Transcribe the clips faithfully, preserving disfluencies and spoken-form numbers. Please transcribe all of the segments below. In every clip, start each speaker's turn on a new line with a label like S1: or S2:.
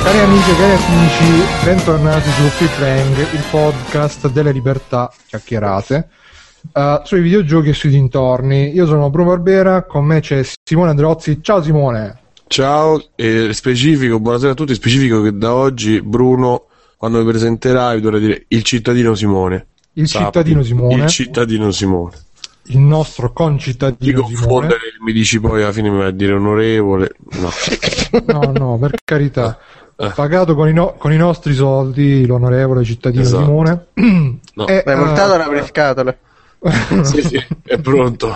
S1: Cari amiche, cari amici, bentornati su Free Playing, il podcast delle libertà chiacchierate uh, sui videogiochi e sui dintorni. Io sono Bruno Barbera, con me c'è Simone Androzzi. Ciao Simone.
S2: Ciao, e specifico, buonasera a tutti, specifico che da oggi Bruno, quando mi presenterai, dovrei dire il cittadino Simone.
S1: Il
S2: Sappi,
S1: cittadino Simone.
S2: Il cittadino Simone.
S1: Il nostro concittadino
S2: Ti
S1: Simone.
S2: confondere, mi dici poi alla fine mi vai a dire onorevole. No,
S1: no, no, per carità.
S2: Eh.
S1: Pagato con i, no- con i nostri soldi, l'onorevole cittadino
S2: Esatto.
S1: Simone.
S2: No.
S1: E,
S3: Hai
S1: uh,
S3: portato la pescatole?
S2: Sì, sì, è pronto.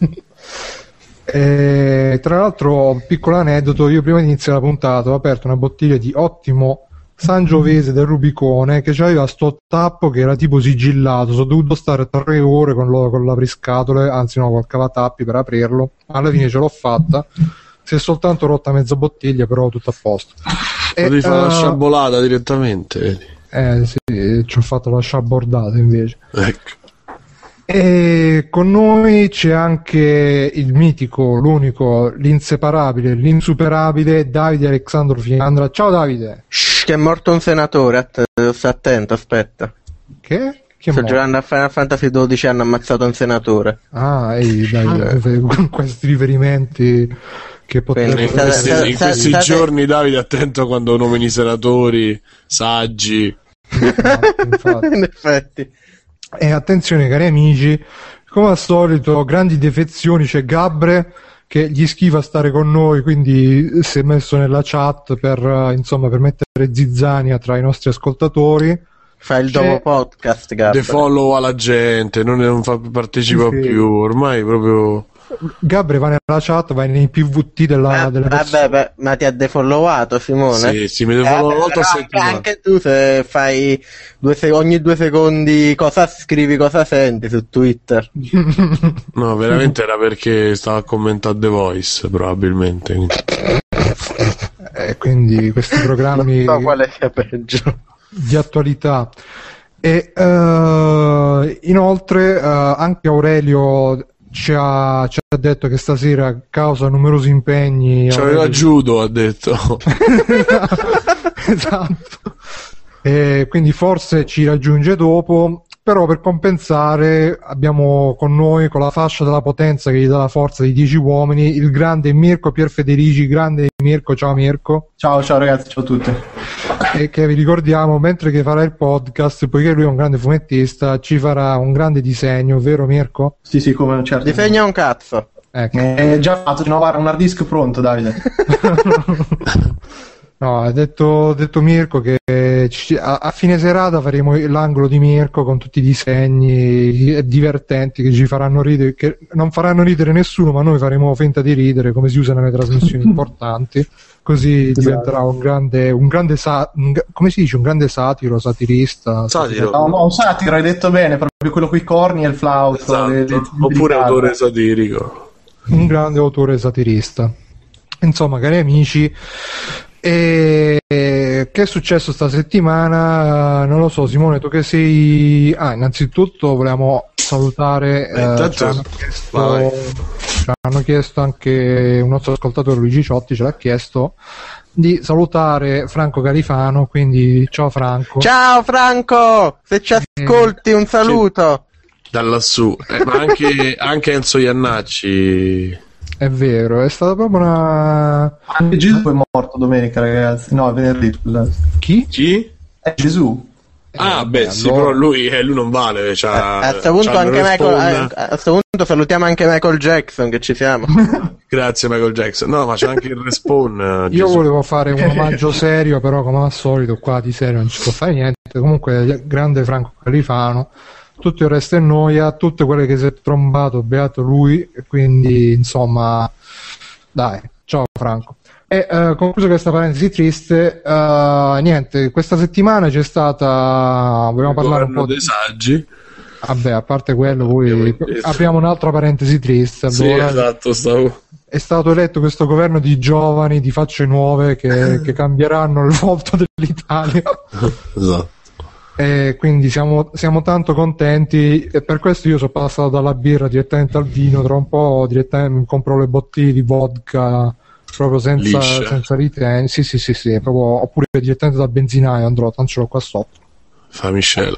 S1: E, tra l'altro, piccolo aneddoto, io prima di iniziare la puntata ho aperto una bottiglia di ottimo Sangiovese del Rubicone che aveva sto tappo che era tipo sigillato. Sono dovuto stare tre ore con, lo, con l'apriscatole, anzi no, col cavatappi per aprirlo. Alla fine ce l'ho fatta, si è soltanto rotta mezza bottiglia, però tutto a posto.
S2: Potevi fare
S1: uh,
S2: la sciabolata direttamente, vedi?
S1: Eh sì, ci ho fatto la sciabordata invece.
S2: Ecco.
S1: E con noi c'è anche il mitico, l'unico, l'inseparabile, l'insuperabile Davide Alessandro Fiandra. Ciao Davide.
S3: Shh, che è morto un senatore, att- sta attento, aspetta.
S1: Che? Chi è
S3: Sto
S1: morto?
S3: giocando a Final Fantasy dodici, hanno ammazzato un senatore.
S1: Ah, ehi, dai, con questi riferimenti che potrebbero
S3: Quindi,
S2: In questi,
S3: state-
S2: in questi
S3: state-
S2: giorni, Davide, attento quando nomini senatori, saggi.
S1: infatti.
S3: In effetti.
S1: E attenzione cari amici, come al solito grandi defezioni, c'è Gabbre che gli schifa stare con noi, quindi si è messo nella chat per eh, insomma per mettere zizzania tra i nostri ascoltatori.
S3: Fa il
S1: C'è-
S3: dopo podcast, Gabber.
S2: Defollow alla gente, non, non fa, partecipa
S1: Sì, sì.
S2: più, ormai proprio...
S1: Gabbre va nella chat, va nei P V T della,
S3: Ah,
S1: delle
S3: vabbè,
S1: persone.
S3: beh, ma ti ha defollowato, Simone?
S2: Sì, sì, mi
S3: Eh,
S2: defollow
S3: vabbè,
S2: una volta a
S3: però anche,
S2: settimana.
S3: anche tu se fai due se- ogni due secondi cosa scrivi, cosa senti su Twitter.
S2: No, veramente era perché stava a commentare The Voice, probabilmente.
S1: Eh, quindi questi programmi
S3: Non so quale sia peggio.
S1: di attualità. E eh, inoltre eh, anche Aurelio ci ha, ci ha detto che stasera, a causa di numerosi impegni,
S2: C'aveva
S1: Aurelio-
S2: judo, ha detto.
S1: esatto. E quindi forse ci raggiunge dopo, però per compensare abbiamo con noi, con la fascia della potenza che gli dà la forza di dieci uomini, il grande Mirko Pierfederici. Grande Mirko, ciao Mirko.
S4: Ciao, ciao ragazzi, ciao a tutti.
S1: E che vi ricordiamo, mentre che farà il podcast, poiché lui è un grande fumettista, ci farà un grande disegno, vero Mirko?
S4: Sì, sì, come certo.
S3: Disegna un cazzo.
S1: Ecco.
S4: È già fatto, c'è una- un hard disk pronto, Davide.
S1: No, ha detto, ha detto Mirko che ci- a, a fine serata faremo l'angolo di Mirko con tutti i disegni divertenti che ci faranno ridere, che non faranno ridere nessuno, ma noi faremo finta di ridere come si usa nelle trasmissioni importanti, così
S4: Esatto.
S1: diventerà un grande, un grande sa- un ga- come si dice, un grande satiro, satirista.
S2: Satiro.
S4: No, no, un satiro, hai detto bene, proprio quello coi corni e il flauto.
S2: Esatto.
S4: le- le-
S2: Oppure
S4: le-
S2: autore satirico.
S1: Un grande autore satirista. Insomma, cari amici, e che è successo sta settimana? Non lo so, Simone, tu che sei... Ah, innanzitutto volevamo salutare,
S2: Eh,
S1: eh,
S2: intanto-
S1: ci, hanno chiesto,
S2: vai.
S1: ci hanno chiesto anche un nostro ascoltatore, Luigi Ciotti, ce l'ha chiesto di salutare Franco Califano, quindi ciao Franco.
S3: Ciao Franco, se ci ascolti un saluto.
S2: Da lassù. Eh, ma anche, anche Enzo Iannacci.
S1: È vero, è stata proprio una...
S4: Anche Gesù è morto domenica, ragazzi. No, è venerdì, scusate.
S1: Chi?
S2: Chi?
S4: È Gesù.
S2: Ah, beh, sì,
S1: allora-
S2: però lui, eh, lui non vale.
S3: A
S2: C'ha,
S3: a sto punto
S2: c'ha
S3: anche
S2: il
S3: Michael,
S2: respawn.
S3: a, a sto punto salutiamo anche Michael Jackson, che ci siamo.
S2: Grazie, Michael Jackson. No, ma c'è anche il respawn. eh,
S1: Io
S2: Gesù.
S1: volevo fare un omaggio serio, però come al solito qua di serio non ci può fare niente. Comunque, grande Franco Califano, tutto il resto è noia, tutte quelle che si è trombato, beato lui, e quindi insomma, dai, ciao Franco. E eh, concluso questa parentesi triste, eh, niente, questa settimana c'è stata, vogliamo
S2: Il
S1: parlare un
S2: governo
S1: po'
S2: dei
S1: di...
S2: saggi.
S1: Vabbè, a parte quello, poi
S2: Abbiamo-
S1: apriamo un'altra parentesi triste.
S2: Sì,
S1: Allora,
S2: esatto, stavo...
S1: è stato eletto questo governo di giovani, di facce nuove che, che cambieranno il volto dell'Italia.
S2: Esatto.
S1: E quindi siamo, siamo tanto contenti, e per questo io sono passato dalla birra direttamente al vino. Tra un po' direttamente mi compro le bottiglie di vodka proprio senza,
S2: Liscia.
S1: senza riteni, sì sì sì sì, proprio, oppure direttamente dal benzinaio andrò, tanto ce l'ho qua sotto.
S2: Fa Michelle.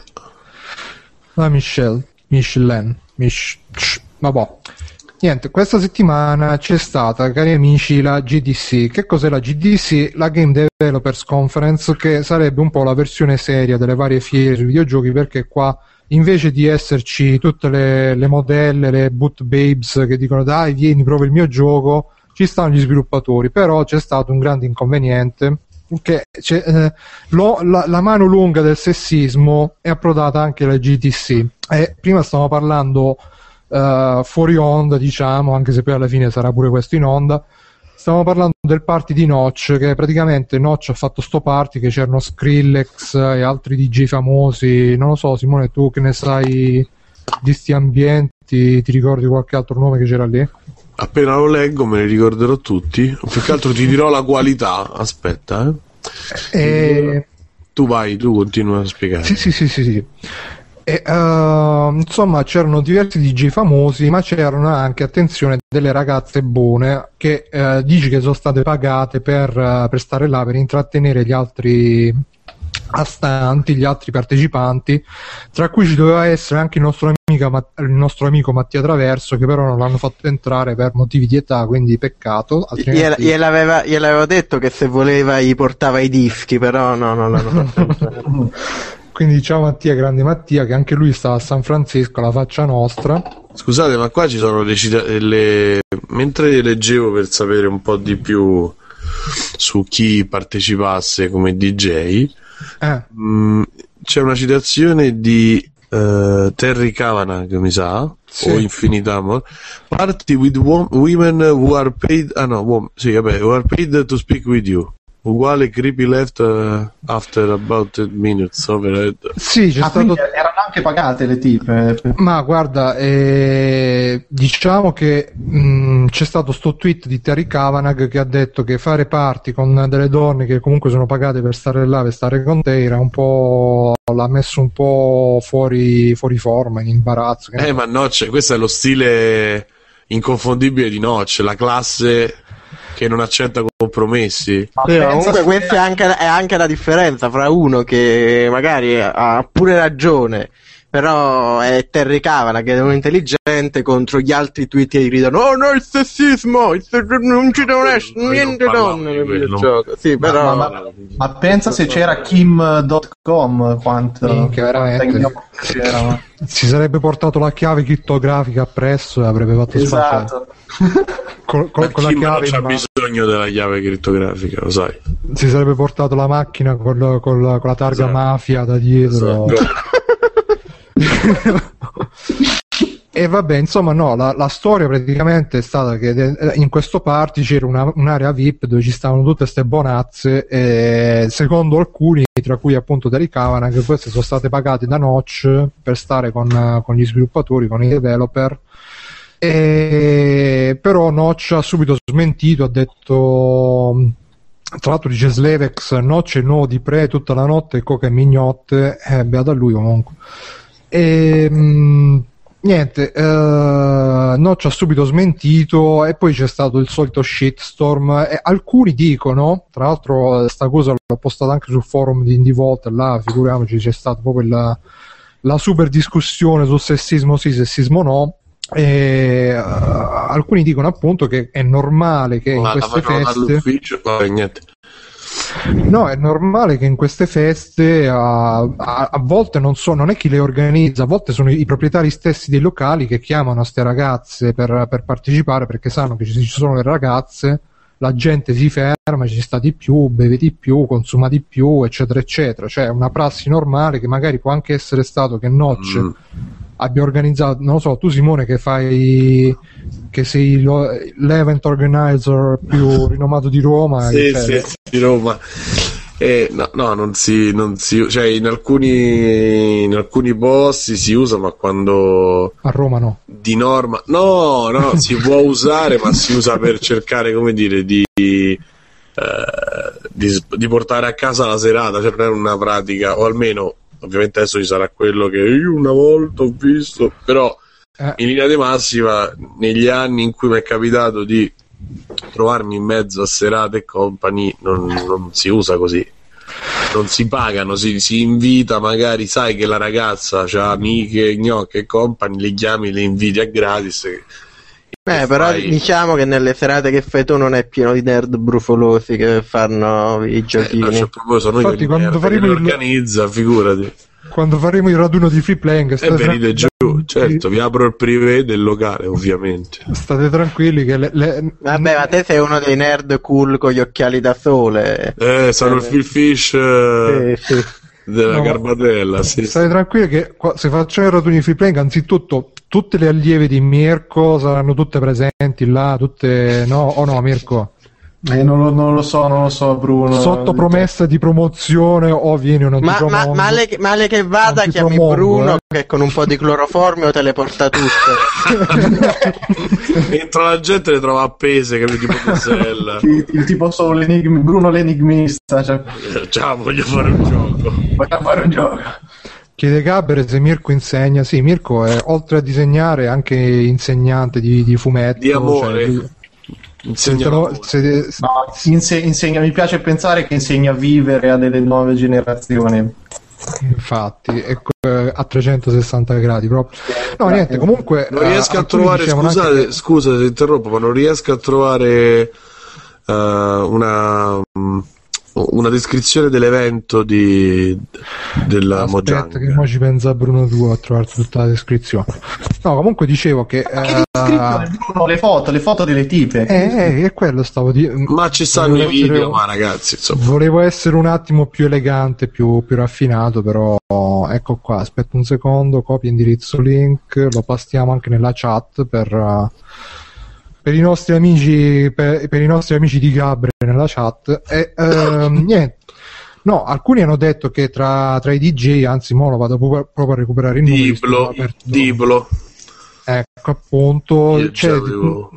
S1: La Michelle, Michelin, Mich... vabbè. Niente, questa settimana c'è stata, cari amici, la G D C. Che cos'è la G D C? La Game Developers Conference, che sarebbe un po' la versione seria delle varie fiere sui videogiochi, perché qua invece di esserci tutte le, le modelle, le boot babes che dicono dai vieni prova il mio gioco, ci stanno gli sviluppatori. Però c'è stato un grande inconveniente, che c'è, eh, lo, la, la mano lunga del sessismo è approdata anche alla G D C. E prima stavamo parlando uh, fuori onda, diciamo, anche se poi alla fine sarà pure questo in onda. Stavamo parlando del party di Notch, che praticamente Notch ha fatto sto party, che c'erano Skrillex e altri D J famosi. Non lo so, Simone, tu che ne sai di sti ambienti, ti ricordi qualche altro nome che c'era lì?
S2: Appena lo leggo me ne ricorderò tutti. Più che altro ti dirò la qualità. Aspetta, eh.
S1: E...
S2: Tu vai, tu continua a spiegare.
S1: Sì, sì, sì, sì, sì. E, uh, insomma, c'erano diversi D J famosi, ma c'erano anche, attenzione, delle ragazze buone che uh, dici che sono state pagate per, uh, per stare là, per intrattenere gli altri astanti, gli altri partecipanti, tra cui ci doveva essere anche il nostro amico, il nostro amico Mattia Traverso, che però non l'hanno fatto entrare per motivi di età, quindi peccato. Altrimenti...
S3: Gliel'aveva, gliel'aveva detto che se voleva gli portava i dischi, però no, no, no, no.
S1: Quindi ciao Mattia, grande Mattia, che anche lui sta a San Francisco, la faccia nostra.
S2: Scusate, ma qua ci sono le, cita- le... mentre leggevo per sapere un po' di più su chi partecipasse come D J,
S1: eh.
S2: mh, c'è una citazione di uh, Terry Kavanagh, mi sa, sì. O Infinita Amor. Party with wo- women who are paid, ah no, wom- sì, vabbè, who are paid to speak with you. Uguale creepy left uh, after about ten minutes overhead.
S1: Sì, c'è
S4: ah,
S1: stato...
S4: erano anche pagate le tipe.
S1: Ma guarda, eh, diciamo che mh, c'è stato sto tweet di Terry Kavanagh che ha detto che fare party con delle donne che comunque sono pagate per stare là, per stare con te, era un po', l'ha messo un po' fuori, fuori forma, in imbarazzo.
S2: Eh, ma Notch, questo è lo stile inconfondibile di Notch, la classe che non accetta compromessi.
S3: Sì, comunque questa è anche, è anche la differenza fra uno che magari ha pure ragione, però è Terry Kavanagh, che è un intelligente, contro gli altri tweet che gridano oh no, il sessismo, il sess- non ci devono essere niente donne nel videogioco. Sì, però...
S4: ma, ma, ma pensa se c'era Kim punto com, quanto
S1: minchia, veramente
S4: c'era.
S1: Si sarebbe portato la chiave crittografica appresso e avrebbe fatto
S4: esatto.
S1: Con, con, con la chiave
S2: non c'ha
S1: ma...
S2: bisogno della chiave crittografica, lo sai.
S1: Si sarebbe portato la macchina con, con, con la targa esatto. Mafia da dietro. Esatto. E vabbè, insomma, no, la, la storia praticamente è stata che in questo party c'era una, un'area V I P dove ci stavano tutte queste bonazze, e secondo alcuni, tra cui appunto Terry Kavanagh, che queste sono state pagate da Notch per stare con, con gli sviluppatori, con i developer. E però Notch ha subito smentito, ha detto, tra l'altro dice Slevex, Notch è il nuovo di Pre tutta la notte, coca e mignotte, eh, beato a lui comunque. E mh, niente, uh, Notch ha subito smentito, e poi c'è stato il solito shitstorm, e alcuni dicono, tra l'altro sta cosa l'ho postata anche sul forum di Indie Vault, là figuriamoci, c'è stata proprio la, la super discussione sul sessismo sì, sessismo no. E, uh, alcuni dicono appunto che è normale che in queste feste
S2: vabbè, niente.
S1: no è normale che in queste feste a, a, a volte non so, non è chi le organizza, a volte sono i, i proprietari stessi dei locali che chiamano ste ragazze per, per partecipare, perché sanno che ci, ci sono le ragazze, la gente si ferma, ci sta di più, beve di più, consuma di più, eccetera eccetera. Cioè è una prassi normale che magari può anche essere stato che Notch mm. abbia organizzato, non lo so, tu Simone che fai, che sei lo, l'event organizer più rinomato di Roma.
S2: Sì,
S1: cioè,
S2: sì, di Roma. Eh, no, no, non si, non si, cioè in alcuni, in alcuni posti si usa, ma quando
S1: a Roma no.
S2: Di norma, no, no, si può usare, ma si usa per cercare, come dire, di, eh, di, di portare a casa la serata, cioè non è una pratica, o almeno, ovviamente adesso ci sarà quello che io una volta ho visto, però eh. in linea di massima, negli anni in cui mi è capitato di trovarmi in mezzo a serate e company non, non si usa così, non si pagano, si, si invita, magari sai che la ragazza ha amiche, gnocche e company, le chiami, le inviti a gratis. E,
S3: eh,
S2: e
S3: però
S2: fai...
S3: diciamo che nelle serate che fai tu non è pieno di nerd brufolosi che fanno i giochini.
S2: Eh, no, cioè, proprio sono
S1: Infatti,
S2: io
S1: quando
S2: che
S1: il...
S2: organizza, figurati.
S1: Quando faremo il raduno di free playing
S2: e
S1: state
S2: venite giù,
S1: tranquilli...
S2: certo, vi apro il privé del locale, ovviamente.
S1: State tranquilli che le, le...
S3: Vabbè, ma te sei uno dei nerd cool con gli occhiali da sole.
S2: Eh, sono
S3: eh,
S2: il Phil Fish eh,
S3: sì, sì.
S2: della
S1: No,
S2: Garbatella, sì.
S1: State tranquilli che qua, se facciamo il raduno di free playing, anzitutto tutte le allieve di Mirko saranno tutte presenti là, tutte... No, o no, Mirko?
S4: Eh, non, lo, non lo so, non lo so, Bruno.
S1: Sotto promessa di promozione o vieni o non ti
S3: Ma, ma,
S1: promuovo.
S3: male, che- male che vada,
S1: Non ti
S3: chiami
S1: promuovo,
S3: Bruno
S1: eh.
S3: che con un po' di cloroformio te le porta tutte.
S2: Entra la gente, le trova appese, capito, tipo Mosella.
S4: Il, il tipo solo l'enigmi- Bruno l'enigmista, cioè,
S2: Ciao, voglio fare un gioco.
S4: voglio fare un gioco.
S1: Chiede Gaber se Mirko insegna. Sì, Mirko è oltre a disegnare anche insegnante di, di fumetto.
S2: Di amore.
S1: Cioè, lui-
S2: Insegna
S1: se-
S2: amore.
S1: se- se-
S4: No, inse- insegna, mi piace pensare che insegna a vivere a delle nuove generazioni.
S1: infatti è co- eh, a trecentosessanta gradi proprio. No, niente, comunque
S2: Non riesco
S1: eh,
S2: a
S1: alcuni
S2: trovare,
S1: dicevano
S2: scusate,
S1: anche che-
S2: scusa se interrompo, ma non riesco a trovare eh, una mm, una descrizione dell'evento di della
S1: Aspetta
S2: Mojang.
S1: che mo ci pensa Bruno tu a trovare tutta la descrizione. No, comunque dicevo che
S4: Ma che
S1: eh,
S4: descrizione, Bruno? Le foto, le foto delle tipe.
S1: eh, eh, è quello stavo di
S2: Ma ci stanno i
S1: volevo
S2: video,
S1: essere-
S2: ma ragazzi, insomma.
S1: Volevo essere un attimo più elegante, più, più raffinato, però ecco qua, aspetta un secondo, copia indirizzo link, lo pastiamo anche nella chat per, uh, per i nostri amici per, per i nostri amici di Gabriele nella chat e ehm, niente. No, alcuni hanno detto che tra, tra i D J, anzi mo lo vado proprio proprio a recuperare il numero.
S2: Diblo, Diblo.
S1: Ecco appunto,
S2: Io
S1: c'è,
S2: già avevo-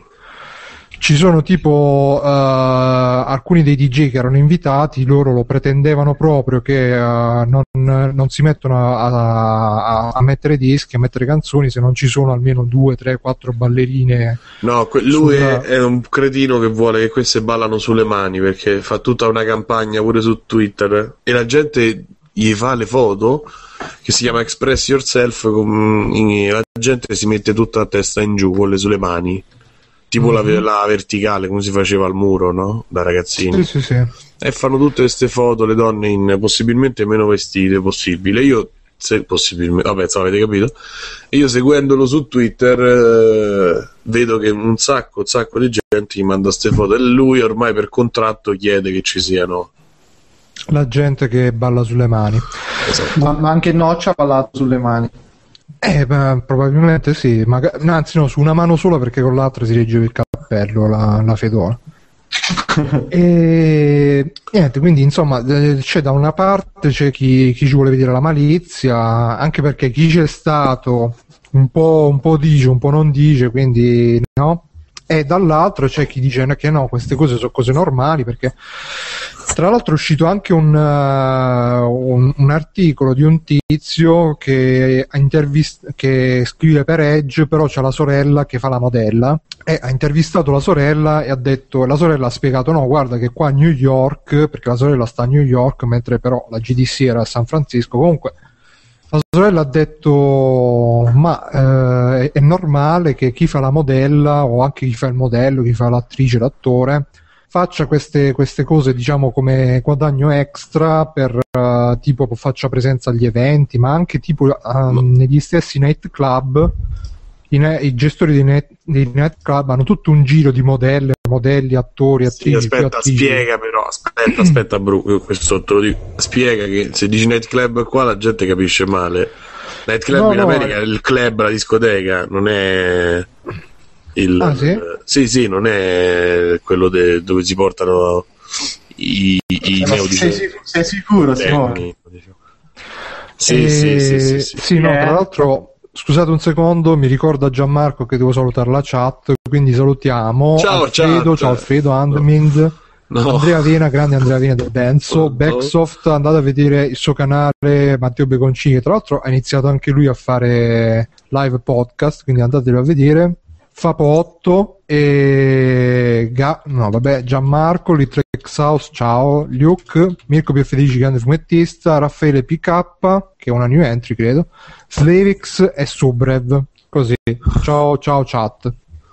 S1: ci sono tipo uh, alcuni dei D J che erano invitati, loro lo pretendevano proprio che uh, non, non si mettono a, a, a mettere dischi, a mettere canzoni se non ci sono almeno due, tre, quattro ballerine.
S2: No, que- lui
S1: sulla-
S2: è, è un cretino che vuole che queste ballano sulle mani, perché fa tutta una campagna pure su Twitter e la gente gli fa le foto che si chiama Express Yourself, con- in- la gente si mette tutta a testa in giù con le sulle mani, tipo la,
S1: Mhm.
S2: la verticale come si faceva al muro, no? Da ragazzini.
S1: Sì, sì, sì.
S2: E fanno tutte queste foto le donne in possibilmente meno vestite possibile. Io se possibilmente, vabbè, insomma, avete capito. E io seguendolo su Twitter eh, vedo che un sacco, un sacco di gente gli manda queste foto e lui ormai per contratto chiede che ci siano.
S1: La gente che balla sulle mani.
S2: Esatto.
S4: Ma, ma anche Noccia ha ballato sulle mani.
S1: Eh, beh, probabilmente sì, maga- no, anzi no, su una mano sola perché con l'altra si reggeva il cappello, la, la fedola. E niente, quindi insomma eh, c'è da una parte c'è chi, chi ci vuole vedere la malizia, anche perché chi c'è stato un po', un po' dice, un po' non dice, quindi no. E dall'altro c'è chi dice che no, queste cose sono cose normali, perché tra l'altro è uscito anche un, uh, un, un articolo di un tizio che, ha intervist- che scrive per Edge, però c'ha la sorella che fa la modella e ha intervistato la sorella e ha detto, la sorella ha spiegato no guarda che qua a New York, perché la sorella sta a New York mentre però la G D C era a San Francisco, comunque la sorella ha detto ma eh, è normale che chi fa la modella o anche chi fa il modello, chi fa l'attrice, l'attore faccia queste, queste cose diciamo come guadagno extra per uh, tipo faccia presenza agli eventi, ma anche tipo uh, negli stessi nightclub i, ne- i gestori dei, net- dei nightclub hanno tutto un giro di modelle, modelli, attori,
S2: Sì,
S1: attrici, più
S2: aspetta,
S1: attrici.
S2: spiega però, aspetta, aspetta, Bru, questo te lo dico. Spiega che se dici nightclub qua la gente capisce male. Nightclub
S1: No,
S2: in
S1: no,
S2: America è
S1: eh.
S2: il club, la discoteca, non è il
S1: Ah, sì?
S2: eh, sì, sì, non è quello de- dove si portano i, i
S4: Ma
S2: neodicenti.
S4: sei, sic- sei sicuro, Simone?
S2: Tecnici. Sì,
S1: E-
S2: sì, sì, sì, sì.
S1: sì, no,
S4: Eh.
S1: tra l'altro scusate un secondo, mi ricorda Gianmarco che devo salutare la chat, quindi salutiamo
S2: Ciao,
S1: Alfredo,
S2: chat.
S1: ciao Alfredo, Andmind,
S2: No.
S1: Andrea Vena, grande Andrea Vena del Benzo,
S2: No.
S1: Backsoft, andate a vedere il suo canale Matteo Beconcini, che tra l'altro ha iniziato anche lui a fare live podcast, quindi andatelo a vedere. Fapotto e Ga- no vabbè Gianmarco, Litrex House, ciao, Luke, Mirko più felice grande fumettista, Raffaele P K che è una new entry credo, Slavix e Subrev, così, ciao ciao chat.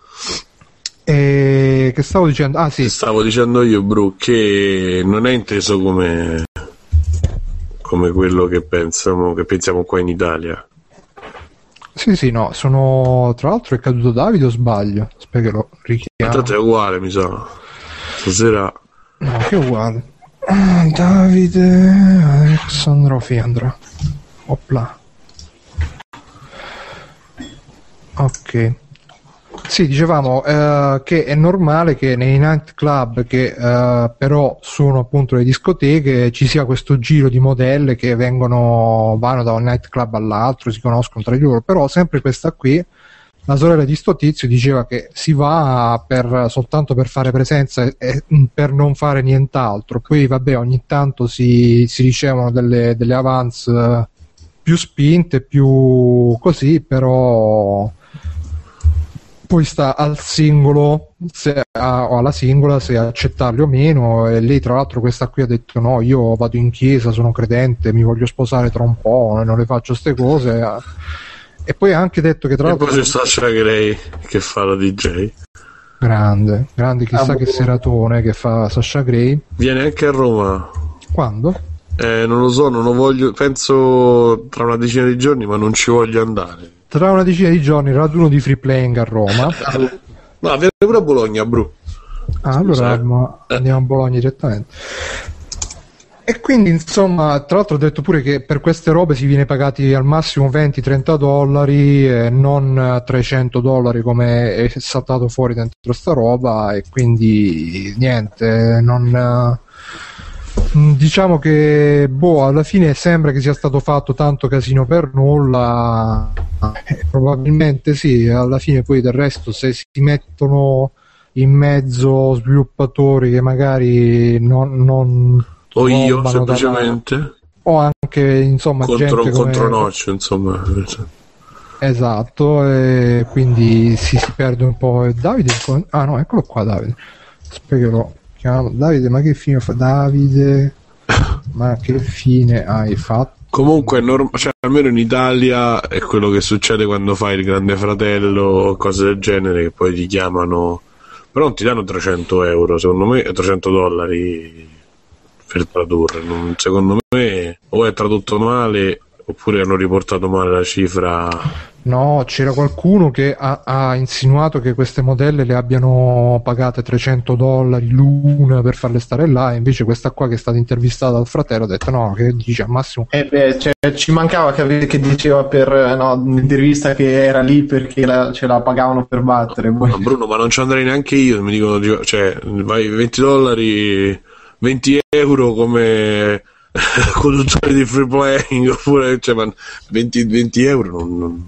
S1: E che stavo dicendo? Ah sì,
S2: stavo dicendo io, Bru, che non è inteso come come quello che pensiamo che pensiamo qua in Italia.
S1: sì sì no, sono, tra l'altro è caduto Davide o sbaglio? Aspetta che lo richiamo.
S2: Tanto è uguale, mi sa. Stasera
S1: no, che è uguale. ah, Davide Alessandro Fiandra, opla, ok. Sì, dicevamo eh, che è normale che nei nightclub, che eh, però sono appunto le discoteche, ci sia questo giro di modelle che vengono, vanno da un nightclub all'altro, si conoscono tra di loro, però sempre questa qui, la sorella di sto tizio, diceva che si va per, soltanto per fare presenza e, e per non fare nient'altro. Poi vabbè, ogni tanto si, si ricevono delle, delle avance eh, più spinte, più così, però poi sta al singolo se, a, o alla singola se accettarli o meno. E lei tra l'altro, questa qui, ha detto no, io vado in chiesa, sono credente, mi voglio sposare tra un po', non le faccio ste cose. E poi ha anche detto che tra
S2: e
S1: l'altro
S2: poi c'è Sasha Grey che fa la D J,
S1: grande grande, chissà
S4: Ah,
S1: che
S4: boh.
S1: seratone che fa Sasha Grey.
S2: viene anche a Roma.
S1: Quando?
S2: Eh, non lo so, non lo voglio, penso tra una decina di giorni, ma non ci voglio andare.
S1: Tra una decina di giorni raduno di free playing a Roma.
S2: Ma viene pure a Bologna, Bru.
S1: Ah, allora
S2: eh.
S1: ma andiamo a Bologna direttamente. E quindi insomma, tra l'altro ho detto pure che per queste robe si viene pagati al massimo venti trenta dollari e non trecento dollari come è saltato fuori dentro sta roba. E quindi niente, non diciamo che boh, alla fine sembra che sia stato fatto tanto casino per nulla. Eh, probabilmente sì, alla fine poi del resto, se si mettono in mezzo sviluppatori che magari non, non
S2: O io,
S1: rombano dalla-
S2: semplicemente.
S1: o anche insomma
S2: Contro,
S1: gente come...
S2: contro Notch, insomma.
S1: esatto, e quindi si, si perde un po'. Davide, ah no, eccolo qua Davide, spiegherò. Chiamo Davide, ma che fine fa Davide? Ma che fine hai fatto?
S2: Comunque, norm- cioè, almeno in Italia è quello che succede quando fai il Grande Fratello o cose del genere, che poi ti chiamano, però non ti danno trecento euro, secondo me, trecento dollari per tradurre. Non, secondo me o è tradotto male oppure hanno riportato male la cifra.
S1: No, c'era qualcuno che ha, ha insinuato che queste modelle le abbiano pagate trecento dollari l'una per farle stare là, e invece questa qua, che è stata intervistata dal fratello, ha detto no, che dice al massimo.
S4: Eh beh, cioè, ci mancava che, ave- che diceva per no, un'intervista che era lì perché la, ce la pagavano per battere. Poi.
S2: No, Bruno, ma non ci andrei neanche io, mi dicono, cioè, vai venti dollari, venti euro come conduttore di free playing, oppure, cioè, ma venti, venti euro non... non...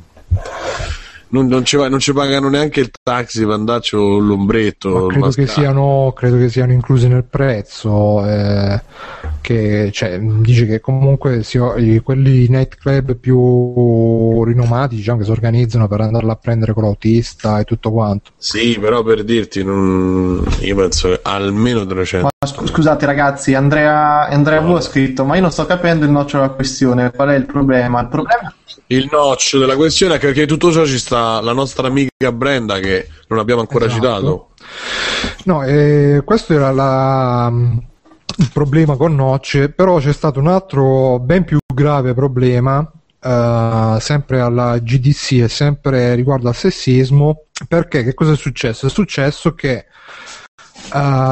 S2: Non, non, ci, non ci pagano neanche il taxi per andarci o l'ombretto.
S1: Ma credo che siano credo che siano inclusi nel prezzo, eh, che cioè, dice che comunque si, quelli nightclub più rinomati, diciamo, che si organizzano per andarla a prendere con l'autista e tutto quanto.
S2: Sì, però per dirti, non, io penso che almeno trecento.
S4: Ma sc- scusate ragazzi, Andrea, Andrea
S2: No.
S4: V ha scritto, ma io non sto capendo il nocciolo della questione, qual è il problema? Il problema
S2: Il notch della questione è che, che tutto ciò ci sta la nostra amica Brenda, che non abbiamo ancora
S1: Esatto.
S2: citato.
S1: No, eh, questo era la, il problema con Notch, però c'è stato un altro ben più grave problema, eh, sempre alla G D C e sempre riguardo al sessismo, perché che cosa è successo? È successo che uh,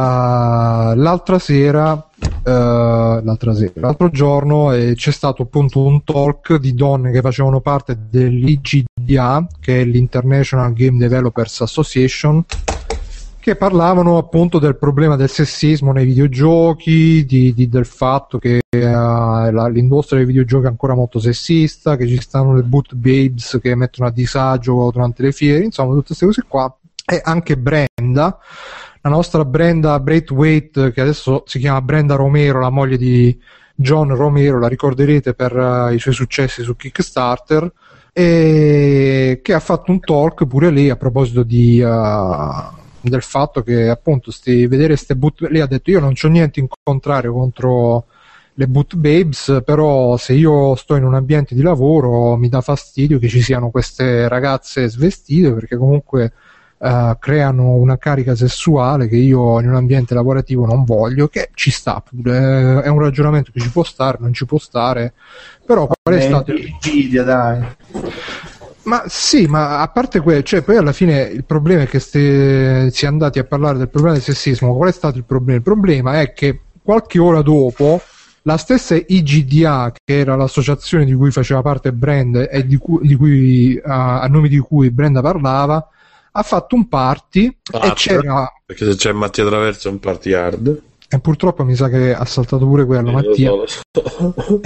S1: l'altra sera, uh, l'altra sera, l'altro giorno eh, c'è stato appunto un talk di donne che facevano parte dell'I G D A, che è l'International Game Developers Association, che parlavano appunto del problema del sessismo nei videogiochi, di, di, del fatto che uh, la, l'industria dei videogiochi è ancora molto sessista, che ci stanno le boot babes che mettono a disagio durante le fiere, insomma tutte queste cose qua. E anche Brenda, la nostra Brenda Braithwaite, che adesso si chiama Brenda Romero, la moglie di John Romero, la ricorderete per uh, i suoi successi su Kickstarter, e che ha fatto un talk pure lì a proposito di uh, del fatto che appunto sti, vedere ste boot, lei ha detto io non c'ho niente in contrario contro le boot babes, però se io sto in un ambiente di lavoro mi dà fastidio che ci siano queste ragazze svestite, perché comunque uh, creano una carica sessuale che io in un ambiente lavorativo non voglio, che ci sta pure, è un ragionamento che ci può stare, non ci può stare, però qual è stato
S4: invidia, dai.
S1: Ma sì, ma a parte quello, cioè poi alla fine il problema è che ste, si è andati a parlare del problema del sessismo. Qual è stato il problema? Il problema è che qualche ora dopo la stessa I G D A, che era l'associazione di cui faceva parte Brenda e di cui, di cui uh, a nome di cui Brenda parlava, ha fatto un party
S2: ah,
S1: e c'era,
S2: perché se c'è Mattia Traverso è un party hard
S1: e purtroppo mi sa che ha saltato pure quello,
S2: eh,
S1: Mattia.
S2: Lo so, lo so.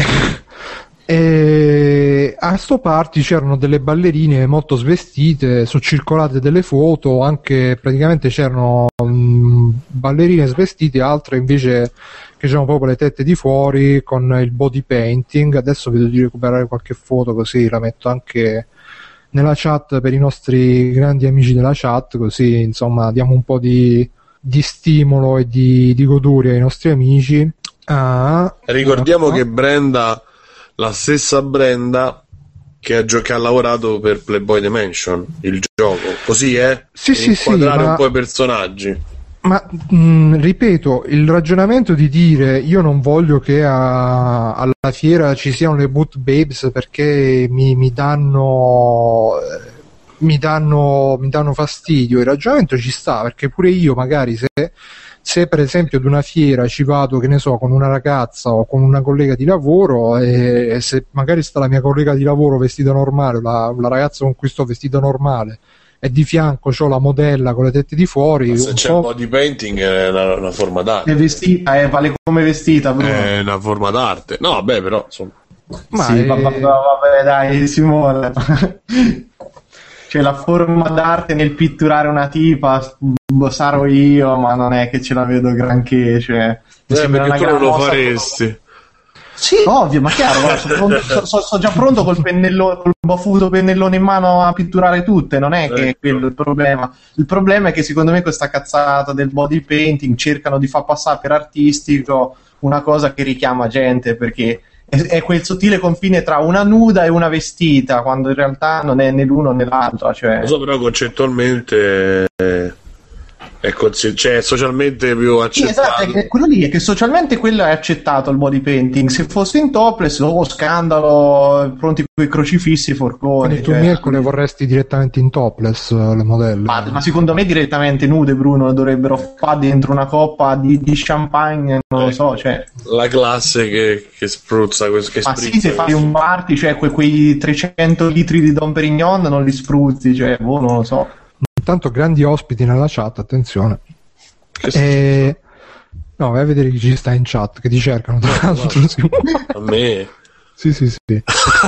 S1: E a sto party c'erano delle ballerine molto svestite, sono circolate delle foto, anche praticamente c'erano um, ballerine svestite, altre invece che c'erano proprio le tette di fuori con il body painting. Adesso vedo di recuperare qualche foto così la metto anche nella chat per i nostri grandi amici della chat, così insomma diamo un po' di, di stimolo e di, di goduria ai nostri amici. Ah,
S2: ricordiamo
S1: no.
S2: che Brenda, la stessa Brenda che ha, gio- che ha lavorato per Playboy Dimension, il gioco, così è?
S1: Sì, sì, sì,
S2: inquadrare
S1: ma...
S2: un po' i personaggi.
S1: Ma mh, ripeto, il ragionamento di dire io non voglio che a, alla fiera ci siano le boot babes perché mi, mi danno mi danno mi danno fastidio, il ragionamento ci sta, perché pure io magari se se per esempio ad una fiera ci vado, che ne so, con una ragazza o con una collega di lavoro, e, e se magari sta la mia collega di lavoro vestita normale, la, la ragazza con cui sto vestita normale, e di fianco c'ho la modella con le tette di fuori,
S2: ma se
S1: un
S2: c'è
S1: po'...
S2: il body painting è una, una forma d'arte,
S4: è vestita, eh, vale come vestita, Bruno.
S2: È una forma d'arte, no vabbè, però insomma.
S1: Ma
S4: sì,
S1: è...
S4: vabbè, vabbè, dai, Simone. C'è la forma d'arte nel pitturare una tipa, sarò io, ma non è che ce la vedo granché, cioè,
S2: eh, perché tu non lo faresti
S4: con... Sì, ovvio, ma chiaro, guarda, sono, pronto, so, so, so già pronto col pennellone, col baffuto pennellone in mano a pitturare tutte, non è che è quello il problema. Il problema è che secondo me questa cazzata del body painting cercano di far passare per artistico una cosa che richiama gente, perché è, è quel sottile confine tra una nuda e una vestita, quando in realtà non è né l'uno né l'altro. Cioè...
S2: lo so, però concettualmente è, è, consi- cioè, è socialmente più accettato.
S4: Sì, esatto, è quello lì è che socialmente quello è accettato, il body painting. Se fosse in topless, oh, scandalo, pronti con i crocifissi, forconi.
S1: Quindi tu
S4: cioè...
S1: Mirko le vorresti direttamente in topless, le modelle?
S4: Ma, ma secondo me direttamente nude, Bruno, dovrebbero fare dentro una coppa di, di champagne, non lo so, cioè...
S2: La classe che, che spruzza questo, che
S4: ma
S2: sprizza
S4: sì, se fai un party, cioè que- quei trecento litri di Dom Perignon non li spruzzi, cioè, boh, non lo so.
S1: Intanto grandi ospiti nella chat, attenzione. E... no, vai a vedere chi ci sta in chat, che ti cercano tra l'altro.
S2: A me?
S1: Sì, sì, sì.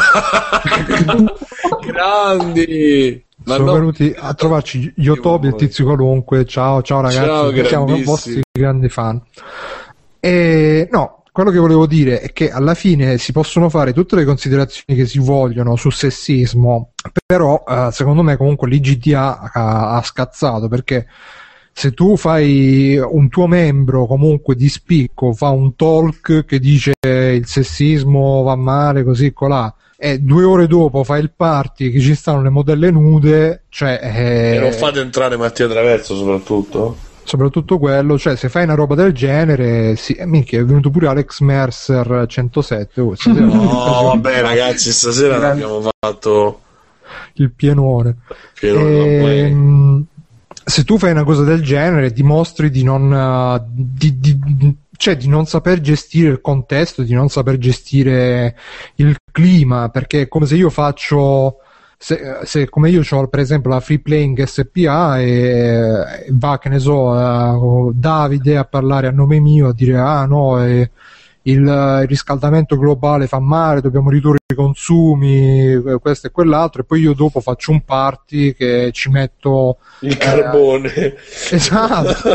S2: Grandi! Ma
S1: sono
S2: no...
S1: venuti a trovarci Yotobi e Tizio Qualunque. Ciao, ciao ragazzi,
S2: ciao,
S1: siamo i vostri grandi fan. E no, quello che volevo dire è che alla fine si possono fare tutte le considerazioni che si vogliono sul sessismo, però eh, secondo me comunque l'I G D A ha, ha scazzato, perché se tu fai un tuo membro comunque di spicco fa un talk che dice il sessismo va male così colà, e due ore dopo fa il party che ci stanno le modelle nude, cioè eh...
S2: e non fate entrare Mattia Traverso soprattutto?
S1: Soprattutto quello, cioè se fai una roba del genere, sì, eh, minchia, è venuto pure Alex Mercer centosette. Oh,
S2: no, vabbè ragazzi, stasera abbiamo fatto
S1: il pienone.
S2: pienone
S1: e, mh, se tu fai una cosa del genere dimostri di non uh, di, di, cioè di non saper gestire il contesto, di non saper gestire il clima, perché è come se io faccio Se, se come io ho per esempio la Free Playing S P A e, e va, che ne so, uh, Davide a parlare a nome mio, a dire ah no, eh, il, il riscaldamento globale fa male, dobbiamo ridurre i consumi, questo e quell'altro, e poi io dopo faccio un party che ci metto
S2: il carbone.
S1: Eh, esatto.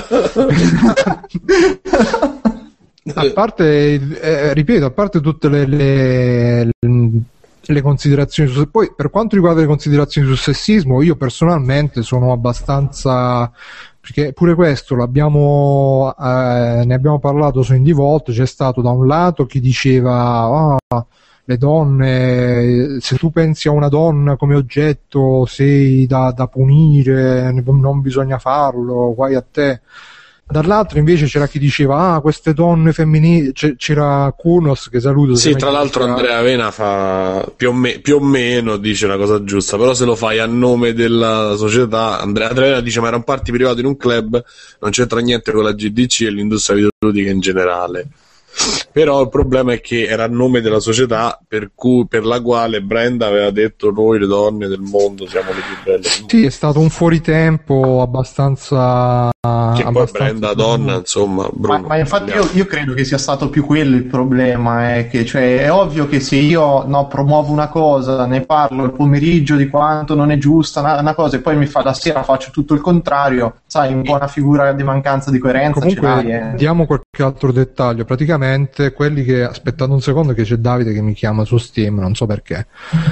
S1: A parte, eh, ripeto, a parte tutte le, le le considerazioni su... Poi per quanto riguarda le considerazioni sul sessismo, io personalmente sono abbastanza, perché pure questo l'abbiamo eh, ne abbiamo parlato su Indie Vault. C'è stato da un lato chi diceva ah, le donne, se tu pensi a una donna come oggetto sei da, da punire, non bisogna farlo, guai a te. Dall'altro invece c'era chi diceva ah, queste donne femminili, c'era Kunos, che saluto.
S2: Sì, tra l'altro diceva... Andrea Avena fa più o, me... più o meno dice una cosa giusta, però se lo fai a nome della società. Andrea Avena dice ma era un party privato in un club, non c'entra niente con la G D C e l'industria videoludica in generale. Però il problema è che era a nome della società per, cui, per la quale Brenda aveva detto noi le donne del mondo siamo le più belle.
S1: Sì, è stato un fuoritempo abbastanza...
S2: Che
S1: abbastanza
S2: poi Brenda donna, insomma, Bruno,
S4: ma, ma infatti io, io credo che sia stato più quello il problema, è che cioè, è ovvio che se io no, promuovo una cosa, ne parlo il pomeriggio di quanto non è giusta una, una cosa e poi mi fa la sera faccio tutto il contrario, sai, un po' una figura di mancanza di coerenza.
S1: Comunque
S4: ce l'hai, eh.
S1: diamo qualche altro dettaglio. Praticamente quelli che, aspettate un secondo che c'è Davide che mi chiama su Steam, non so perché,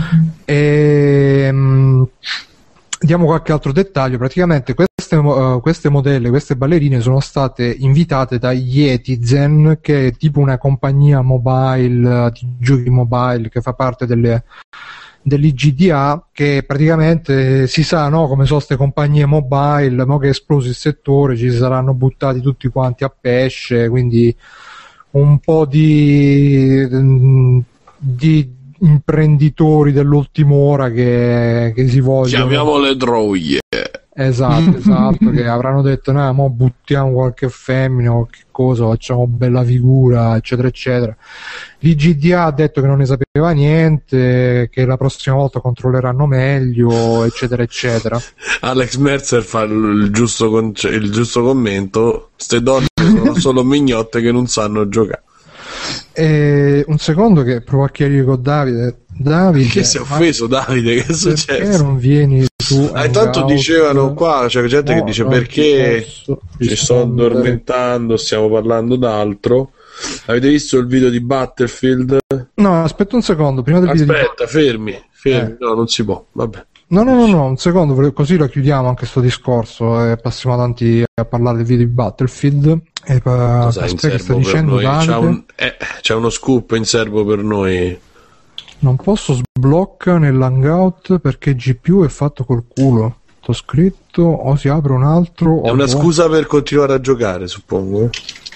S1: e diamo qualche altro dettaglio. Praticamente queste, uh, queste modelle, queste ballerine sono state invitate da Yetizen, che è tipo una compagnia mobile, uh, di giochi mobile, che fa parte delle dell'I G D A, che praticamente si sa, no, come sono queste compagnie mobile, mo che è esploso il settore, ci saranno buttati tutti quanti a pesce, quindi un po' di, di imprenditori dell'ultima ora che, che si vogliono,
S2: chiamiamo le troie.
S1: Esatto, esatto, che avranno detto no, mo buttiamo qualche femmina o che cosa, facciamo bella figura, eccetera eccetera. L'I G D A ha detto che non ne sapeva niente, che la prossima volta controlleranno meglio, eccetera eccetera.
S2: Alex Mercer fa il giusto, conce- il giusto commento: ste donne sono solo mignotte che non sanno giocare.
S1: E un secondo che provo a chiarire con Davide. Davide,
S2: che si è offeso, Davide? Che è successo?
S1: Perché non vieni su?
S2: Ah, intanto dicevano qua, c'è gente no, che dice perché ci sto addormentando, stiamo parlando d'altro. Avete visto il video di Battlefield?
S1: No, aspetta un secondo, prima del
S2: aspetta,
S1: video di...
S2: Aspetta, fermi, fermi,
S1: eh.
S2: no, non si può, vabbè.
S1: No, no, no, no, un secondo, così lo chiudiamo anche sto discorso e passiamo avanti a parlare del video di Battlefield. E pa... aspetta, che sta dicendo Davide?
S2: C'è, un... eh, c'è uno scoop in serbo per noi.
S1: Non posso sblocca nell'hangout perché G P U è fatto col culo. T'ho scritto o si apre un altro.
S2: È una scusa per continuare a giocare, suppongo.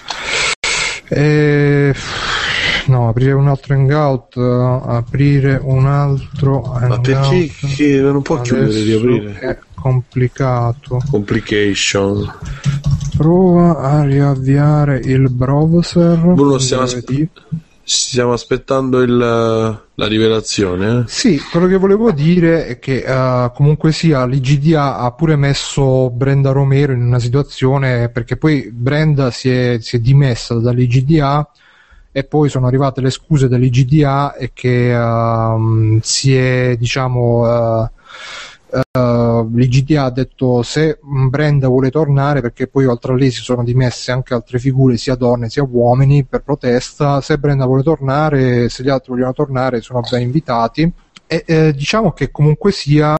S1: Eh, no, aprire un altro hangout, aprire un altro hangout.
S2: Ma perché che non può chiudere di aprire?
S1: È complicato.
S2: Complication.
S1: Prova a riavviare il browser.
S2: Bruno, stiamo, aspe- stiamo aspettando il, la rivelazione. Eh?
S1: Sì, quello che volevo dire è che uh, comunque sia l'I G D A ha pure messo Brenda Romero in una situazione, perché poi Brenda si è, si è dimessa dall'I G D A e poi sono arrivate le scuse dell'I G D A e che uh, si è, diciamo, uh, uh, l'I G D A ha detto se Brenda vuole tornare, perché poi oltre a lei si sono dimesse anche altre figure, sia donne sia uomini, per protesta. Se Brenda vuole tornare, se gli altri vogliono tornare, sono ben invitati. E eh, diciamo che comunque sia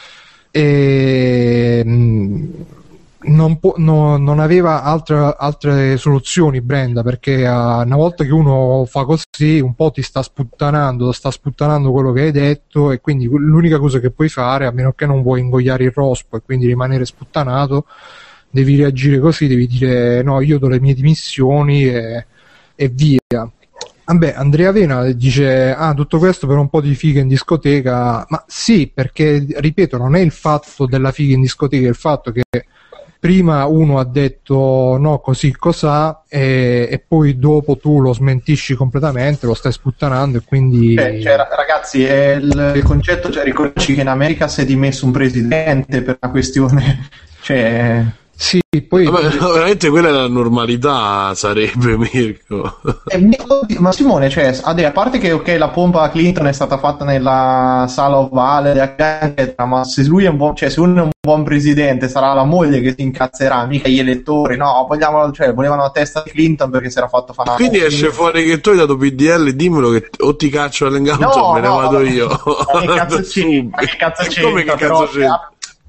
S1: eh, non, po- no, non aveva altre, altre soluzioni Brenda, perché uh, una volta che uno fa così un po' ti sta sputtanando sta sputtanando quello che hai detto, e quindi l'unica cosa che puoi fare, a meno che non vuoi ingoiare il rospo e quindi rimanere sputtanato, devi reagire così, devi dire no, io do le mie dimissioni e, e via. Vabbè, Andrea Vena dice ah, tutto questo per un po' di figa in discoteca. Ma sì, perché ripeto, non è il fatto della figa in discoteca, è il fatto che prima uno ha detto no, così cos'ha, e, e poi dopo tu lo smentisci completamente, lo stai sputtanando, e quindi
S4: eh, cioè, ragazzi, è il, il concetto, cioè ricordiamoci che in America si è dimesso un presidente per una questione, cioè
S1: Sì, poi
S2: Vabbè, no, veramente quella è la normalità, sarebbe, Mirko.
S4: Eh, ma Simone, cioè, a parte che ok, la pompa a Clinton è stata fatta nella sala ovale, ma se lui è un buon, cioè, se uno è un buon presidente, sarà la moglie che si incazzerà, mica gli elettori. No, vogliamo, cioè, volevano la testa di Clinton perché si era fatto fare.
S2: Quindi esce fuori che tu hai dato P D L, dimmelo che o ti caccio all'engauto
S4: no,
S2: o me ne
S4: no,
S2: vado
S4: vabbè.
S2: io.
S4: Ma che cazzo c'entra? Che cazzo c'entra?
S2: Come che
S4: Però,
S2: cazzo c'entra?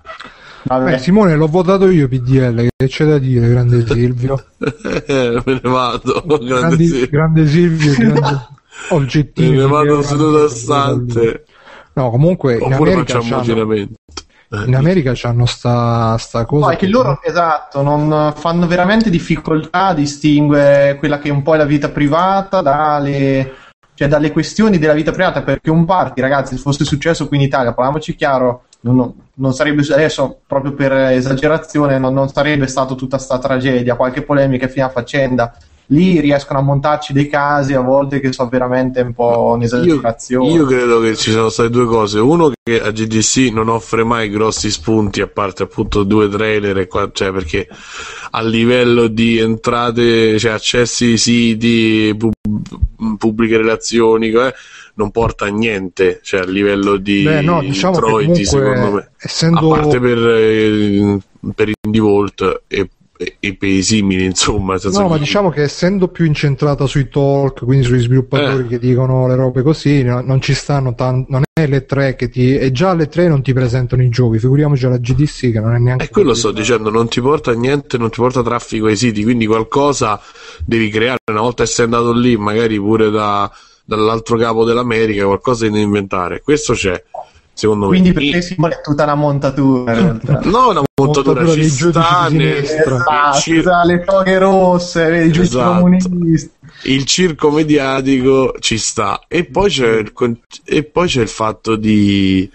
S1: Beh, Simone, l'ho votato io P D L, che c'è da dire, grande Silvio.
S2: Eh, me ne vado, grande
S1: Grandi,
S2: Silvio.
S1: grande Silvio, grande oggettino.
S2: Me ne vado seduto stante.
S1: No, comunque in
S2: Oppure
S1: America
S2: facciamo un
S1: c'hanno,
S2: giramento.
S1: in America c'hanno sta, sta cosa.
S4: No, è che loro, esatto, non fanno veramente difficoltà a distinguere quella che è un po' è la vita privata dalle, cioè dalle questioni della vita privata, perché un party, ragazzi, se fosse successo qui in Italia, parliamoci chiaro, non, non sarebbe, adesso proprio per esagerazione, non, non sarebbe stato tutta sta tragedia, qualche polemica fino a faccenda. Lì riescono a montarci dei casi a volte che sono veramente un po' un'esagerazione.
S2: Io, io credo che ci sono state due cose. Uno, che a G D C non offre mai grossi spunti, a parte appunto due trailer e qua, cioè, perché a livello di entrate, cioè accessi ai siti, pub- pubbliche relazioni, eh, non porta a niente, cioè a livello di
S1: Beh, no, diciamo
S2: introiti,
S1: che comunque,
S2: secondo me,
S1: essendo...
S2: a parte per, eh, per Indie Vault e e per i simili, insomma.
S1: No, ma diciamo che essendo più incentrata sui talk, quindi sugli sviluppatori eh. che dicono le robe così, no, non ci stanno tanto, non è le tre che ti, e già alle tre non ti presentano i giochi, figuriamoci alla G D C che non è neanche.
S2: E quello sto dicendo, non ti porta a niente, non ti porta traffico ai siti, quindi qualcosa devi creare. Una volta essere andato lì, magari pure da, dall'altro capo dell'America, qualcosa devi inventare. Questo c'è. Secondo
S4: quindi
S2: me.
S4: per te Simone è tutta una montatura in realtà.
S2: No, una montatura,
S1: montatura
S2: ci sta nel...
S4: esatto,
S2: Cir-
S4: le toghe rosse, vedi, i giusti
S2: esatto.
S4: comunisti.
S2: Il circo mediatico ci sta, e poi c'è il, con- e poi c'è il fatto di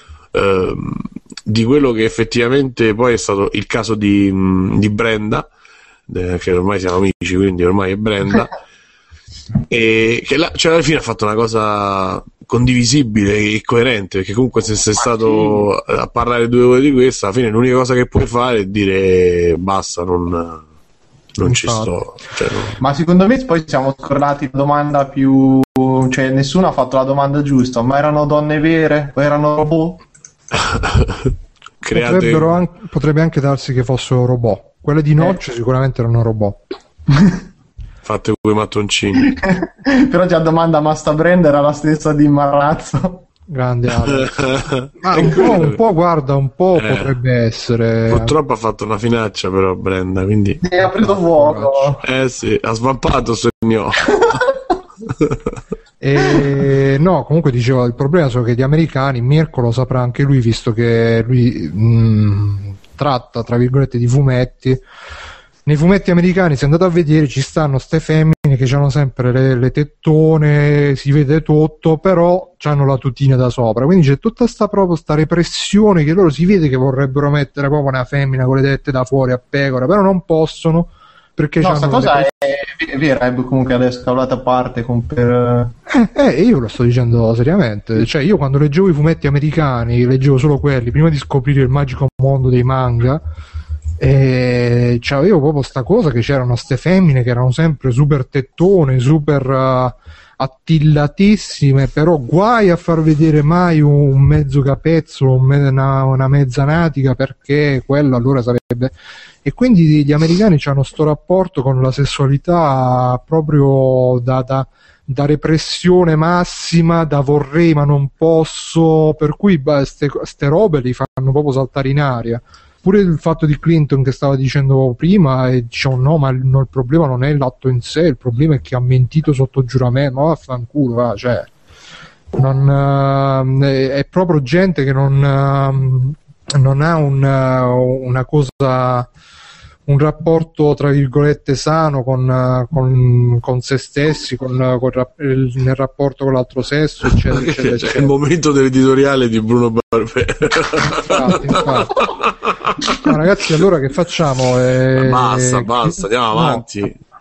S2: ehm, di quello che effettivamente poi è stato il caso di, di Brenda, eh, che ormai siamo amici, quindi ormai è Brenda. E che la, cioè alla fine ha fatto una cosa condivisibile e coerente, perché comunque se sei stato a parlare due ore di questo, alla fine l'unica cosa che puoi fare è dire basta, non, non ci sto, cioè, no.
S4: Ma secondo me poi siamo scordati la domanda più, cioè nessuno ha fatto la domanda giusta, ma erano donne vere o erano robot?
S2: Create...
S1: an- potrebbe anche darsi che fossero robot, quelle di Notch eh. sicuramente erano robot.
S2: Fatte quei mattoncini.
S4: Però già domanda, ma sta Brenda era la stessa di Marrazzo?
S1: Grande Alex. Ma un po', un po', guarda, un po' eh, potrebbe essere.
S2: Purtroppo ha fatto una finaccia però Brenda, quindi
S4: e ha preso fuoco.
S2: Eh sì, ha svappato segno.
S1: E no, comunque dicevo, il problema sono che gli americani, Mirko lo saprà anche lui, visto che lui mh, tratta tra virgolette di fumetti. Nei fumetti americani, se andate a vedere, ci stanno ste femmine che hanno sempre le, le tettone, si vede tutto, però hanno la tutina da sopra, quindi c'è tutta sta proprio sta repressione che loro si vede che vorrebbero mettere proprio una femmina con le tette da fuori a pecora, però non possono, perché
S4: no, questa cosa
S1: le...
S4: è vera, è comunque adesso cavolata a parte con per...
S1: eh, eh, io lo sto dicendo seriamente, cioè io quando leggevo i fumetti americani, leggevo solo quelli, prima di scoprire il magico mondo dei manga, e c'avevo proprio sta cosa che c'erano ste femmine che erano sempre super tettone, super uh, attillatissime, però guai a far vedere mai un, un mezzo capezzolo, un me- una, una mezza natica, perché quello allora sarebbe. E quindi gli americani hanno sto rapporto con la sessualità proprio da, da, da repressione massima, da vorrei ma non posso, per cui beh, ste, ste robe li fanno proprio saltare in aria. Pure il fatto di Clinton che stava dicendo prima, e diciamo no, ma il, no, il problema non è l'atto in sé, il problema è che ha mentito sotto giuramento, ma vaffanculo, va, cioè non, uh, è, è proprio gente che non, uh, non ha un, uh, una cosa, un rapporto tra virgolette sano con, uh, con, con se stessi, con, con il, nel rapporto con l'altro sesso, eccetera, eccetera, eccetera.
S2: È il momento dell'editoriale di Bruno Barbera.
S1: Infatti, infatti. No, ragazzi, allora che facciamo? Eh...
S2: Basta, basta, andiamo
S1: no,
S2: avanti.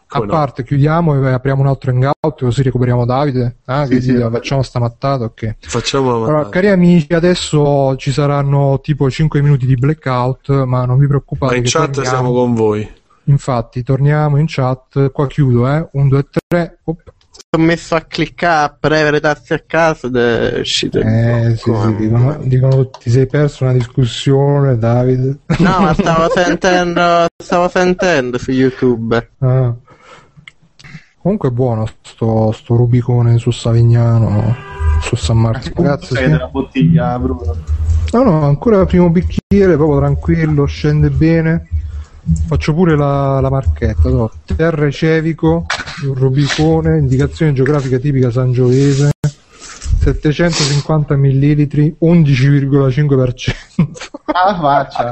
S1: a parte no? Chiudiamo e apriamo un altro hangout così recuperiamo Davide. Ah, sì, che sì, sì, facciamo sta mattata, ok.
S2: Facciamo la
S1: mattata. Allora, cari amici, adesso ci saranno tipo cinque minuti di blackout, ma non vi preoccupate.
S2: Ma in chat torniamo. Siamo con voi.
S1: Infatti, torniamo in chat. Qua chiudo, eh. Un, due, tre. Op.
S3: Ho messo a cliccare a premere tasti a caso ed è uscito.
S1: Eh, sì, sì, dicono, dicono ti sei perso una discussione, Davide.
S3: No, ma stavo sentendo, stavo sentendo su YouTube.
S1: Ah. Comunque è buono sto, sto Rubicone su Savignano, su San Marco. Ragazzi,
S4: sei sì. della bottiglia, Bruno?
S1: No, no, ancora il primo bicchiere, proprio tranquillo, scende bene. Faccio pure la, la marchetta, no? Terre Cevico, un Rubicone, indicazione geografica tipica sangiovese, settecentocinquanta millilitri, undici virgola cinque per cento.
S4: Ah, faccia.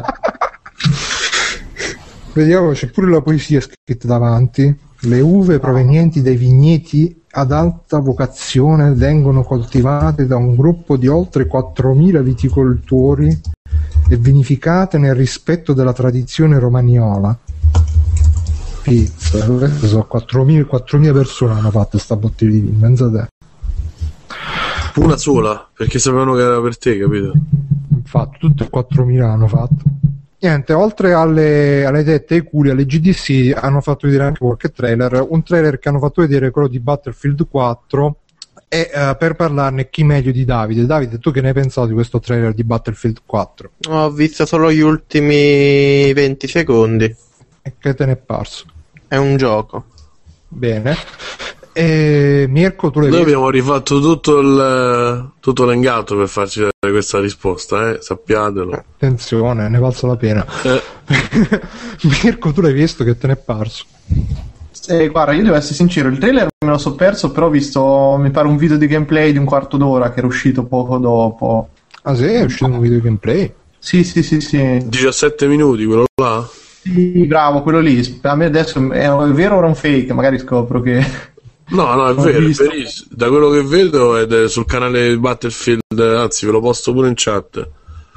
S1: Vediamo, c'è pure la poesia scritta davanti. Le uve provenienti dai vigneti ad alta vocazione vengono coltivate da un gruppo di oltre quattromila viticoltori e vinificate nel rispetto della tradizione romagnola. Pizza, so, quattromila persone hanno fatto sta bottiglia di vino, pensate.
S2: Una sola, perché sapevano che era per te, capito?
S1: Infatti, tutte e quattromila hanno fatto. Niente, oltre alle, alle tette e ai culi, alle G D C hanno fatto vedere anche qualche trailer. Un trailer che hanno fatto vedere è quello di Battlefield quattro. E uh, per parlarne chi meglio di Davide. Davide, tu che ne hai pensato di questo trailer di Battlefield quattro?
S3: Ho visto solo gli ultimi venti secondi.
S1: E che te ne è parso?
S3: È un gioco.
S1: Bene. E Mirko, tu l'hai
S2: Noi
S1: visto?
S2: Abbiamo rifatto tutto il tutto l'hangout per farci dare questa risposta, eh? Sappiatelo.
S1: Attenzione, ne valsa la pena.
S2: Eh.
S1: Mirko, tu l'hai visto, che te ne è parso?
S4: Eh, guarda, io devo essere sincero, il trailer me lo so perso, però ho visto, mi pare, un video di gameplay di un quarto d'ora che era uscito poco dopo.
S1: Ah sì? È uscito un video di gameplay?
S4: Sì, sì, sì, sì.
S2: diciassette minuti, quello là?
S4: Sì, bravo, quello lì. A me adesso è, è vero o era un fake? Magari scopro che...
S2: No, no, è vero, è verissimo. Da quello che vedo è sul canale Battlefield, anzi ve lo posto pure in chat.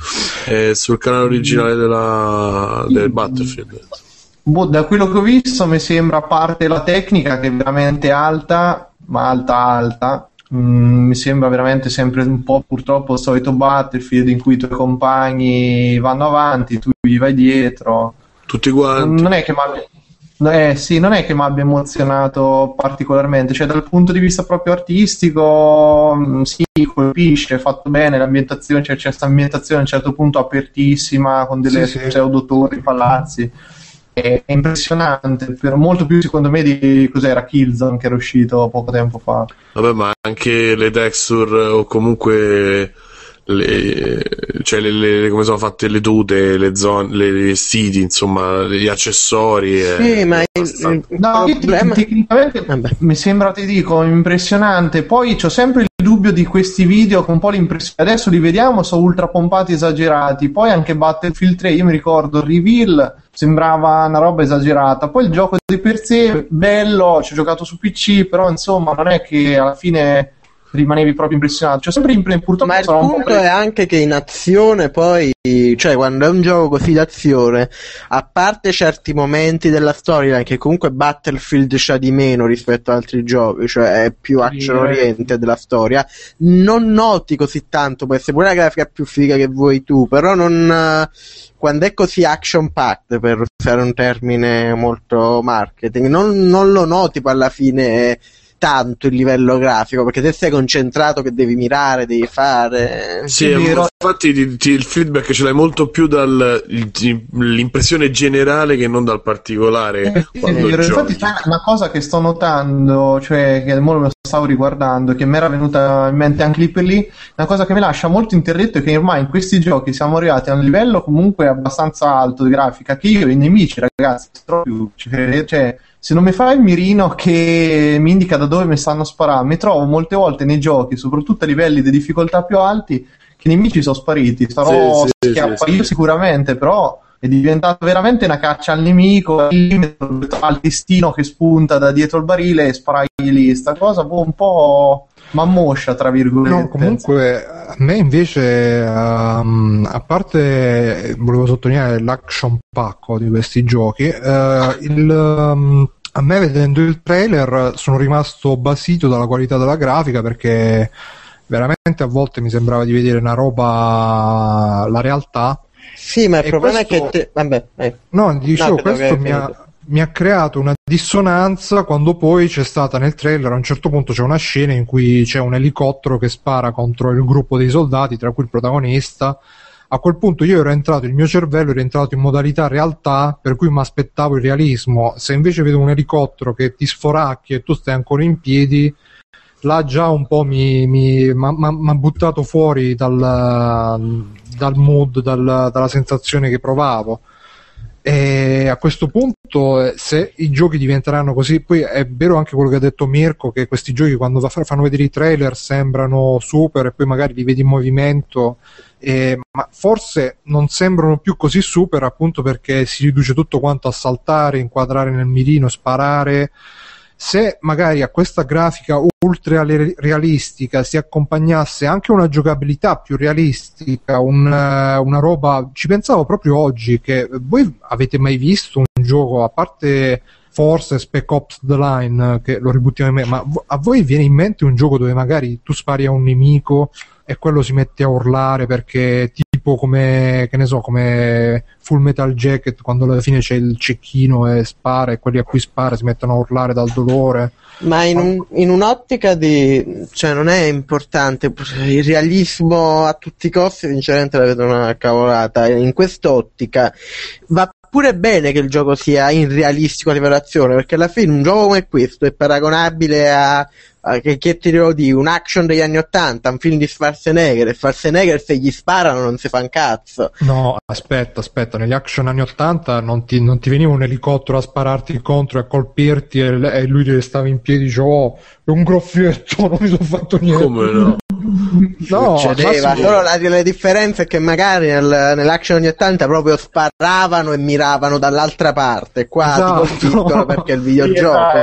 S2: È sul canale originale della, del Battlefield.
S4: Boh, da quello che ho visto mi sembra, a parte la tecnica che è veramente alta, ma alta alta, mm, mi sembra veramente sempre un po' purtroppo il solito Battlefield in cui i tuoi compagni vanno avanti, tu gli vai dietro.
S2: Tutti quanti.
S4: Non è che mi abbia, eh, sì, non è che mi abbia emozionato particolarmente, cioè dal punto di vista proprio artistico, mh, sì, colpisce, è fatto bene, l'ambientazione, cioè c'è questa ambientazione a un certo punto apertissima con delle
S1: sì, sì.
S4: pseudotorri, palazzi. È impressionante, per molto più secondo me di cos'era Killzone che era uscito poco tempo fa.
S2: Vabbè, ma anche le texture o comunque le, cioè le, le, come sono fatte le tute, le zone, le, le vestiti, insomma, gli accessori.
S3: Sì, ma il, il
S4: no,
S3: problema...
S4: tecnicamente Vabbè. mi sembra, ti dico, impressionante. Poi c'ho sempre il dubbio di questi video con un po' l'impressione, adesso li vediamo, sono ultra pompati, esagerati. Poi anche Battlefield tre, io mi ricordo il reveal sembrava una roba esagerata, poi il gioco di per sé bello, ci ho giocato su P C, però insomma non è che alla fine rimanevi proprio impressionato, cioè sempre impre- purtroppo.
S3: Ma il punto pre- è anche che in azione poi, cioè quando è un gioco così d'azione, a parte certi momenti della storia che comunque Battlefield c'ha di meno rispetto ad altri giochi, cioè è più action oriented della storia, non noti così tanto, può essere pure la grafica più figa che vuoi tu, però non, quando è così action packed, per usare un termine molto marketing, non, non lo noti poi alla fine tanto il livello grafico, perché se sei concentrato che devi mirare, devi fare.
S2: Sì, infatti ti, ti, il feedback ce l'hai molto più dall'impressione generale che non dal particolare.
S4: Eh,
S2: quando
S4: sì, infatti c'è una cosa che sto notando, cioè che mo lo stavo riguardando, che mi era venuta in mente anche lì per lì, una cosa che mi lascia molto interdetto è che ormai in questi giochi siamo arrivati a un livello comunque abbastanza alto di grafica, che io i nemici, ragazzi, proprio, cioè se non mi fa il mirino che mi indica da dove mi stanno sparando, mi trovo molte volte nei giochi, soprattutto a livelli di difficoltà più alti, che i nemici sono spariti. Starò
S2: sì, sì,
S4: schiappa
S2: sì,
S4: io
S2: sì.
S4: sicuramente, però è diventata veramente una caccia al nemico, al testino che spunta da dietro il barile e sparagli lì. Sta cosa boh, un po' mammoscia, tra virgolette.
S1: No, comunque a me invece, um, a parte volevo sottolineare l'action pacco di questi giochi, uh, il, um, a me vedendo il trailer sono rimasto basito dalla qualità della grafica, perché veramente a volte mi sembrava di vedere una roba, la realtà.
S3: Sì, ma il
S1: e
S3: problema
S1: questo...
S3: è che te... vabbè, eh.
S1: no, dicevo,
S3: no,
S1: questo mi ha, mi ha creato una dissonanza quando poi c'è stata nel trailer, a un certo punto c'è una scena in cui c'è un elicottero che spara contro il gruppo dei soldati, tra cui il protagonista. A quel punto io ero entrato, il mio cervello era entrato in modalità realtà, per cui mi aspettavo il realismo. Se invece vedo un elicottero che ti sforacchia e tu stai ancora in piedi, là già un po' mi ha buttato fuori dal, dal mood, dal, dalla sensazione che provavo. E a questo punto, se i giochi diventeranno così, poi è vero anche quello che ha detto Mirko, che questi giochi quando fanno vedere i trailer sembrano super e poi magari li vedi in movimento, eh, ma forse non sembrano più così super, appunto perché si riduce tutto quanto a saltare, inquadrare nel mirino, sparare. Se magari a questa grafica ultra realistica si accompagnasse anche una giocabilità più realistica, un, una roba, ci pensavo proprio oggi, che voi avete mai visto un gioco, a parte forse Spec Ops The Line, che lo ributtiamo in me, ma a voi viene in mente un gioco dove magari tu spari a un nemico e quello si mette a urlare, perché tipo come, che ne so, come Full Metal Jacket, quando alla fine c'è il cecchino e spara e quelli a cui spara si mettono a urlare dal dolore?
S3: Ma in, un, in un'ottica di, cioè non è importante il realismo a tutti i costi, sinceramente la vedo una cavolata. In quest'ottica va pure bene che il gioco sia irrealistico a livello d'azione, perché alla fine un gioco come questo è paragonabile a, a che, che ti devo dire, un action degli anni ottanta, un film di Schwarzenegger, e Schwarzenegger se gli sparano non si fa un cazzo.
S1: No, aspetta, aspetta, negli action anni ottanta non ti, non ti veniva un elicottero a spararti contro e a colpirti e, e lui che stava in piedi dice oh, è un groffietto, non mi sono fatto niente.
S2: Come no?
S3: No, succedeva, solo la, la differenza è che magari nel, nell'action anni ottanta proprio sparavano e miravano dall'altra parte, qua esatto. Ti colpiscono perché è il videogioco.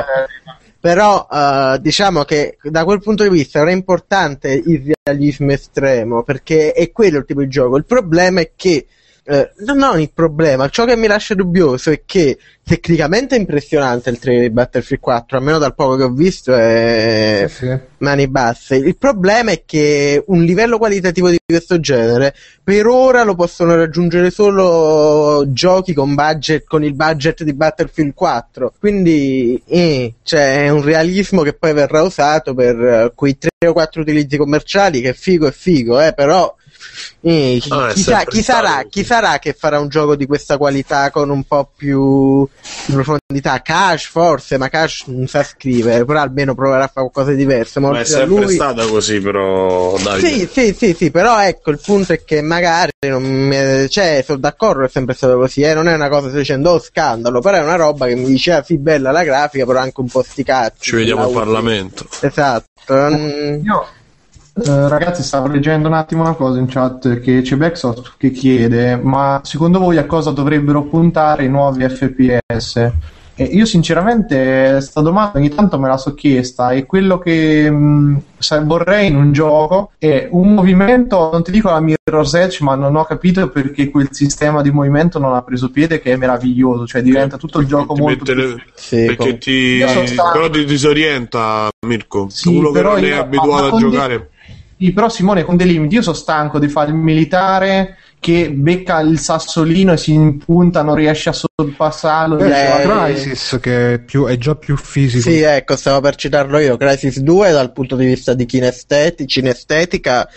S3: Però uh, diciamo che da quel punto di vista era importante il realismo estremo, perché è quello il tipo di gioco. Il problema è che eh, no, non il problema, ciò che mi lascia dubbioso è che tecnicamente è impressionante il trailer di Battlefield quattro, almeno dal poco che ho visto è
S1: sì, sì.
S3: Mani basse. Il problema è che un livello qualitativo di questo genere per ora lo possono raggiungere solo giochi con budget, con il budget di Battlefield quattro, quindi eh, cioè, è un realismo che poi verrà usato per uh, quei tre o quattro utilizzi commerciali, che figo è figo, eh, però Eh, chi,
S2: ah,
S3: chi, sa, chi, sarà, chi sarà che farà un gioco di questa qualità con un po' più di profondità? Cash forse, ma Cash non sa scrivere, però almeno proverà a fare qualcosa di diverso. Ma,
S2: ma è sempre
S3: lui...
S2: stata così, però Davide.
S3: Sì, sì, sì, sì, però ecco, il punto è che magari non mi... cioè, sono d'accordo, è sempre stato così, eh? Non è una cosa sto dicendo oh scandalo, però è una roba che mi diceva sì, bella la grafica, però anche un po' sti cazzi.
S2: Ci vediamo al Parlamento.
S3: Esatto. Non...
S4: Io Uh, ragazzi, stavo leggendo un attimo una cosa in chat, che c'è Backsoft che chiede ma secondo voi a cosa dovrebbero puntare i nuovi F P S? E io sinceramente questa domanda ogni tanto me la so chiesta, e quello che mh, vorrei in un gioco è un movimento, non ti dico la Mirror's Edge, ma non ho capito perché quel sistema di movimento non ha preso piede, che è meraviglioso, cioè diventa tutto il gioco
S2: ti
S4: molto più...
S2: le...
S3: sì,
S2: perché
S3: com...
S2: ti però ti disorienta, Mirko,
S4: sì,
S2: uno che non
S4: io...
S2: è abituato a giocare de...
S4: Sì, però Simone, con dei limiti. Io sono stanco di fare il militare che becca il sassolino e si impunta, non riesce a sorpassarlo.
S1: Beh,
S4: c'è
S1: Crysis che è, più, è già più fisico.
S3: Sì, ecco, stavo per citarlo io. Crysis due dal punto di vista di kinesteti- cinestetica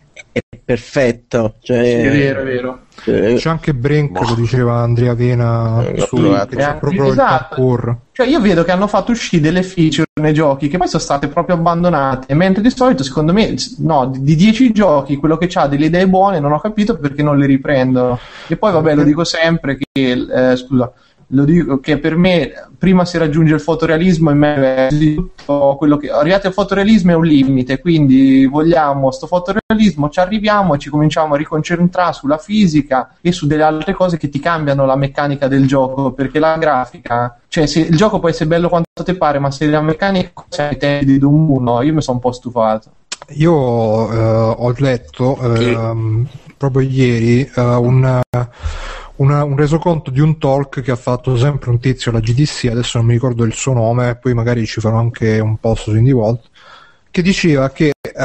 S3: è perfetto. Cioè...
S4: Sì, è vero, è vero.
S1: C'è anche Brink, boh. Lo diceva Andrea Vena,
S3: eh,
S1: su, che c'è proprio esatto. Il parkour.
S4: Cioè io vedo che hanno fatto uscire delle feature nei giochi che poi sono state proprio abbandonate, mentre di solito secondo me no, di dieci giochi quello che ha delle idee buone non ho capito perché non le riprendono. E poi vabbè, lo dico sempre che eh, scusa lo dico che per me prima si raggiunge il fotorealismo e me tutto quello che arrivati al fotorealismo è un limite, quindi vogliamo sto fotorealismo, ci arriviamo e ci cominciamo a riconcentrare sulla fisica e su delle altre cose che ti cambiano la meccanica del gioco, perché la grafica, cioè se il gioco può essere bello quanto te pare, ma se la meccanica c'è ai tempi di Doom uno, io mi sono un po' stufato.
S1: Io eh, ho letto eh, proprio ieri eh, un una, un resoconto di un talk che ha fatto sempre un tizio alla G D C, adesso non mi ricordo il suo nome, poi magari ci farò anche un post su Indie Vault, che diceva che uh,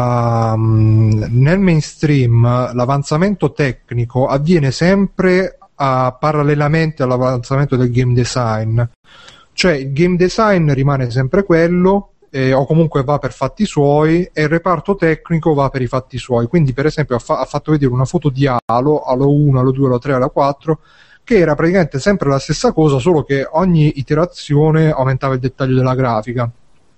S1: nel mainstream l'avanzamento tecnico avviene sempre uh, parallelamente all'avanzamento del game design, cioè il game design rimane sempre quello, eh, o comunque va per fatti suoi, e il reparto tecnico va per i fatti suoi. Quindi per esempio ha, fa- ha fatto vedere una foto di Halo, Halo uno, Halo due, Halo tre, Halo quattro, che era praticamente sempre la stessa cosa, solo che ogni iterazione aumentava il dettaglio della grafica,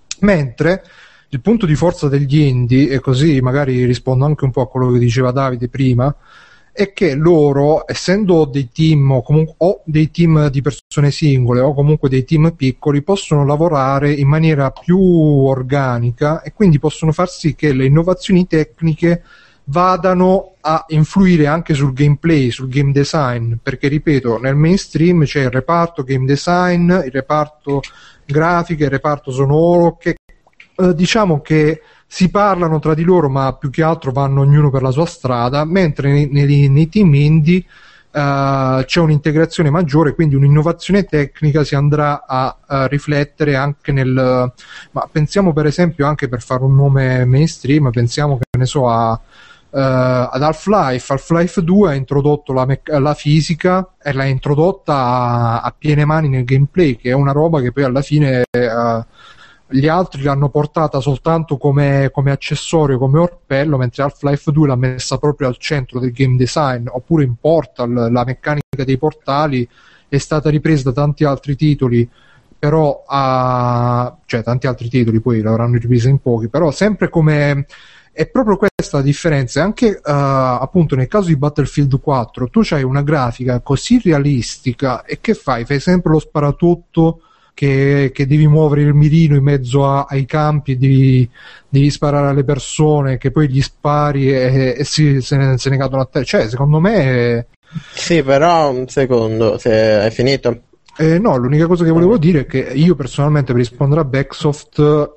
S1: mentre il punto di forza degli indie, e così magari rispondo anche un po' a quello che diceva Davide prima, è che loro, essendo dei team o, comunque, o dei team di persone singole o comunque dei team piccoli, possono lavorare in maniera più organica e quindi possono far sì che le innovazioni tecniche vadano a influire anche sul gameplay, sul game design, perché ripeto, nel mainstream c'è il reparto game design, il reparto grafica, il reparto sonoro, che eh, diciamo che si parlano tra di loro, ma più che altro vanno ognuno per la sua strada, mentre nei, nei, nei team indie uh, c'è un'integrazione maggiore, quindi un'innovazione tecnica si andrà a, a riflettere anche nel... ma pensiamo per esempio, anche per fare un nome mainstream, pensiamo che ne so a, uh, ad Half-Life. Half-Life due ha introdotto la, mec- la fisica e l'ha introdotta a, a piene mani nel gameplay, che è una roba che poi alla fine... Uh, gli altri l'hanno portata soltanto come, come accessorio, come orpello, mentre Half-Life due l'ha messa proprio al centro del game design. Oppure in Portal, la meccanica dei portali è stata ripresa da tanti altri titoli, però a... cioè tanti altri titoli poi l'avranno ripresa in pochi, però sempre come... è proprio questa la differenza. Anche uh, appunto nel caso di Battlefield quattro tu c'hai una grafica così realistica, e che fai? Fai sempre lo sparatutto Che, che devi muovere il mirino in mezzo a, ai campi, devi, devi sparare alle persone, che poi gli spari e, e si, se, ne, se ne cadono a te. Cioè, secondo me è...
S3: Sì, però un secondo, se hai finito.
S1: Eh, no, l'unica cosa che volevo dire è che io personalmente, per rispondere a Backsoft,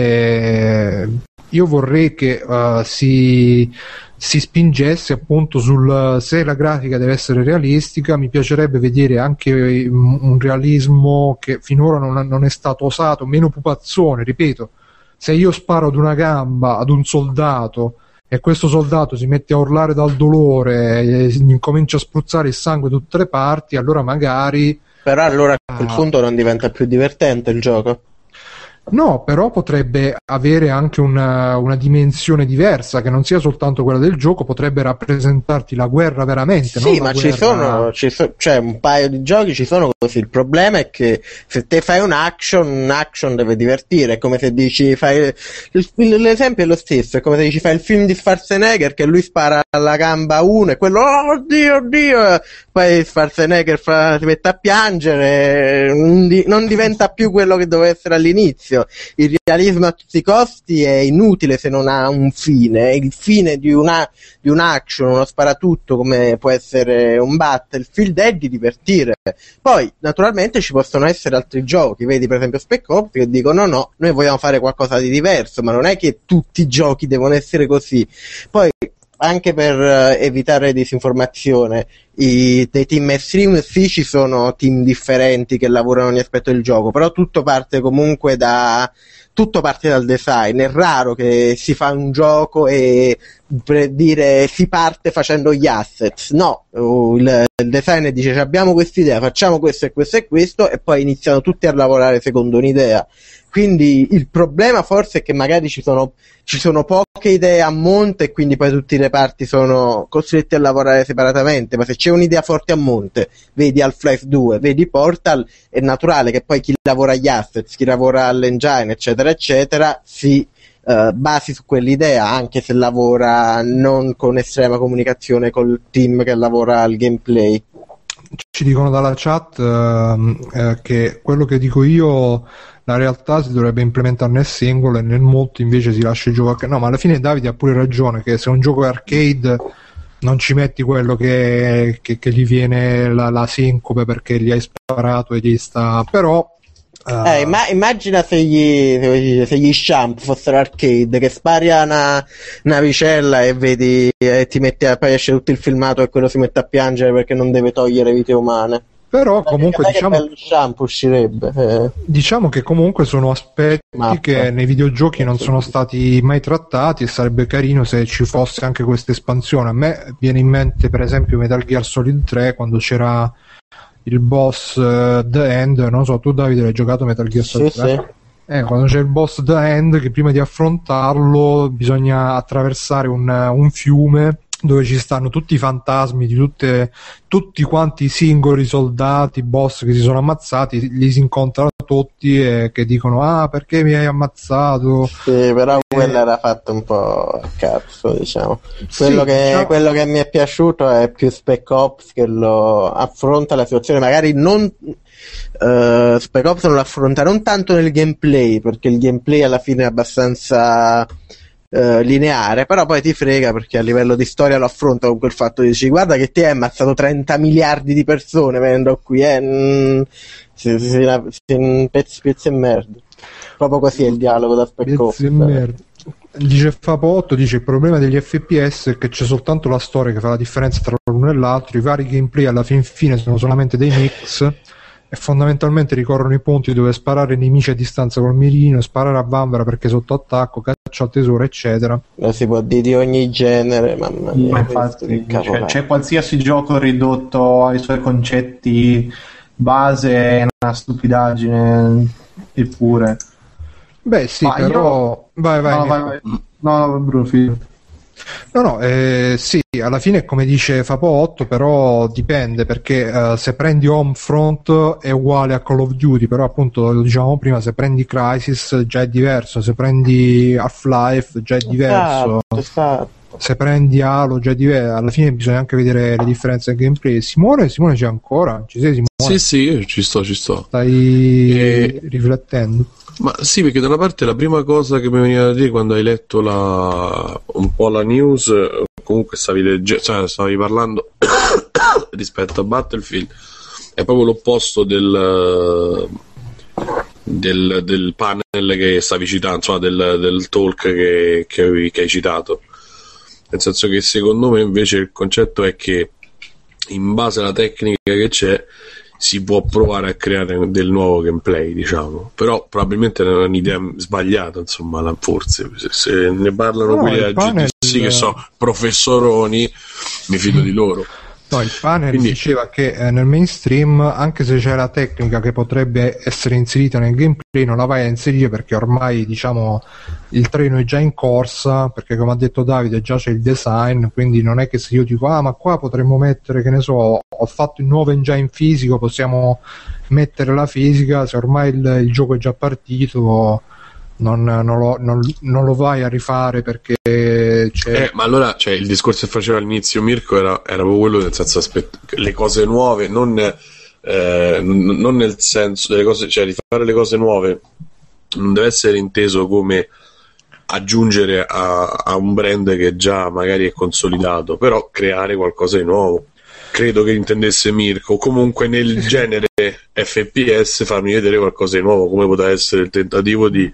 S1: eh, io vorrei che uh, si, si spingesse appunto sul se la grafica deve essere realistica. Mi piacerebbe vedere anche un, un realismo che finora non, non è stato usato, meno pupazzone. Ripeto, se io sparo ad una gamba ad un soldato e questo soldato si mette a urlare dal dolore e incomincia a spruzzare il sangue da tutte le parti, allora magari...
S3: Però allora a quel punto non diventa più divertente il gioco.
S1: No, però potrebbe avere anche una, una dimensione diversa, che non sia soltanto quella del gioco, potrebbe rappresentarti la guerra veramente.
S3: Sì,
S1: no?
S3: ma
S1: guerra...
S3: ci sono, ci so, cioè un paio di giochi ci sono così. Il problema è che se te fai un action, un action deve divertire. È come se dici fai il, l'esempio è lo stesso, è come se dici fai il film di Schwarzenegger che lui spara alla gamba uno e quello oh, oddio oddio, poi Schwarzenegger fa, si mette a piangere, non, di, non diventa più quello che doveva essere all'inizio. Il realismo a tutti i costi è inutile se non ha un fine. Il fine di una di un action, uno sparatutto come può essere un Battlefield, è di divertire. Poi naturalmente ci possono essere altri giochi, vedi per esempio Spec Ops, che dicono no, noi vogliamo fare qualcosa di diverso, ma non è che tutti i giochi devono essere così. Poi anche per uh, evitare disinformazione, i, dei team mainstream sì, ci sono team differenti che lavorano ogni aspetto del gioco, però tutto parte comunque da tutto parte dal design. È raro che si fa un gioco e per dire si parte facendo gli assets, no, il, il designer dice abbiamo quest'idea, facciamo questo e questo e questo, e poi iniziano tutti a lavorare secondo un'idea. Quindi il problema forse è che magari ci sono, ci sono poche idee a monte e quindi poi tutti i reparti sono costretti a lavorare separatamente, ma se c'è un'idea forte a monte, vedi Half-Life due, vedi Portal, è naturale che poi chi lavora agli assets, chi lavora all'engine, eccetera, eccetera, si uh, basi su quell'idea, anche se lavora non con estrema comunicazione col team che lavora al gameplay.
S1: Ci dicono dalla chat uh, eh, che quello che dico io, la realtà si dovrebbe implementare nel singolo e nel molto invece si lascia il gioco. No, ma alla fine Davide ha pure ragione, che se un gioco è arcade non ci metti quello che, che, che gli viene la, la sincope perché gli hai sparato e gli sta... Però
S3: Uh... Eh, imma- immagina se gli, se gli Champ fossero arcade, che spari a una navicella e vedi e ti metti a, poi esce tutto il filmato e quello si mette a piangere perché non deve togliere vite umane.
S1: Però comunque diciamo
S3: che shampoo uscirebbe. Eh.
S1: Diciamo che comunque sono aspetti Mappa. che nei videogiochi non sono stati mai trattati, e sarebbe carino se ci fosse anche questa espansione. A me viene in mente per esempio Metal Gear Solid tre, quando c'era il boss uh, The End. Non so, tu Davide hai giocato Metal Gear Solid
S3: sì,
S1: tre? Sì. Eh, quando c'è il boss The End, che prima di affrontarlo bisogna attraversare un, un fiume dove ci stanno tutti i fantasmi di tutte, tutti quanti i singoli soldati, boss che si sono ammazzati, li si incontrano tutti e che dicono ah perché mi hai ammazzato.
S3: Sì, però e... quello era fatto un po' a cazzo, diciamo. Quello, sì, che, diciamo... quello che mi è piaciuto è più Spec Ops, che lo affronta la situazione magari non... Uh, Spec Ops non lo affronta non tanto nel gameplay, perché il gameplay alla fine è abbastanza uh, lineare, però poi ti frega perché a livello di storia lo affronta con quel fatto di dici guarda che ti hai ammazzato trenta miliardi di persone venendo qui, eh? mm, si, si, si, si, pezzi, pezzi e merda, proprio così è il dialogo da Spec Ops.
S1: Dice Fapotto, dice il problema degli F P S è che c'è soltanto la storia che fa la differenza tra l'uno e l'altro, i vari gameplay alla fin fine sono solamente dei mix e fondamentalmente ricorrono i punti dove sparare ai nemici a distanza col mirino, sparare a vanvera perché sotto attacco, caccia al tesoro eccetera.
S3: Lo si può dire di ogni genere, mamma mia.
S4: Ma infatti c'è, c'è qualsiasi gioco ridotto ai suoi concetti base, è una stupidaggine eppure.
S1: Beh sì, ma però io... vai vai,
S4: no, vai, vai. no, no Bruno figlio.
S1: No, no, eh, sì, alla fine come dice Fapo otto, però dipende, perché uh, se prendi Homefront è uguale a Call of Duty, però appunto lo dicevamo prima, se prendi Crysis già è diverso, se prendi Half-Life già è diverso,
S3: esatto, esatto.
S1: Se prendi Halo già è diverso, alla fine bisogna anche vedere le differenze del gameplay. Simone, Simone c'è ancora? Ci sei Simone?
S2: Sì, sì, ci sto, ci sto.
S1: Stai e... riflettendo?
S2: Ma sì, perché da una parte la prima cosa che mi veniva da dire quando hai letto la, un po' la news, comunque stavi leggendo, cioè stavi parlando rispetto a Battlefield, è proprio l'opposto del, del, del panel che stavi citando, insomma del, del talk che, che, che hai citato, nel senso che secondo me invece il concetto è che in base alla tecnica che c'è si può provare a creare del nuovo gameplay, diciamo, però probabilmente è un'idea sbagliata, insomma, forse se, se ne parlano no, quelli della G D C che so professoroni, mi fido di loro.
S1: No, il panel Quindi... diceva che eh, nel mainstream, anche se c'è la tecnica che potrebbe essere inserita nel gameplay, non la vai a inserire perché ormai, diciamo, il treno è già in corsa, perché come ha detto Davide già c'è il design, quindi non è che se io dico ah ma qua potremmo mettere, che ne so, ho fatto il nuovo già in fisico, possiamo mettere la fisica, se ormai il, il gioco è già partito non, non, lo, non, non lo vai a rifare perché c'è...
S2: Eh, ma allora, cioè, il discorso che faceva all'inizio Mirko era, era proprio quello, nel senso aspett- le cose nuove, non, eh, n- non nel senso delle cose, cioè di fare le cose nuove non deve essere inteso come aggiungere a, a un brand che già magari è consolidato, però creare qualcosa di nuovo. Credo che intendesse Mirko, comunque nel genere F P S farmi vedere qualcosa di nuovo, come poteva essere il tentativo di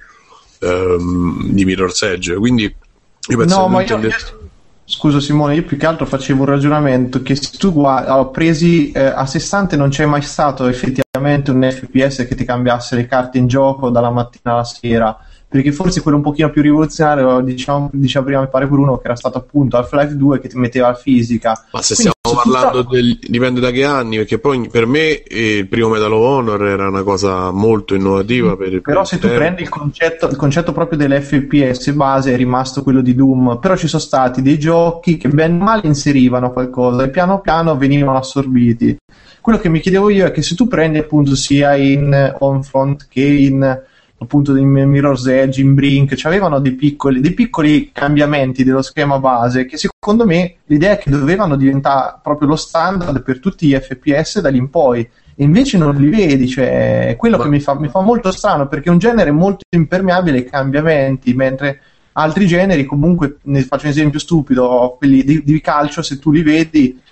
S2: um, di Mirror's Edge. Quindi io penso
S4: no,
S2: che
S4: ma
S2: intende...
S4: io, scusa Simone, io più che altro facevo un ragionamento che se tu guardi, ho presi eh, a sé stante, non c'è mai stato effettivamente un F P S che ti cambiasse le carte in gioco dalla mattina alla sera, perché forse quello un pochino più rivoluzionario, diciamo, diceva prima mi pare Bruno, che era stato appunto Half-Life due, che ti metteva la fisica.
S2: Ma se Quindi, stiamo parlando tutta... del, dipende da che anni, perché poi per me eh, il primo Medal of Honor era una cosa molto innovativa per il
S4: però se tu tempo. prendi il concetto, il concetto proprio dell'F P S base è rimasto quello di Doom, però ci sono stati dei giochi che ben male inserivano qualcosa e piano piano venivano assorbiti. Quello che mi chiedevo io è che se tu prendi appunto sia in Homefront che in appunto in Mirror's Edge, in Brink, cioè avevano dei piccoli, dei piccoli cambiamenti dello schema base che secondo me l'idea è che dovevano diventare proprio lo standard per tutti gli F P S da lì in poi, e invece non li vedi, cioè è quello Ma... che mi fa, mi fa molto strano, perché è un genere molto impermeabile ai cambiamenti, mentre altri generi comunque, ne faccio un esempio stupido, quelli di, di calcio, se tu li vedi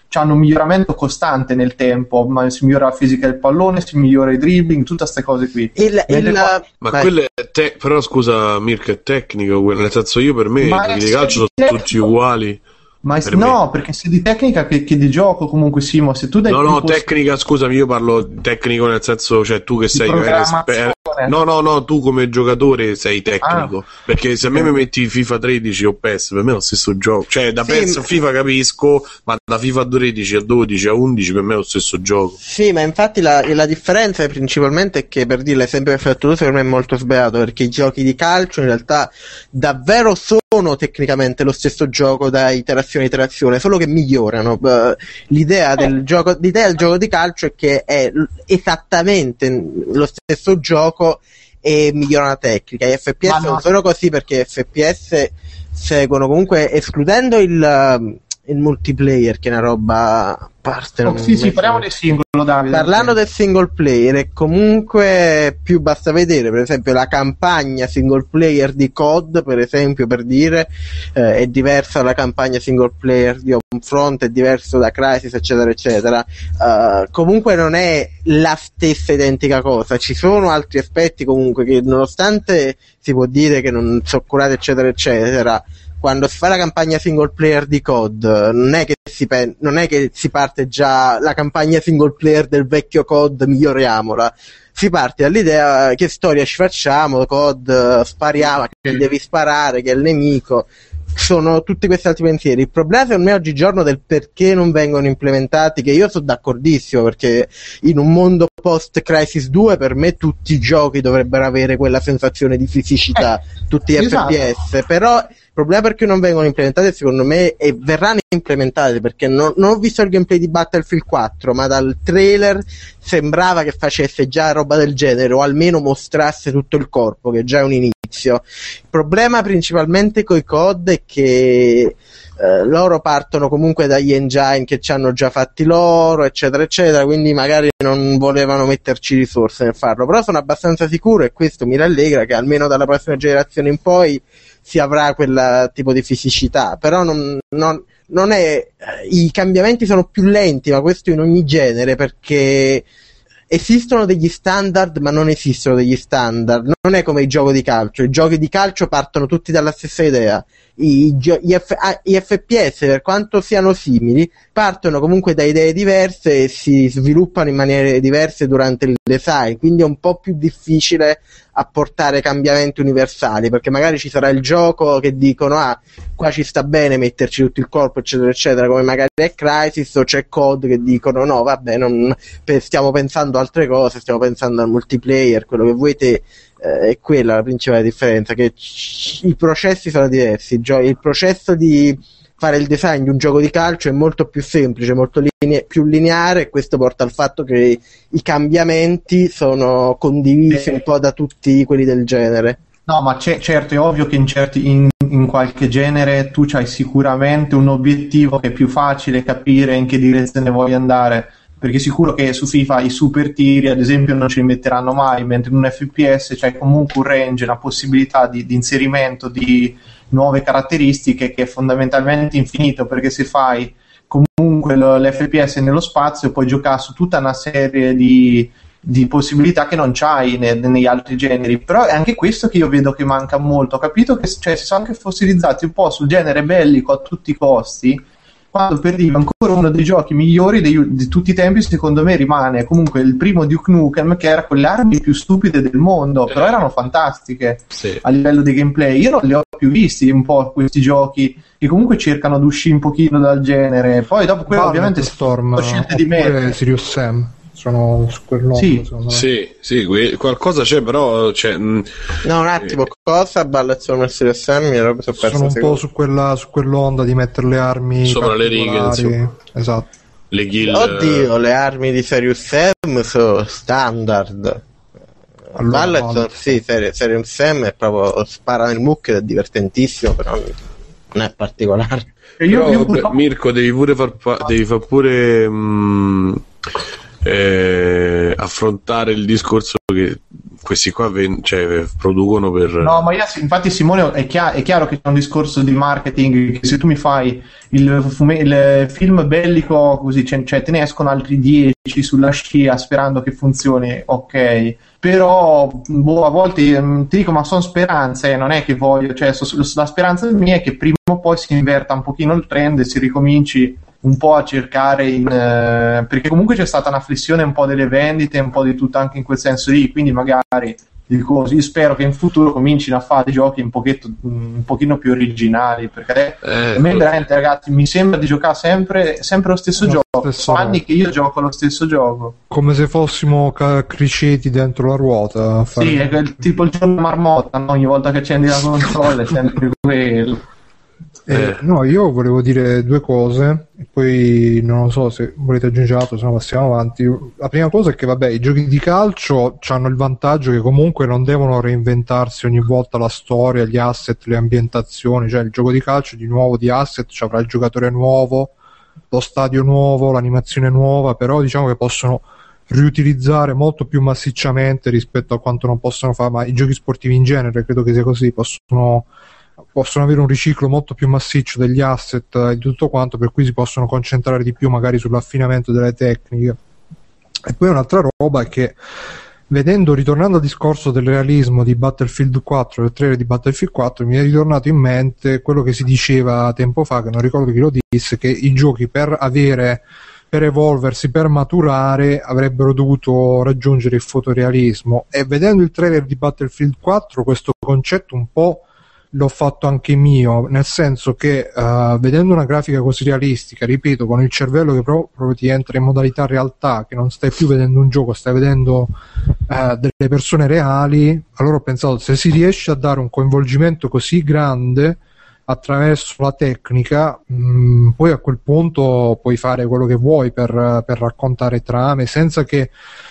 S4: hanno un miglioramento costante nel tempo, ma si migliora la fisica del pallone, si migliora il dribbling, tutte queste cose qui.
S3: Il, il,
S2: qua... Ma vai. Quelle te... però scusa Mirko, è tecnico, nel senso io per me i giochi di calcio sono tecnico. tutti uguali.
S4: Ma per no, me. Perché sia di tecnica che, che di gioco comunque Simo, se tu dai
S2: no no tecnica post... scusami, io parlo tecnico nel senso, cioè tu che sei esper... no no no tu come giocatore sei tecnico, ah. perché se a me mi metti FIFA tredici o P E S per me è lo stesso gioco, cioè da sì, P E S a FIFA capisco, ma da FIFA tredici a dodici a undici per me è lo stesso gioco.
S3: Sì, ma infatti la, la differenza è principalmente che, per dire l'esempio che hai fatto tu, secondo me è molto sbagliato, perché i giochi di calcio in realtà davvero sono tecnicamente lo stesso gioco da iterazione iterazione, solo che migliorano. L'idea del gioco, l'idea del gioco di calcio è che è esattamente lo stesso gioco e migliora la tecnica. Gli F P S no. non sono così, perché F P S seguono comunque, escludendo il, il multiplayer, che è una roba a parte.
S4: Oh, sì, sì, parliamo del singolo, Davide.
S3: Parlando del single player, e comunque più basta vedere, per esempio, la campagna single player di C O D, per esempio, per dire, eh, è diversa dalla campagna single player di Homefront, è diverso da Crysis, eccetera, eccetera. Uh, comunque non è la stessa identica cosa, ci sono altri aspetti comunque che, nonostante si può dire che non sono curati, eccetera, eccetera, quando si fa la campagna single player di C O D non è che si pen- non è che si parte già la campagna single player del vecchio C O D, miglioriamola. Si parte dall'idea che storia ci facciamo, C O D, spariamo, che devi sparare, che è il nemico. Sono tutti questi altri pensieri. Il problema secondo me oggigiorno del perché non vengono implementati, che io sono d'accordissimo, perché in un mondo post Crysis due per me tutti i giochi dovrebbero avere quella sensazione di fisicità, eh, tutti gli esatto. F P S, però il problema perché non vengono implementati secondo me, e verranno implementati, perché non, non ho visto il gameplay di Battlefield quattro, ma dal trailer sembrava che facesse già roba del genere, o almeno mostrasse tutto il corpo, che già è un inizio. Il problema principalmente con i C O D è che eh, loro partono comunque dagli engine che ci hanno già fatti loro, eccetera eccetera, quindi magari non volevano metterci risorse nel farlo, però sono abbastanza sicuro, e questo mi rallegra, che almeno dalla prossima generazione in poi si avrà quel tipo di fisicità. Però non, non, non è, i cambiamenti sono più lenti, ma questo in ogni genere, perché esistono degli standard ma non esistono degli standard. Non è come i giochi di calcio, i giochi di calcio partono tutti dalla stessa idea. I, gli, F, ah, gli F P S, per quanto siano simili, partono comunque da idee diverse e si sviluppano in maniere diverse durante il design, quindi è un po' più difficile apportare cambiamenti universali, perché magari ci sarà il gioco che dicono ah, qua ci sta bene metterci tutto il corpo, eccetera eccetera, come magari è Crysis, o c'è C O D che dicono no vabbè, non, stiamo pensando altre cose, stiamo pensando al multiplayer, quello che vuoi te. Eh, è quella la principale differenza, che c- i processi sono diversi. Il, gio- il processo di fare il design di un gioco di calcio è molto più semplice, molto linea- più lineare, e questo porta al fatto che i cambiamenti sono condivisi un po' da tutti quelli del genere.
S4: No, ma c'è, certo, è ovvio che in, certi, in, in qualche genere tu c'hai sicuramente un obiettivo che è più facile capire in che direzione vuoi andare, perché sicuro che su FIFA i super tiri ad esempio non ce li metteranno mai, mentre in un F P S c'è comunque un range, una possibilità di, di inserimento di nuove caratteristiche che è fondamentalmente infinito, perché se fai comunque l'F P S nello spazio puoi giocare su tutta una serie di, di possibilità che non c'hai ne, negli altri generi. Però è anche questo che io vedo che manca molto. Ho capito che cioè, si sono anche fossilizzati un po' sul genere bellico a tutti i costi, quando per dire ancora uno dei giochi migliori dei, di tutti i tempi secondo me rimane comunque il primo Duke Nukem, che era con le armi più stupide del mondo, però erano fantastiche sì. a livello di gameplay. Io non li ho più visti un po' questi giochi che comunque cercano di uscire un pochino dal genere. Poi dopo quello ovviamente
S1: Storm,
S4: scelte di me
S1: Serious Sam sono su quel logo,
S2: sì, sì, sì, que- qualcosa c'è, però c'è, mh,
S3: no un attimo eh, cosa Ballet sono Serious Sam,
S1: sono un secondo. po' su quella su quell'onda di mettere le armi
S2: sopra le righe, insomma.
S1: Esatto,
S2: le kill.
S3: Oddio, le armi di Serious Sam sono standard. Allora, Ballet no, no. Sì, Serious Sam è proprio spara nel mucchio ed è divertentissimo, però non è particolare.
S2: Però, io, io... Mirko, devi pure far pa- devi far pure mh, eh, affrontare il discorso che questi qua ven- cioè, producono per...
S4: No, ma io, infatti Simone, è, chia- è chiaro che c'è un discorso di marketing, che se tu mi fai il, fume- il film bellico così, cioè, cioè te ne escono altri dieci sulla scia sperando che funzioni, ok, però boh, a volte mh, ti dico, ma sono speranze, non è che voglio, cioè so- la speranza mia è che prima o poi si inverta un pochino il trend e si ricominci un po' a cercare in, eh, perché comunque c'è stata una flessione un po' delle vendite, un po' di tutto anche in quel senso lì, quindi magari dico, io spero che in futuro comincino a fare giochi un pochetto un pochino più originali, perché
S2: Eh,
S4: a me veramente, ragazzi, mi sembra di giocare sempre, sempre lo stesso
S1: Lo
S4: gioco,
S1: stesso
S4: sono anni
S1: gioco.
S4: che io gioco lo stesso gioco.
S1: Come se fossimo ca- criceti dentro la ruota a fare-
S4: Sì, è quel- tipo il giorno marmotta, no? Ogni volta che accendi la console è sempre quello.
S1: Eh,
S2: Eh.
S1: no, io volevo dire due cose e poi non lo so se volete aggiungere altro, se no passiamo avanti. La prima cosa è che vabbè, i giochi di calcio hanno il vantaggio che comunque non devono reinventarsi ogni volta la storia, gli asset, le ambientazioni, cioè il gioco di calcio di nuovo di asset ci avrà il giocatore nuovo, lo stadio nuovo, l'animazione nuova, però diciamo che possono riutilizzare molto più massicciamente rispetto a quanto non possono fare, ma i giochi sportivi in genere credo che sia così, possono possono avere un riciclo molto più massiccio degli asset e di tutto quanto, per cui si possono concentrare di più magari sull'affinamento delle tecniche. E poi un'altra roba è che, vedendo, ritornando al discorso del realismo di Battlefield quattro, del trailer di Battlefield quattro, mi è ritornato in mente quello che si diceva tempo fa, che non ricordo chi lo disse, che i giochi per avere per evolversi, per maturare, avrebbero dovuto raggiungere il fotorealismo, e vedendo il trailer di Battlefield quattro questo concetto un po' l'ho fatto anche mio, nel senso che uh, vedendo una grafica così realistica, ripeto, con il cervello che pro- proprio ti entra in modalità realtà, che non stai più vedendo un gioco, stai vedendo uh, delle persone reali, allora ho pensato, se si riesce a dare un coinvolgimento così grande attraverso la tecnica, mh, poi a quel punto puoi fare quello che vuoi per, per raccontare trame senza che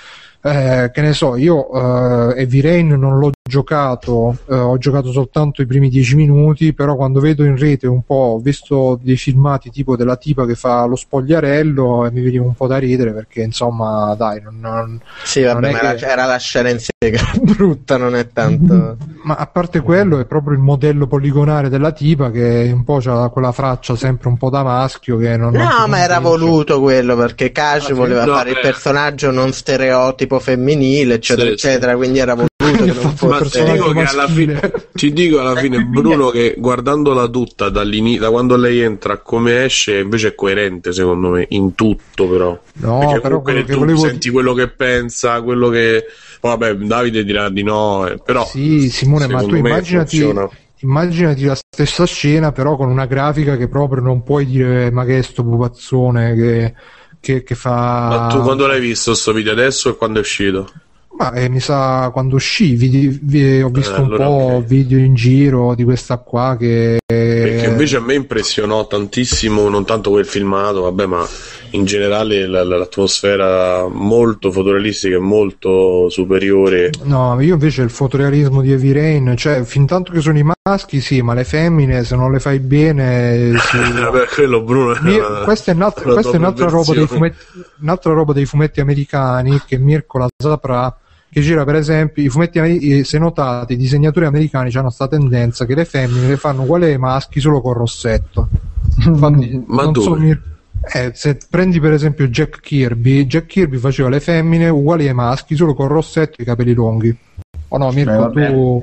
S1: Eh, che ne so, io uh, Heavy Rain non l'ho giocato, uh, ho giocato soltanto i primi dieci minuti, però quando vedo in rete un po', ho visto dei filmati tipo della tipa che fa lo spogliarello e mi veniva un po' da ridere, perché insomma dai, non, non,
S3: Sì, vabbè,
S1: non è
S3: ma
S1: che...
S3: era, era la scena in sé che era brutta, non è tanto...
S1: Ma a parte quello è proprio il modello poligonare della tipa, che un po' c'ha quella faccia sempre un po' da maschio che non...
S3: No,
S1: non
S3: ma era
S1: convince.
S3: voluto quello, perché Cage
S1: Ah, sì?
S3: voleva
S2: No,
S3: fare il
S2: eh.
S3: personaggio non stereotipo femminile, eccetera,
S2: Sì,
S3: eccetera,
S2: sì.
S3: quindi era voluto che non
S2: Ma
S3: fosse...
S2: ti dico che alla fine, ti dico alla fine Bruno, che guardandola tutta dall'inizio, da quando lei entra a come esce, invece è coerente secondo me in tutto, però
S1: No,
S2: perché
S1: però
S2: comunque
S1: quello che
S2: tu
S1: volevo...
S2: senti quello che pensa, quello che poi, vabbè, Davide dirà di no, eh, però
S1: Sì, Simone, ma tu
S2: secondo me
S1: immaginati,
S2: funziona.
S1: immaginati la stessa scena però con una grafica che proprio non puoi dire ma che è sto pupazzone che, che, che fa...
S2: Ma tu quando l'hai visto sto video, adesso e quando è uscito?
S1: Ma eh, mi sa quando uscì, vidi- vi- ho visto
S2: Eh, allora,
S1: un po'
S2: ok.
S1: video in giro di questa qua che...
S2: Perché invece a me impressionò tantissimo, non tanto quel filmato, vabbè, ma in generale la- la- l'atmosfera molto fotorealistica e molto superiore.
S1: No, io invece il fotorealismo di Heavy Rain, cioè fin tanto che sono i maschi sì, ma le femmine se non le fai bene... Sì.
S2: Vabbè, quello Bruno è
S1: Mi-
S2: una-
S1: questa è, un'altra,
S2: una
S1: questa è un'altra roba dei
S2: versione.
S1: fumetti, un'altra roba dei fumetti americani che Mirko la saprà, che gira per esempio i fumetti ameri- se notate i disegnatori americani hanno questa tendenza che le femmine le fanno uguali ai maschi solo col rossetto. Infatti,
S2: Ma
S1: non so,
S2: dove?
S1: Mir- eh, se prendi per esempio Jack Kirby, Jack Kirby faceva le femmine uguali ai maschi solo col rossetto e i capelli lunghi. Oh no, Mirko,
S4: Beh, vabbè.
S1: tu...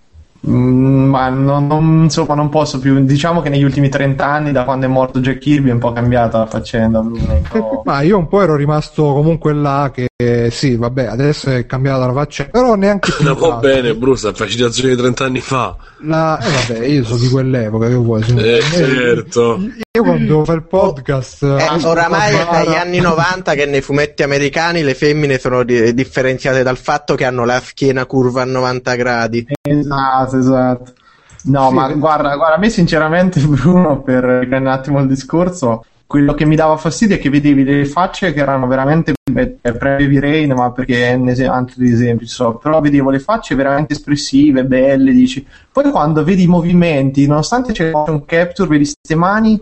S4: Mm, ma non, non- insomma non posso più, diciamo che negli ultimi trenta anni da quando è morto Jack Kirby è un po' cambiata la faccenda, Bruno, un po'.
S1: Ma io un po' ero rimasto comunque là che sì, vabbè, adesso è cambiata la faccia, però neanche più
S2: No, va
S1: tanto.
S2: bene, Bruce, fai citazioni di trenta anni fa.
S1: La... Eh, vabbè, io sono di quell'epoca, che vuoi? Simone?
S2: Eh, certo.
S1: Io quando fa il podcast...
S3: Eh,
S1: ascolto
S3: oramai è
S1: Barbara-
S3: dagli anni novanta che nei fumetti americani le femmine sono di- differenziate dal fatto che hanno la schiena curva a novanta gradi.
S4: Esatto, esatto. No,
S1: Sì.
S4: ma guarda, guarda, a me sinceramente, Bruno, per riprendere un attimo il discorso, quello che mi dava fastidio è che vedevi delle facce che erano veramente, beh, previ Rain, ma perché ne es- altri esempi, so, però vedevo le facce veramente espressive, belle, dici. Poi quando vedi i movimenti, nonostante c'è un capture, vedi queste mani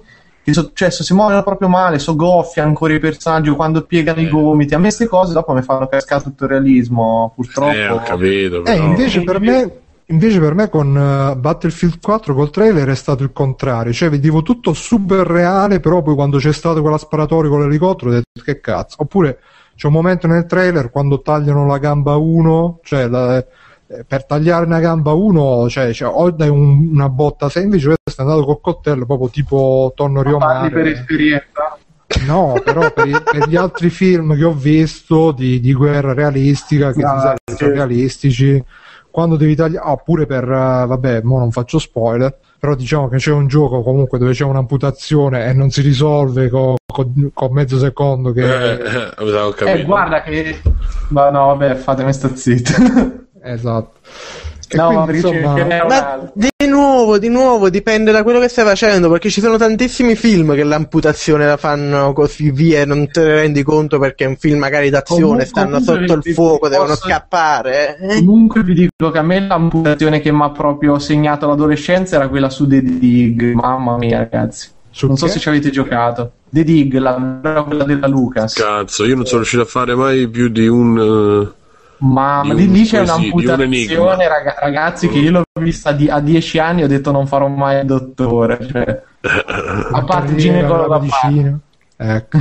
S4: che so, cioè, so, si muovono proprio male, so goffia ancora i personaggi quando piegano i gomiti. A me queste cose dopo mi fanno cascare tutto il realismo, purtroppo.
S2: Eh, ho capito,
S1: però. Eh, invece per me Invece per me con uh, Battlefield quattro col trailer è stato il contrario, cioè vedevo tutto super reale, però poi quando c'è stato quella sparatoria con l'elicottero ho detto che cazzo. Oppure c'è un momento nel trailer quando tagliano la gamba a uno, cioè la, eh, per tagliare una gamba a uno, cioè, cioè o dai un, una botta, se invece questo è andato col coltello proprio tipo Tonno Riomare.
S4: Per esperienza?
S1: No, però per, i, per gli altri film che ho visto di, di guerra realistica, che
S4: no,
S1: si sa che sono realistici, quando devi tagliare, oppure oh, per uh, vabbè, mo non faccio spoiler, però diciamo che c'è un gioco comunque dove c'è un'amputazione e non si risolve con co, co mezzo secondo che
S2: eh, eh,
S4: eh guarda che ma no vabbè fatemi sta zitto.
S1: Esatto. E
S3: no,
S1: quindi, insomma...
S3: ma di nuovo, di nuovo dipende da quello che stai facendo, perché ci sono tantissimi film che l'amputazione la fanno così via e non te ne rendi conto perché è un film magari d'azione, comunque, stanno sotto il fuoco, posso... devono scappare. Eh?
S4: Comunque vi dico che a me l'amputazione che mi ha proprio segnato l'adolescenza era quella su The Dig, mamma mia ragazzi. Su non che? so se ci avete giocato. The Dig, la, quella della Lucas.
S2: Cazzo, io non sono riuscito a fare mai più di un... Uh...
S4: Ma lì, lì c'è un'amputazione, raga, ragazzi, che io l'ho vista di, a dieci anni e ho detto non farò mai il dottore. Cioè, a parte il ginecologo da vicino. Ecco.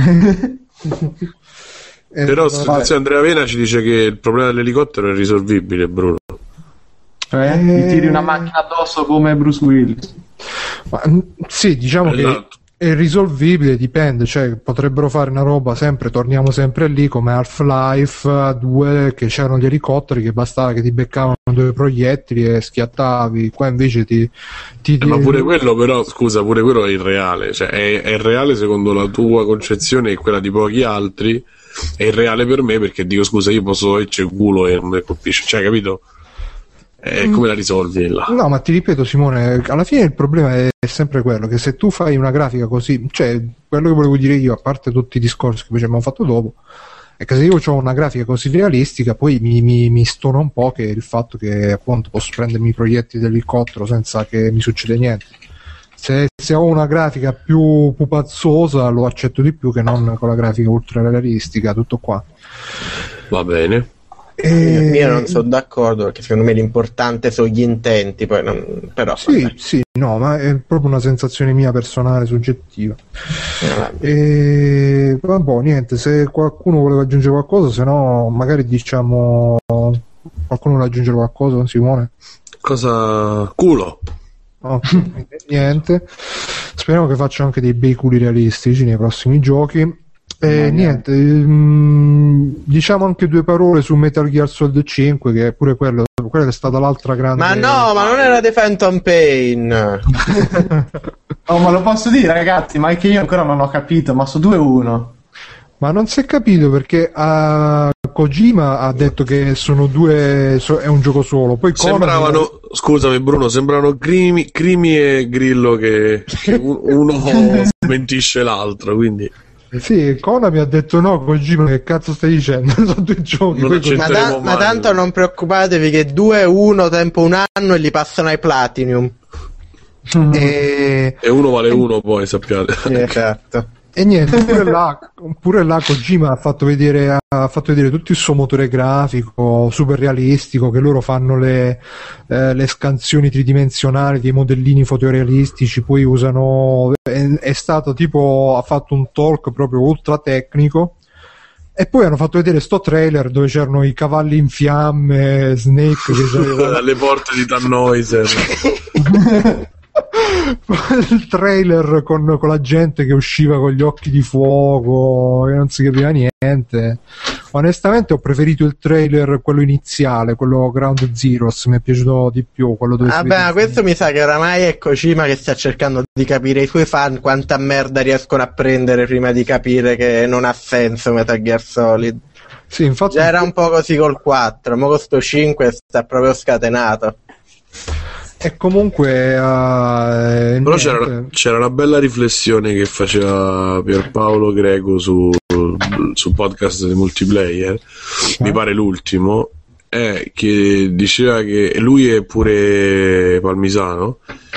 S2: Però se Andrea Vena ci dice che il problema dell'elicottero è risolvibile, Bruno.
S4: Cioè, eh... ti tiri una macchina addosso come Bruce Willis.
S1: Ma, sì, diciamo esatto. che è risolvibile, dipende, cioè potrebbero fare una roba sempre, torniamo sempre lì come Half-Life due, che c'erano gli elicotteri che bastava che ti beccavano due proiettili e schiattavi, qua invece ti, ti
S2: eh, ma pure quello però, scusa, pure quello è irreale, cioè è, è reale secondo la tua concezione e quella di pochi altri, è irreale per me perché dico scusa io posso e c'è il culo e non mi colpisce, cioè capito? E come la risolvi là?
S1: No, ma ti ripeto Simone, alla fine il problema è sempre quello, che se tu fai una grafica così, cioè quello che volevo dire io, a parte tutti i discorsi che poi abbiamo fatto dopo, è che se io ho una grafica così realistica poi mi, mi, mi stona un po' che il fatto che appunto posso prendermi i proiettili dell'elicottero senza che mi succeda niente. Se, se ho una grafica più pupazzosa lo accetto di più che non con la grafica ultra realistica, tutto qua.
S2: Va bene.
S3: E... Io non sono d'accordo perché secondo me l'importante sono gli intenti, poi non... però
S1: sì,
S3: vabbè.
S1: sì, no, ma è proprio una sensazione mia personale, soggettiva. E vabbè, niente, se qualcuno voleva aggiungere qualcosa, se no magari diciamo qualcuno vuole aggiungere qualcosa, Simone?
S2: Cosa? Culo.
S1: Okay. Niente. Speriamo che facciano anche dei bei culi realistici nei prossimi giochi. E niente, mh, diciamo anche due parole su Metal Gear Solid cinque, che è pure quello, quella è stata l'altra grande.
S3: Ma no, ma non era The Phantom Pain.
S4: Oh, ma lo posso dire ragazzi, ma è che io ancora non ho capito, ma su due uno.
S1: Ma non si è capito perché uh, Kojima ha detto che sono due, so, è un gioco solo. Poi
S2: sembravano, Konami... scusami Bruno, sembrano Crimi, Crimi e Grillo che, che uno smentisce l'altro, quindi...
S1: Sì, Konami ha detto no, Kojima che cazzo stai dicendo? Sono due giochi.
S3: Ma, da, ma tanto non preoccupatevi che due uno tempo un anno e li passano ai Platinum.
S1: E,
S2: e uno vale uno poi, sappiate.
S3: Esatto.
S1: E niente, pure là, pure là Kojima ha fatto vedere ha fatto vedere tutto il suo motore grafico super realistico, che loro fanno le, eh, le scansioni tridimensionali dei modellini fotorealistici, poi usano è, è stato tipo ha fatto un talk proprio ultra tecnico e poi hanno fatto vedere sto trailer dove c'erano i cavalli in fiamme, Snake che
S2: alle porte di Tannhäuser.
S1: Il trailer con, con la gente che usciva con gli occhi di fuoco e non si capiva niente. Onestamente ho preferito il trailer, quello iniziale, quello Ground Zeroes, mi è piaciuto di più quello dove
S3: vabbè, ma questo mi sa che oramai è Kojima che sta cercando di capire i suoi fan quanta merda riescono a prendere prima di capire che non ha senso Metal Gear Solid.
S1: Sì, infatti
S3: già era un po' così col quattro, ma con sto cinque sta proprio scatenato.
S1: E comunque uh,
S2: però c'era, c'era una bella riflessione che faceva Pierpaolo Greco su, su podcast di multiplayer, eh? Mi pare l'ultimo, è che diceva che lui è pure palmisano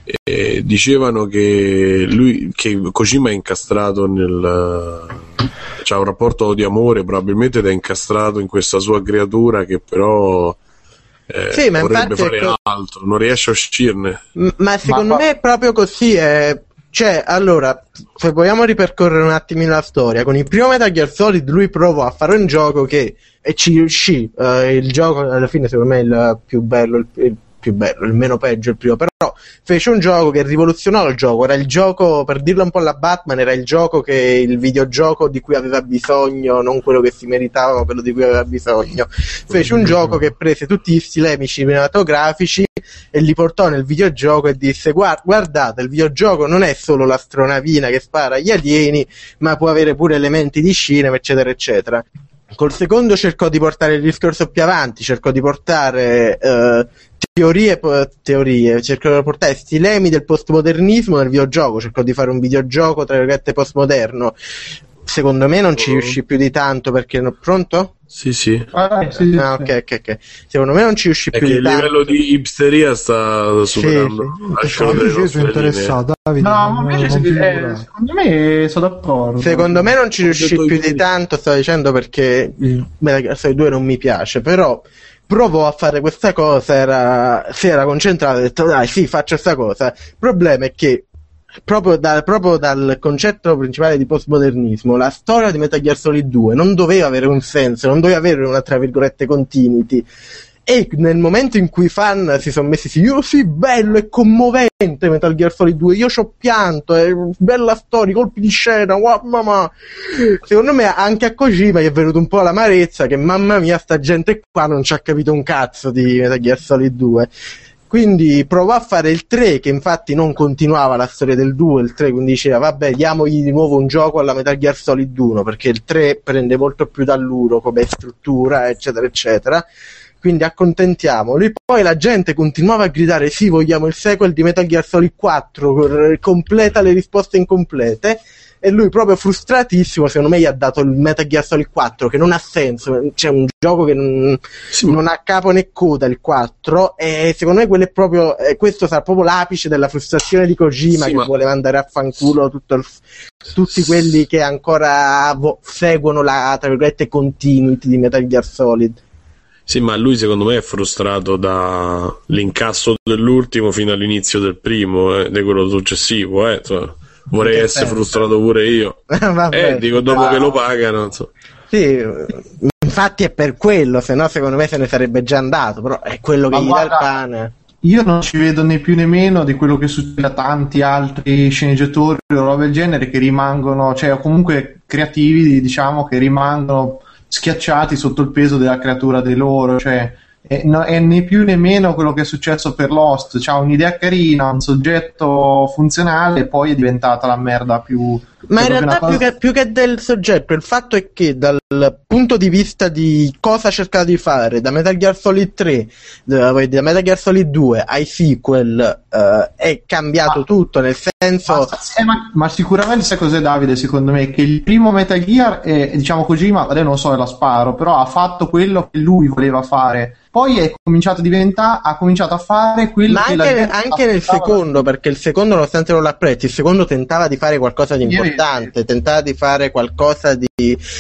S2: e dicevano che lui, che Kojima è incastrato nel, c'ha un rapporto di amore probabilmente ed è incastrato in questa sua creatura che però eh,
S3: sì, ma
S2: vorrebbe fare
S3: co-
S2: altro, non riesce a uscirne.
S3: M- ma secondo
S4: Ma-
S3: me è proprio così, è... cioè, allora, se vogliamo ripercorrere un attimino la storia, con il primo Metal Gear Solid lui provò a fare un gioco che, e ci riuscì, eh, il gioco alla fine secondo me è il più bello, il, il più bello, il meno peggio il primo, però fece un gioco che rivoluzionò il gioco, era il gioco, per dirlo un po' alla Batman, era il gioco che il videogioco di cui aveva bisogno, non quello che si meritava, ma quello di cui aveva bisogno. Fece un gioco che prese tutti gli stilemi cinematografici e li portò nel videogioco e disse: Guard- guardate, il videogioco non è solo l'astronavina che spara agli alieni, ma può avere pure elementi di cinema, eccetera eccetera. Col secondo cercò di portare il discorso più avanti, cercò di portare eh, teorie, teorie, cercò di portare stilemi del postmodernismo nel videogioco, cercò di fare un videogioco tra virgolette postmoderno. Secondo me non ci riuscì più di tanto perché no, pronto?
S2: Sì, sì.
S4: Ah, sì, sì,
S3: Ah,
S4: sì.
S3: ok, ok, ok. Secondo me non ci riuscì
S2: È
S3: più
S2: che
S3: di
S2: il
S3: tanto.
S2: livello di hipsteria sta superando.
S3: Sì,
S2: Lasciamo
S1: Io
S2: delle
S1: ci sono
S2: nostre linee.
S1: interessato, Davide.
S4: No,
S1: non-
S4: ma invece
S1: non
S4: se- eh,
S1: figurare.
S4: secondo me sono d'accordo.
S3: Secondo me non ci
S2: Ho
S3: riuscì
S2: detto
S3: più
S2: ieri.
S3: di tanto, stavo dicendo, perché il Metal Gear Solid due non mi piace, però provò a fare questa cosa, era, si era concentrato e ha detto dai sì, faccio questa cosa. Il problema è che proprio, da, proprio dal concetto principale di postmodernismo, la storia di Metal Gear Solid due non doveva avere un senso, non doveva avere una tra virgolette continuity. E nel momento in cui i fan si sono messi sì, io sì, bello e commovente Metal Gear Solid due, io ci ho pianto, è bella storia, colpi di scena, wow, mamma. Secondo me anche a Kojima gli è venuto un po' l'amarezza che mamma mia sta gente qua non ci ha capito un cazzo di Metal Gear Solid due. Quindi provò a fare il tre, che infatti non continuava la storia del due, il tre, quindi diceva vabbè, diamogli di nuovo un gioco alla Metal Gear Solid uno, perché il tre prende molto più dall'uno come struttura, eccetera eccetera. Quindi accontentiamoli. Poi la gente continuava a gridare sì, vogliamo il sequel di Metal Gear Solid quattro, completa le risposte incomplete, e lui proprio frustratissimo secondo me gli ha dato il Metal Gear Solid quattro, che non ha senso, c'è un gioco che non,
S2: Sì,
S3: non ha capo né coda il quattro, e secondo me quello è proprio, eh, questo sarà proprio l'apice della frustrazione di Kojima,
S2: Sì,
S3: che
S2: ma-
S3: voleva andare a fanculo tutto il, tutti quelli che ancora vo- seguono la tra virgolette continuity di Metal Gear Solid.
S2: Sì, ma lui secondo me è frustrato dall'incasso dell'ultimo fino all'inizio del primo, eh, di quello successivo, eh, insomma. Vorrei
S4: In che
S2: essere
S4: senso?
S2: frustrato pure io.
S3: Vabbè,
S2: Eh, dico, dopo
S3: ma-
S2: che lo pagano, insomma.
S3: sì, infatti è per quello, se no secondo me se ne sarebbe già andato, però è quello che
S4: Ma
S3: gli dà il
S4: guarda,
S3: pane.
S4: Io non ci vedo né più né meno di quello che succede a tanti altri sceneggiatori o roba del genere che rimangono, cioè o comunque creativi, diciamo, che rimangono schiacciati sotto il peso della creatura dei loro, cioè è, no, è né più né meno quello che è successo per Lost. C'ha un'idea carina, un soggetto funzionale e poi è diventata la merda più...
S3: Ma in
S4: cioè,
S3: realtà
S4: proprio
S3: più
S4: una
S3: che, più che del soggetto, il fatto è che dal punto di vista di cosa ha cercato di fare da Metal Gear Solid tre, da, da Metal Gear Solid due ai sequel, eh, è cambiato
S4: Ma-
S3: tutto, nel senso...
S4: Ma, eh, ma, ma sicuramente sai cos'è, Davide, secondo me, che il primo Metal Gear è, diciamo Kojima, adesso non so, la sparo, però ha fatto quello che lui voleva fare, poi è cominciato a diventare, ha cominciato a fare quello
S3: Ma
S4: che la
S3: anche,
S4: gente
S3: anche nel
S4: aspettava.
S3: secondo, perché il secondo, nonostante non l'apprezzi, il secondo tentava di fare qualcosa di
S4: Io-
S3: importante, tentava di fare qualcosa di,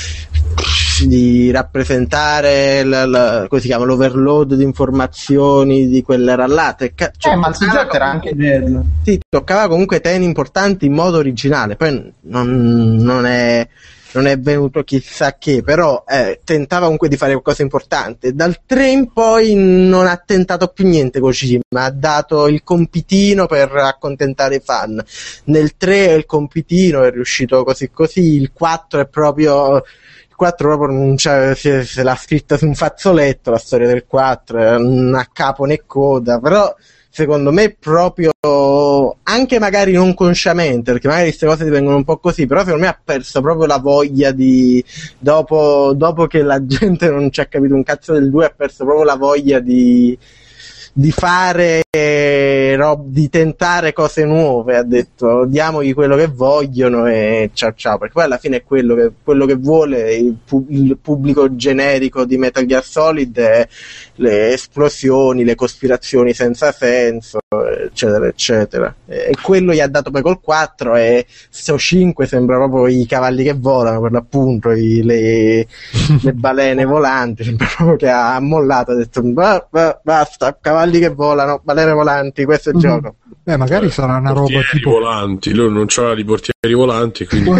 S3: di rappresentare la, la- come si chiama, l'overload di informazioni di quell'era là. Tecca- cioè,
S4: Eh, ma il
S3: toccava
S4: soggetto era
S3: comunque-
S4: anche bello.
S3: sì, toccava comunque temi importanti in modo originale, poi non, non è non è venuto chissà che, però eh, tentava comunque di fare qualcosa di importante. Dal tre in poi non ha tentato più niente Kojima, ha dato il compitino per accontentare i fan. Nel tre il compitino è riuscito così così, il quattro è proprio... il quattro proprio non c'è, se, se l'ha scritta su un fazzoletto la storia del quattro, non ha capo né coda, però secondo me proprio, anche magari non consciamente, perché magari queste cose divengono un po' così, però secondo me ha perso proprio la voglia di, dopo, dopo che la gente non ci ha capito un cazzo del due, ha perso proprio la voglia di, di fare rob- di tentare cose nuove, ha detto diamogli quello che vogliono e ciao ciao, perché poi alla fine è quello che, quello che vuole il, pu- il pubblico generico di Metal Gear Solid, è le esplosioni, le cospirazioni senza senso, eccetera eccetera, e quello gli ha dato poi col quattro, e sto cinque sembra proprio i cavalli che volano, per l'appunto i, le, le balene volanti, sembra proprio che ha mollato, ha detto bah, bah, basta, cavalli che volano, balene volanti, questo è il mm. gioco.
S1: Eh, magari eh, sarà una roba tipo
S2: volanti, lui non c'ha di portieri volanti, quindi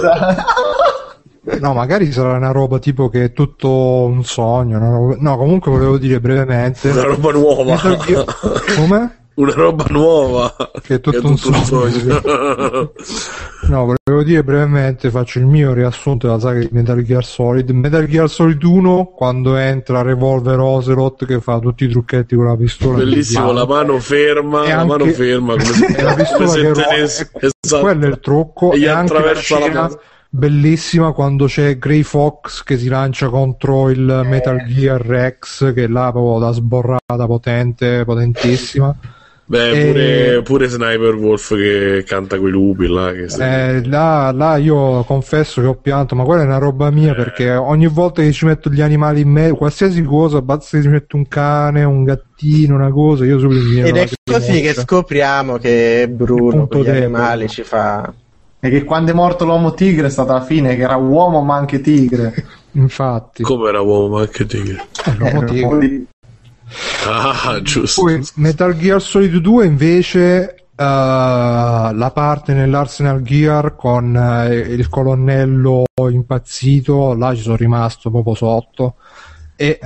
S1: no, magari sarà una roba tipo che è tutto un sogno, no, no comunque volevo dire brevemente
S2: una roba nuova.
S1: Come?
S2: Una roba nuova
S1: che è tutto, che è tutto un sogno, sogno. No, volevo dire brevemente, faccio il mio riassunto della saga di Metal Gear Solid. Metal Gear Solid uno, quando entra Revolver Ocelot che fa tutti i trucchetti con la pistola,
S2: bellissimo, la mano ferma,
S1: e
S2: la
S1: anche,
S2: mano ferma come se,
S1: e la pistola che
S2: tenesse,
S1: ro- esatto. Quello è il trucco,
S2: e,
S1: e anche la scena
S2: la
S1: bellissima quando c'è Grey Fox che si lancia contro il eh. Metal Gear Rex, che è là proprio da sborrata potente, potentissima.
S2: Beh, pure, e... pure Sniper Wolf che canta coi lupi là, che
S1: eh, là, là io confesso che ho pianto, ma quella è una roba mia, eh. perché ogni volta che ci metto gli animali in mezzo, qualsiasi cosa, basta che ci metto un cane, un gattino, una cosa, io subito mi
S3: ed è così che scopriamo che Bruno con gli debole. animali ci fa,
S4: e che quando è morto l'uomo tigre è stata la fine, che era uomo ma anche tigre.
S1: Infatti,
S2: come era uomo ma anche tigre?
S1: Eh, l'uomo tigre.
S2: Ah, giusto.
S1: Poi Metal Gear Solid due invece, uh, la parte nell'Arsenal Gear con uh, il colonnello impazzito, là ci sono rimasto proprio sotto, e uh,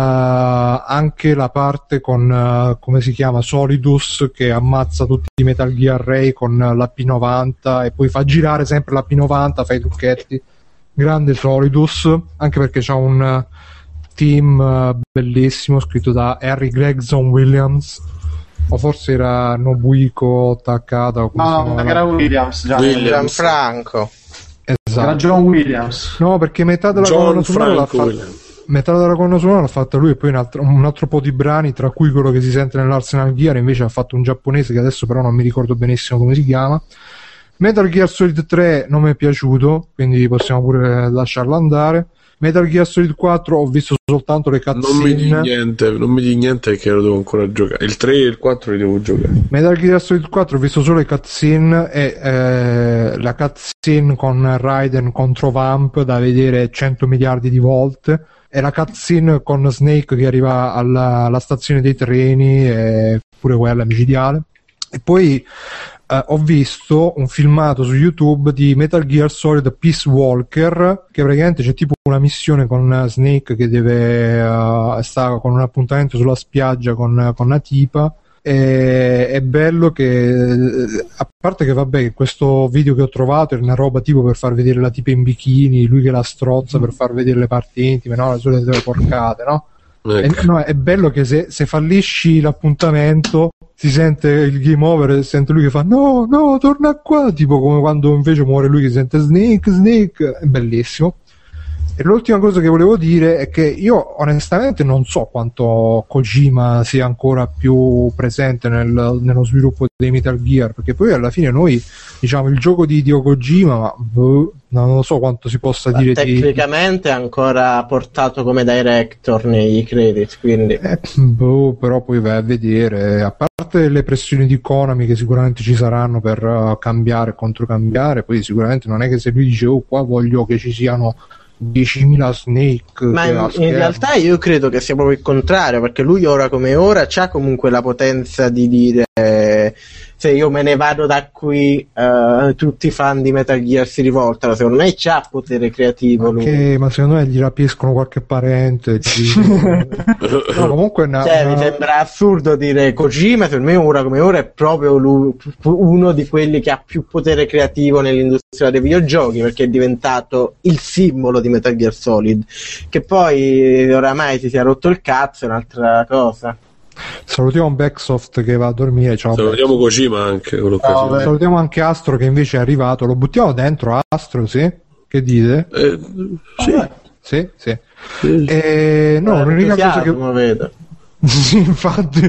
S1: anche la parte con uh, come si chiama, Solidus, che ammazza tutti i Metal Gear Ray con la P novanta e poi fa girare sempre la P novanta, fa i trucchetti. Grande Solidus, anche perché c'ha un uh, team uh, bellissimo scritto da Harry Gregson Williams, o forse era Nobuiko Takada o
S4: no, no, era Williams, già.
S3: Williams Franco,
S4: esatto. Era John Williams,
S1: no, perché metà della colonna sonora l'ha fatta, metà della colonna sonora l'ha fatta lui, e poi un altro, un altro po' di brani, tra cui quello che si sente nell'Arsenal Gear invece ha fatto un giapponese che adesso però non mi ricordo benissimo come si chiama. Metal Gear Solid tre non mi è piaciuto, quindi possiamo pure lasciarlo andare. Metal Gear Solid quattro ho visto soltanto le cutscene.
S2: Non mi di niente, non mi di niente perché lo devo ancora giocare. Il tre e il quattro li devo giocare.
S1: Metal Gear Solid quattro ho visto solo le cutscene e eh, la cutscene con Raiden contro Vamp da vedere cento miliardi di volte, e la cutscene con Snake che arriva alla, alla stazione dei treni, e pure quella micidiale. E poi Uh, ho visto un filmato su YouTube di Metal Gear Solid Peace Walker, che praticamente c'è tipo una missione con Snake che deve uh, sta con un appuntamento sulla spiaggia con, con una tipa, e è bello che, a parte che vabbè, questo video che ho trovato è una roba tipo per far vedere la tipa in bikini, lui che la strozza per far vedere le parti intime, no? Le solite porcate, no? Ecco. E, no, è bello che se, se fallisci l'appuntamento si sente il game over e sente lui che fa no, no, torna qua, tipo come quando invece muore lui che sente Snake, Snake, è bellissimo. E l'ultima cosa che volevo dire è che io onestamente non so quanto Kojima sia ancora più presente nel, nello sviluppo dei Metal Gear, perché poi alla fine noi diciamo il gioco di Hideo Kojima, ma boh, non lo so quanto si possa ma dire
S3: tecnicamente
S1: di...
S3: è ancora portato come director nei credit, quindi
S1: eh, boh, però poi vai a vedere, a parte le pressioni di Konami che sicuramente ci saranno per uh, cambiare e controcambiare, poi sicuramente non è che se lui dice oh qua voglio che ci siano diecimila Snake,
S3: ma in, in realtà io credo che sia proprio il contrario, perché lui ora come ora c'ha comunque la potenza di dire se io me ne vado da qui uh, tutti i fan di Metal Gear si rivoltano, secondo me c'ha potere creativo
S1: ma,
S3: lui.
S1: Che, ma secondo me gli rapiscono qualche parente ci... no, comunque una,
S3: cioè,
S1: una...
S3: mi sembra assurdo dire Kojima, secondo me ora come ora è proprio lui, uno di quelli che ha più potere creativo nell'industria dei videogiochi, perché è diventato il simbolo di Metal Gear Solid, che poi oramai si sia rotto il cazzo è un'altra cosa.
S1: Salutiamo Backsoft che va a dormire. Ciao,
S2: salutiamo Backsoft. Kojima anche con l'occasione.
S1: Salutiamo anche Astro che invece è arrivato. Lo buttiamo dentro Astro, sì? Che dite?
S2: Eh, sì.
S1: sì, sì. sì. E, no, l'unica cosa che
S3: vedo.
S1: Sì, infatti,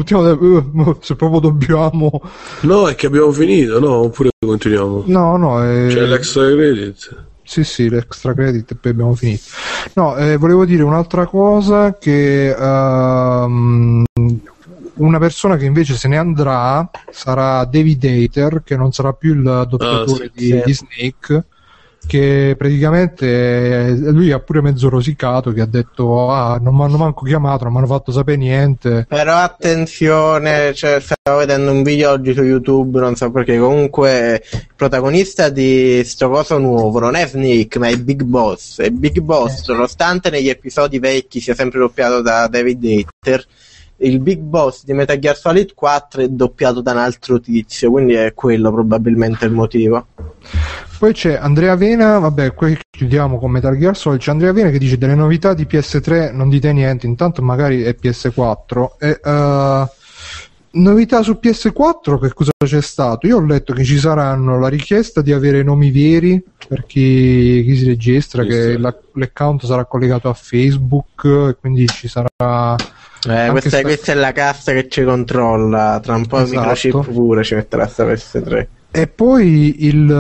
S1: se proprio dobbiamo...
S2: No, è che abbiamo finito, no? Oppure continuiamo?
S1: No, no, è...
S2: C'è l'extra credit?
S1: Sì, sì, l'extra credit e poi abbiamo finito. No, eh, volevo dire un'altra cosa, che uh, una persona che invece se ne andrà sarà David Hayter, che non sarà più il doppiatore
S2: ah, sì,
S1: di,
S2: sì.
S1: di Snake, che praticamente lui ha pure mezzo rosicato, che ha detto ah non mi hanno manco chiamato, non mi hanno fatto sapere niente.
S3: Però attenzione, cioè, stavo vedendo un video oggi su YouTube, non so perché, comunque il protagonista di sto coso nuovo non è Snake ma è Big Boss, e Big Boss eh. nonostante negli episodi vecchi sia sempre doppiato da David Hayter, il Big Boss di Metal Gear Solid quattro è doppiato da un altro tizio, quindi è quello probabilmente il motivo.
S1: Poi c'è Andrea Vena, vabbè, qui chiudiamo con Metal Gear Solid. C'è Andrea Vena che dice delle novità di P S tre non dite niente, intanto magari è P S quattro. E, uh, novità su P S quattro, che cosa c'è stato? Io ho letto che ci saranno la richiesta di avere nomi veri per chi, chi si registra, sì, che sì. La, l'account sarà collegato a Facebook e quindi ci sarà...
S3: Eh, questa, sta... questa è la cassa che ci controlla, tra un po' esatto. Microchip pure ci metterà sta P S tre.
S1: E poi il,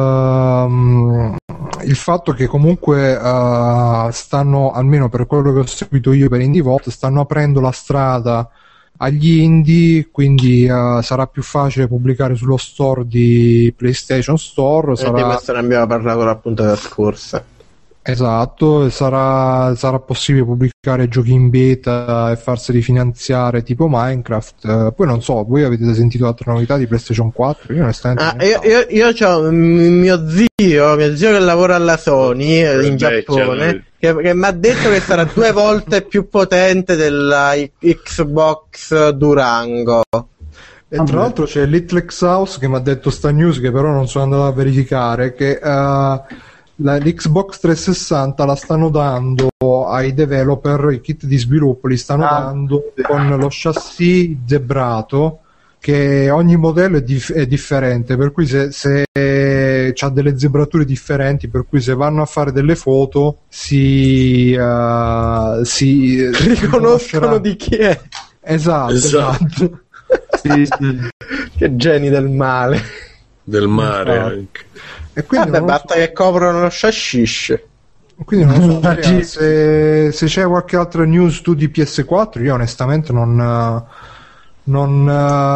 S1: uh, il fatto che comunque uh, stanno, almeno per quello che ho seguito io per IndieVolt, stanno aprendo la strada agli indie, quindi uh, sarà più facile pubblicare sullo store di PlayStation Store.
S3: E
S1: sarà...
S3: di questo ne abbiamo parlato la puntata scorsa.
S1: Esatto, sarà, sarà possibile pubblicare giochi in beta e farseli finanziare tipo Minecraft. Uh, poi non so, voi avete sentito altre novità di PlayStation quattro? Io onestamente
S3: ah, io, io, io ho mio zio, mio zio che lavora alla Sony eh, in beh, Giappone, che, che mi ha detto che sarà due volte più potente della Xbox Durango.
S1: E tra l'altro c'è Little X House che mi ha detto sta news, che però non sono andato a verificare, che uh, la, l'Xbox trecentosessanta la stanno dando ai developer, i kit di sviluppo li stanno ah, dando sì. con lo chassis zebrato, che ogni modello è, dif- è differente, per cui se, se c'ha delle zebrature differenti, per cui se vanno a fare delle foto si, uh, si
S3: riconoscono di chi è.
S1: Esatto, esatto. esatto.
S3: Sì, sì. Che geni del male,
S2: del mare esatto. anche.
S3: E quindi vabbè, basta so... che coprono lo hashish.
S1: Quindi non so Andrea, se, se c'è qualche altra news tu di P S quattro. Io onestamente non non,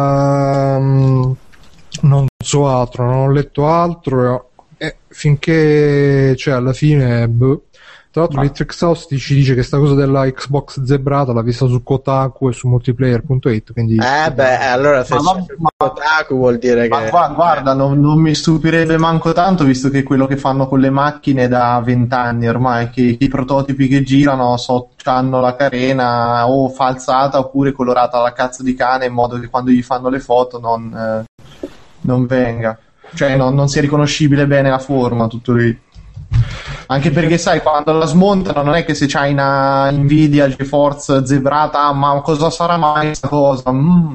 S1: uh, non so altro, non ho letto altro e finché cioè alla fine boh. Tra l'altro Litrix House ci dice che sta cosa della Xbox zebrata l'ha vista su Kotaku e su multiplayer punto it, quindi
S3: eh beh allora se ma, c'è ma, Kotaku vuol dire
S4: ma
S3: che
S4: guarda, guarda non, non mi stupirebbe manco tanto, visto che è quello che fanno con le macchine da vent'anni ormai, che i prototipi che girano so, hanno la carena o falsata oppure colorata alla cazzo di cane, in modo che quando gli fanno le foto non, eh, non venga, cioè non, non sia riconoscibile bene la forma, tutto lì. Anche perché sai, quando la smontano non è che se c'hai una Nvidia GeForce zebrata, ma cosa sarà mai questa cosa? Mm.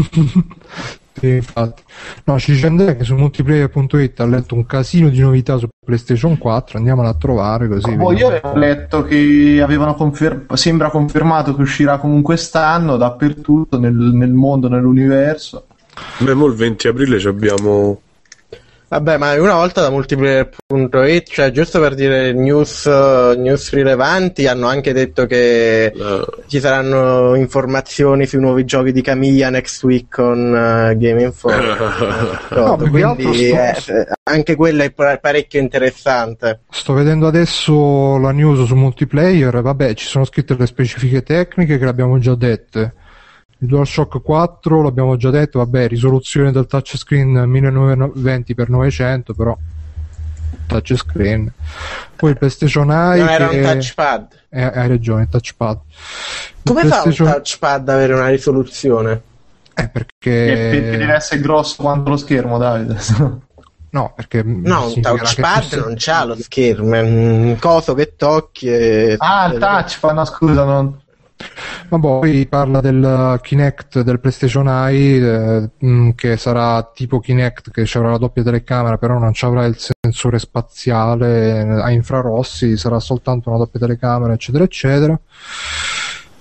S1: Sì, infatti. No, ci dice Andrea che su multiplayer punto it ha letto un casino di novità su PlayStation quattro, andiamolo a trovare così.
S4: Oh, io avevo letto che avevano confer- sembra confermato che uscirà comunque quest'anno dappertutto nel, nel mondo, nell'universo.
S2: Beh, mo il venti aprile ci abbiamo...
S3: Vabbè, ma una volta da multiplayer punto it, cioè giusto per dire news, uh, news rilevanti, hanno anche detto che no. ci saranno informazioni sui nuovi giochi di Camilla next week con uh, Game Info. no, quindi sto... eh, anche quella è parecchio interessante.
S1: Sto vedendo adesso la news su multiplayer, vabbè, ci sono scritte le specifiche tecniche che le abbiamo già dette. Il DualShock quattro l'abbiamo già detto, vabbè, risoluzione del touchscreen millenovecento per novecento, però touchscreen. Poi il PlayStation Eye
S3: non era
S1: che...
S3: un touchpad.
S1: Eh, hai ragione, il touchpad.
S3: Come
S1: il
S3: fa
S1: PlayStation...
S3: un touchpad ad avere una risoluzione?
S1: Eh, perché...
S4: perché deve essere grosso quanto lo schermo, Davide.
S1: No, perché
S3: no, un touchpad fosse... non c'ha lo schermo, è un coso che tocchi e...
S4: Ah, il touchpad, no scusa, non...
S1: Ma poi parla del Kinect del PlayStation Eye, eh, mh, che sarà tipo Kinect, che avrà la doppia telecamera, però non avrà il sensore spaziale a infrarossi, sarà soltanto una doppia telecamera, eccetera eccetera.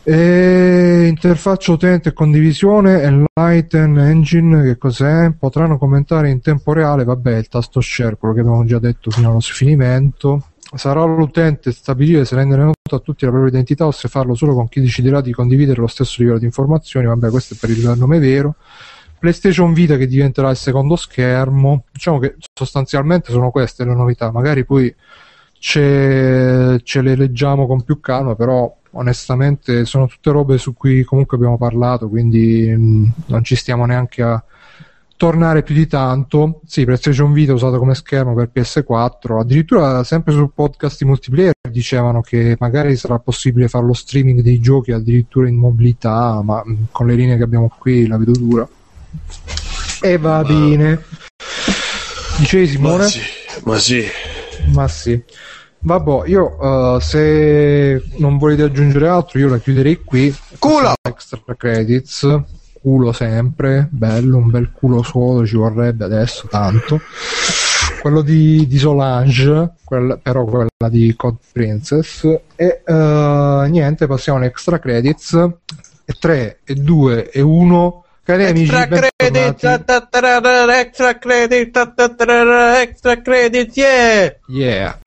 S1: E interfaccia utente e condivisione, Enlighten Engine, che cos'è? Potranno commentare in tempo reale, vabbè, il tasto share, quello che abbiamo già detto fino allo sfinimento. Sarà l'utente stabilire se rendere nota a tutti la propria identità o se farlo solo con chi deciderà di condividere lo stesso livello di informazioni, vabbè, questo è per il nome vero. PlayStation Vita che diventerà il secondo schermo. Diciamo che sostanzialmente sono queste le novità, magari poi ce, ce le leggiamo con più calma, però onestamente sono tutte robe su cui comunque abbiamo parlato, quindi mh, non ci stiamo neanche a tornare più di tanto. Sì, PlayStation Vita usato come schermo per P S quattro, addirittura sempre sul podcast di multiplayer dicevano che magari sarà possibile fare lo streaming dei giochi addirittura in mobilità, ma mh, con le linee che abbiamo qui la vedo dura. E va ma... bene. Dicevi, Simone?
S2: Ma sì, ma sì.
S1: Ma sì. Vabbè, io uh, se non volete aggiungere altro io la chiuderei qui.
S3: Culo!
S1: Extra credits, culo sempre, bello, un bel culo solo ci vorrebbe adesso tanto. Quello di, di Solange, quella, però quella di Code Princess. E uh, niente, passiamo alle extra credits. E tre, e due, e uno. Cari amici,
S3: extra credits, extra credits, extra credits, yeah!
S1: Yeah!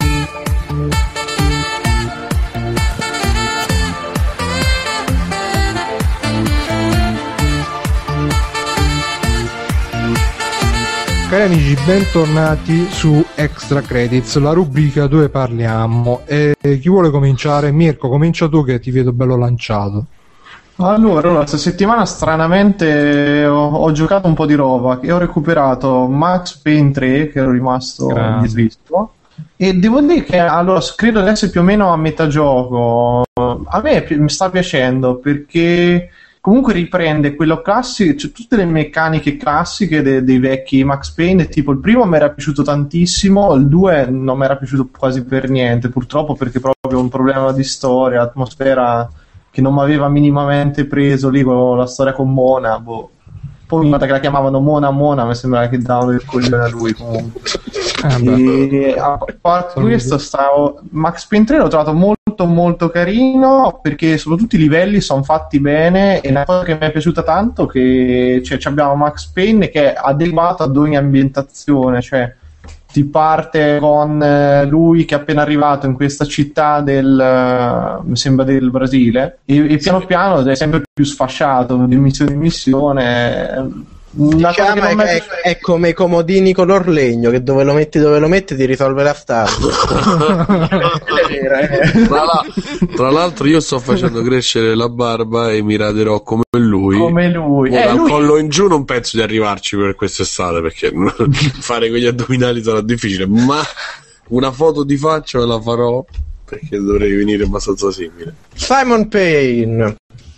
S1: Cari amici, bentornati su Extra Credits, la rubrica dove parliamo. E chi vuole cominciare? Mirko, comincia tu che ti vedo bello lanciato.
S4: Allora, allora, questa settimana stranamente ho, ho giocato un po' di roba e ho recuperato Max Payne tre, che ero rimasto dietro, e devo dire che allora credo di essere più o meno a metà gioco. A me mi sta piacendo perché comunque riprende quello classico, cioè tutte le meccaniche classiche de- dei vecchi Max Payne. Tipo il primo mi era piaciuto tantissimo, il due non mi era piaciuto quasi per niente, purtroppo, perché proprio un problema di storia, atmosfera che non mi aveva minimamente preso lì con la storia con Mona, boh. Poi una volta che la chiamavano Mona Mona mi sembrava che davano del coglione a lui comunque. Eh, e a parte questo, stavo... Max Payne tre l'ho trovato molto molto carino perché soprattutto i livelli sono fatti bene, e una cosa che mi è piaciuta tanto che cioè, abbiamo Max Payne che è adeguato ad ogni ambientazione, cioè ti parte con eh, lui che è appena arrivato in questa città del uh, mi sembra del Brasile, e, e piano piano è sempre più sfasciato di missione in missione. Una
S3: diciamo che è, è, è come i comodini color legno, che dove lo metti dove lo metti ti risolve la storia.
S2: tra, la, tra l'altro io sto facendo crescere la barba e mi raderò come lui,
S4: come lui.
S2: Ora,
S4: eh,
S2: al
S4: lui...
S2: collo in giù non penso di arrivarci per quest'estate, perché fare quegli addominali sarà difficile, ma una foto di faccia me la farò, perché dovrei venire abbastanza simile.
S3: Simon Payne.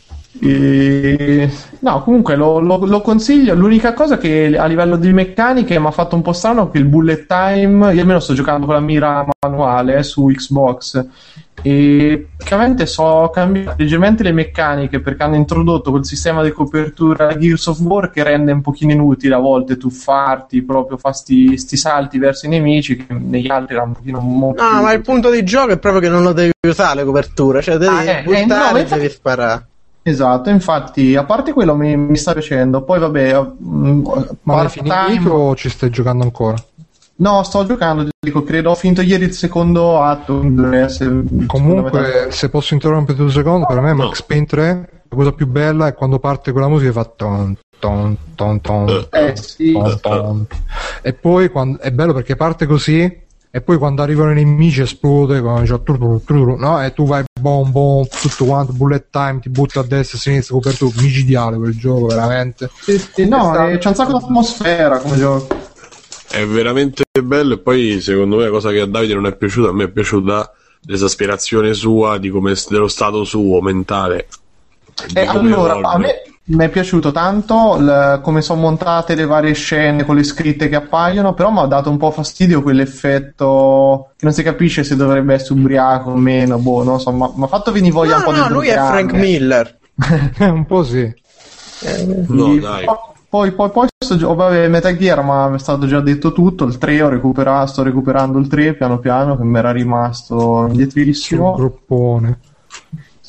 S4: E... no, comunque lo, lo, lo consiglio. L'unica cosa che a livello di meccaniche mi ha fatto un po' strano è che il bullet time, io almeno sto giocando con la mira manuale eh, su Xbox, e praticamente so cambiare leggermente le meccaniche perché hanno introdotto quel sistema di copertura Gears of War che rende un pochino inutile a volte tuffarti, proprio fa sti, sti salti verso i nemici che negli altri era un pochino molto
S3: no,
S4: più...
S3: ma il punto di gioco è proprio che non lo devi usare le coperture, cioè devi
S4: ah, eh,
S3: buttare
S4: eh, no,
S3: e
S4: infatti...
S3: devi sparare.
S4: Esatto, infatti, a parte quello mi, mi sta piacendo. Poi vabbè, mh,
S1: ma l'hai finito o ci stai giocando ancora?
S4: No, sto giocando, dico, credo ho finito ieri il secondo atto. Se,
S1: comunque, se posso interrompere un secondo, per me Max Payne tre la cosa più bella è quando parte quella musica e fa ton ton ton ton,
S4: eh, sì.
S1: ton, ton. E poi quando, è bello perché parte così e poi quando arrivano i nemici esplode, cioè, tru, tru, tru, no? E tu vai bom bom tutto quanto, bullet time, ti butta a destra e a sinistra, coperto, micidiale quel gioco veramente.
S4: Sì, sì, no, è, c'è un sacco di atmosfera come gioco,
S2: è veramente bello. E poi secondo me la cosa che a Davide non è piaciuta, a me è piaciuta l'esasperazione sua di come dello stato suo mentale.
S4: Eh, allora, a me mi è piaciuto tanto l- come sono montate le varie scene con le scritte che appaiono, però mi ha dato un po' fastidio quell'effetto che non si capisce se dovrebbe essere ubriaco o meno, boh, non so, ma mi ha fatto venire voglia
S3: no,
S4: un po'
S3: no,
S4: di
S3: lui è Frank Miller.
S1: Un po' sì.
S2: Eh, no, dai.
S4: Poi, poi, poi sto, oh, vabbè, Metal Gear, ma è stato già detto tutto. Il tre ho recuperato, sto recuperando il tre piano piano, che mi era rimasto indietrissimo.
S1: Un gruppone.
S4: Sì,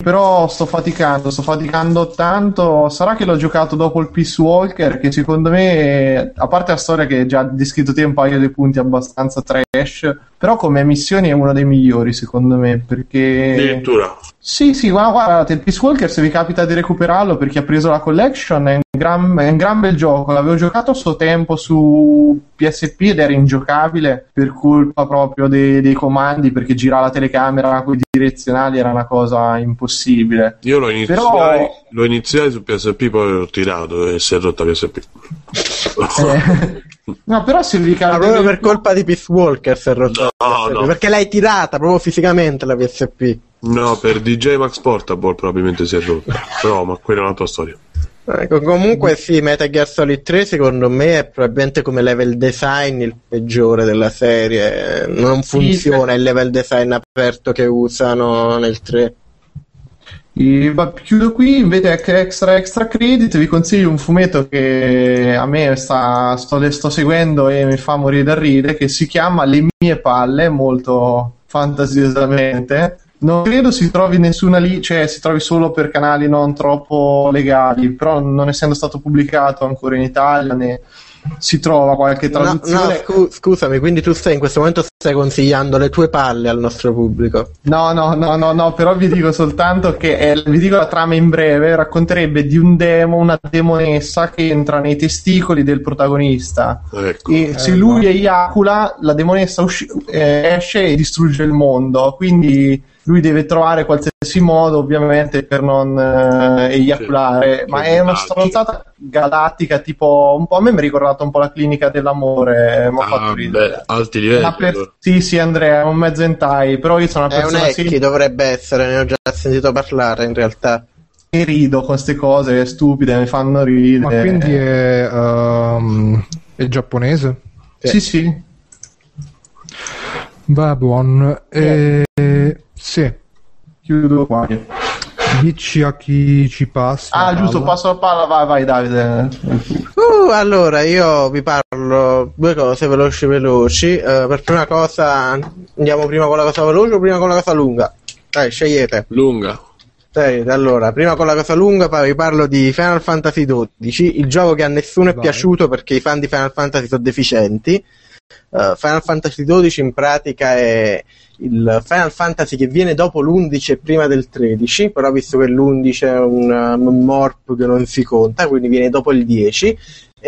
S4: però sto faticando, sto faticando tanto. Sarà che l'ho giocato dopo il Peace Walker, che secondo me, a parte la storia che già descritto te un paio di punti abbastanza trash, però come missioni è uno dei migliori secondo me, perché...
S2: Addirittura.
S4: Sì, sì, guarda, guardate, il Peace Walker, se vi capita di recuperarlo per chi ha preso la collection, è un gran, è un gran bel gioco. L'avevo giocato a suo tempo su P S P ed era ingiocabile per colpa proprio dei, dei comandi, perché girare la telecamera con i direzionali era una cosa impossibile.
S2: Io lo iniziai,
S4: Però...
S2: lo iniziai su P S P, poi l'ho tirato e si è rotta P S P.
S4: Eh, no, però se vi
S3: Ma proprio per colpa di Peace Walker si è rotta,
S2: no, no.
S3: perché l'hai tirata proprio fisicamente la P S P.
S2: No, per D J Max Portable probabilmente si è rotta, però ma quella è un'altra storia.
S3: Ecco, comunque sì, Metal Gear Solid tre secondo me è probabilmente come level design il peggiore della serie. Non funziona il level design aperto che usano nel tre.
S4: I, chiudo qui, invece extra extra credit vi consiglio un fumetto che a me sta, sto, sto seguendo e mi fa morire da ridere, che si chiama Le mie palle, molto fantasiosamente. Non credo si trovi nessuna lì, cioè si trovi solo per canali non troppo legali, però non essendo stato pubblicato ancora in Italia ne si trova qualche traduzione.
S3: No, no, scu- scusami, quindi tu stai in questo momento stai consigliando le tue palle al nostro pubblico?
S4: No, no, no, no, no, però vi dico soltanto che è, vi dico la trama in breve, racconterebbe di un demo, una demonessa che entra nei testicoli del protagonista.
S2: Ecco.
S4: E se lui eiacula, la demonessa usci- eh, esce e distrugge il mondo, quindi lui deve trovare qualsiasi modo ovviamente per non eh, eiaculare,
S2: sì,
S4: ma è una stronzata galattica, tipo un po', a me mi ha ricordato un po' la clinica dell'amore, mi ha
S2: Ah,
S4: fatto ridere.
S2: beh, alti livelli.
S4: Una per- sì, sì, Andrea, è un mezzo hentai, però io sono una
S3: È un
S4: persona
S3: ecchi,
S4: sem-
S3: dovrebbe essere, ne ho già sentito parlare in realtà.
S4: e rido con queste cose stupide, mi fanno ridere.
S1: Ma quindi è, um, è giapponese?
S4: Sì, sì.
S1: Va buon. E... Sì.
S4: Chiudo qua.
S1: Dici a chi ci passa.
S4: Ah,
S1: la
S4: giusto,
S1: palla.
S4: passo la palla, vai, vai Davide.
S3: Uh, allora, io vi parlo due cose veloci veloci. Uh, per prima cosa, andiamo prima con la cosa veloce o prima con la cosa lunga? Dai, scegliete.
S2: Lunga.
S3: Dai, allora, prima con la cosa lunga poi vi parlo di Final Fantasy dodici, il gioco che a nessuno è
S1: Vai.
S3: piaciuto perché i fan di Final Fantasy sono deficienti. Uh, Final Fantasy dodici in pratica è il Final Fantasy che viene dopo l'undici e prima del tredici, però visto che l'undici è un, un morp che non si conta, quindi viene dopo il dieci,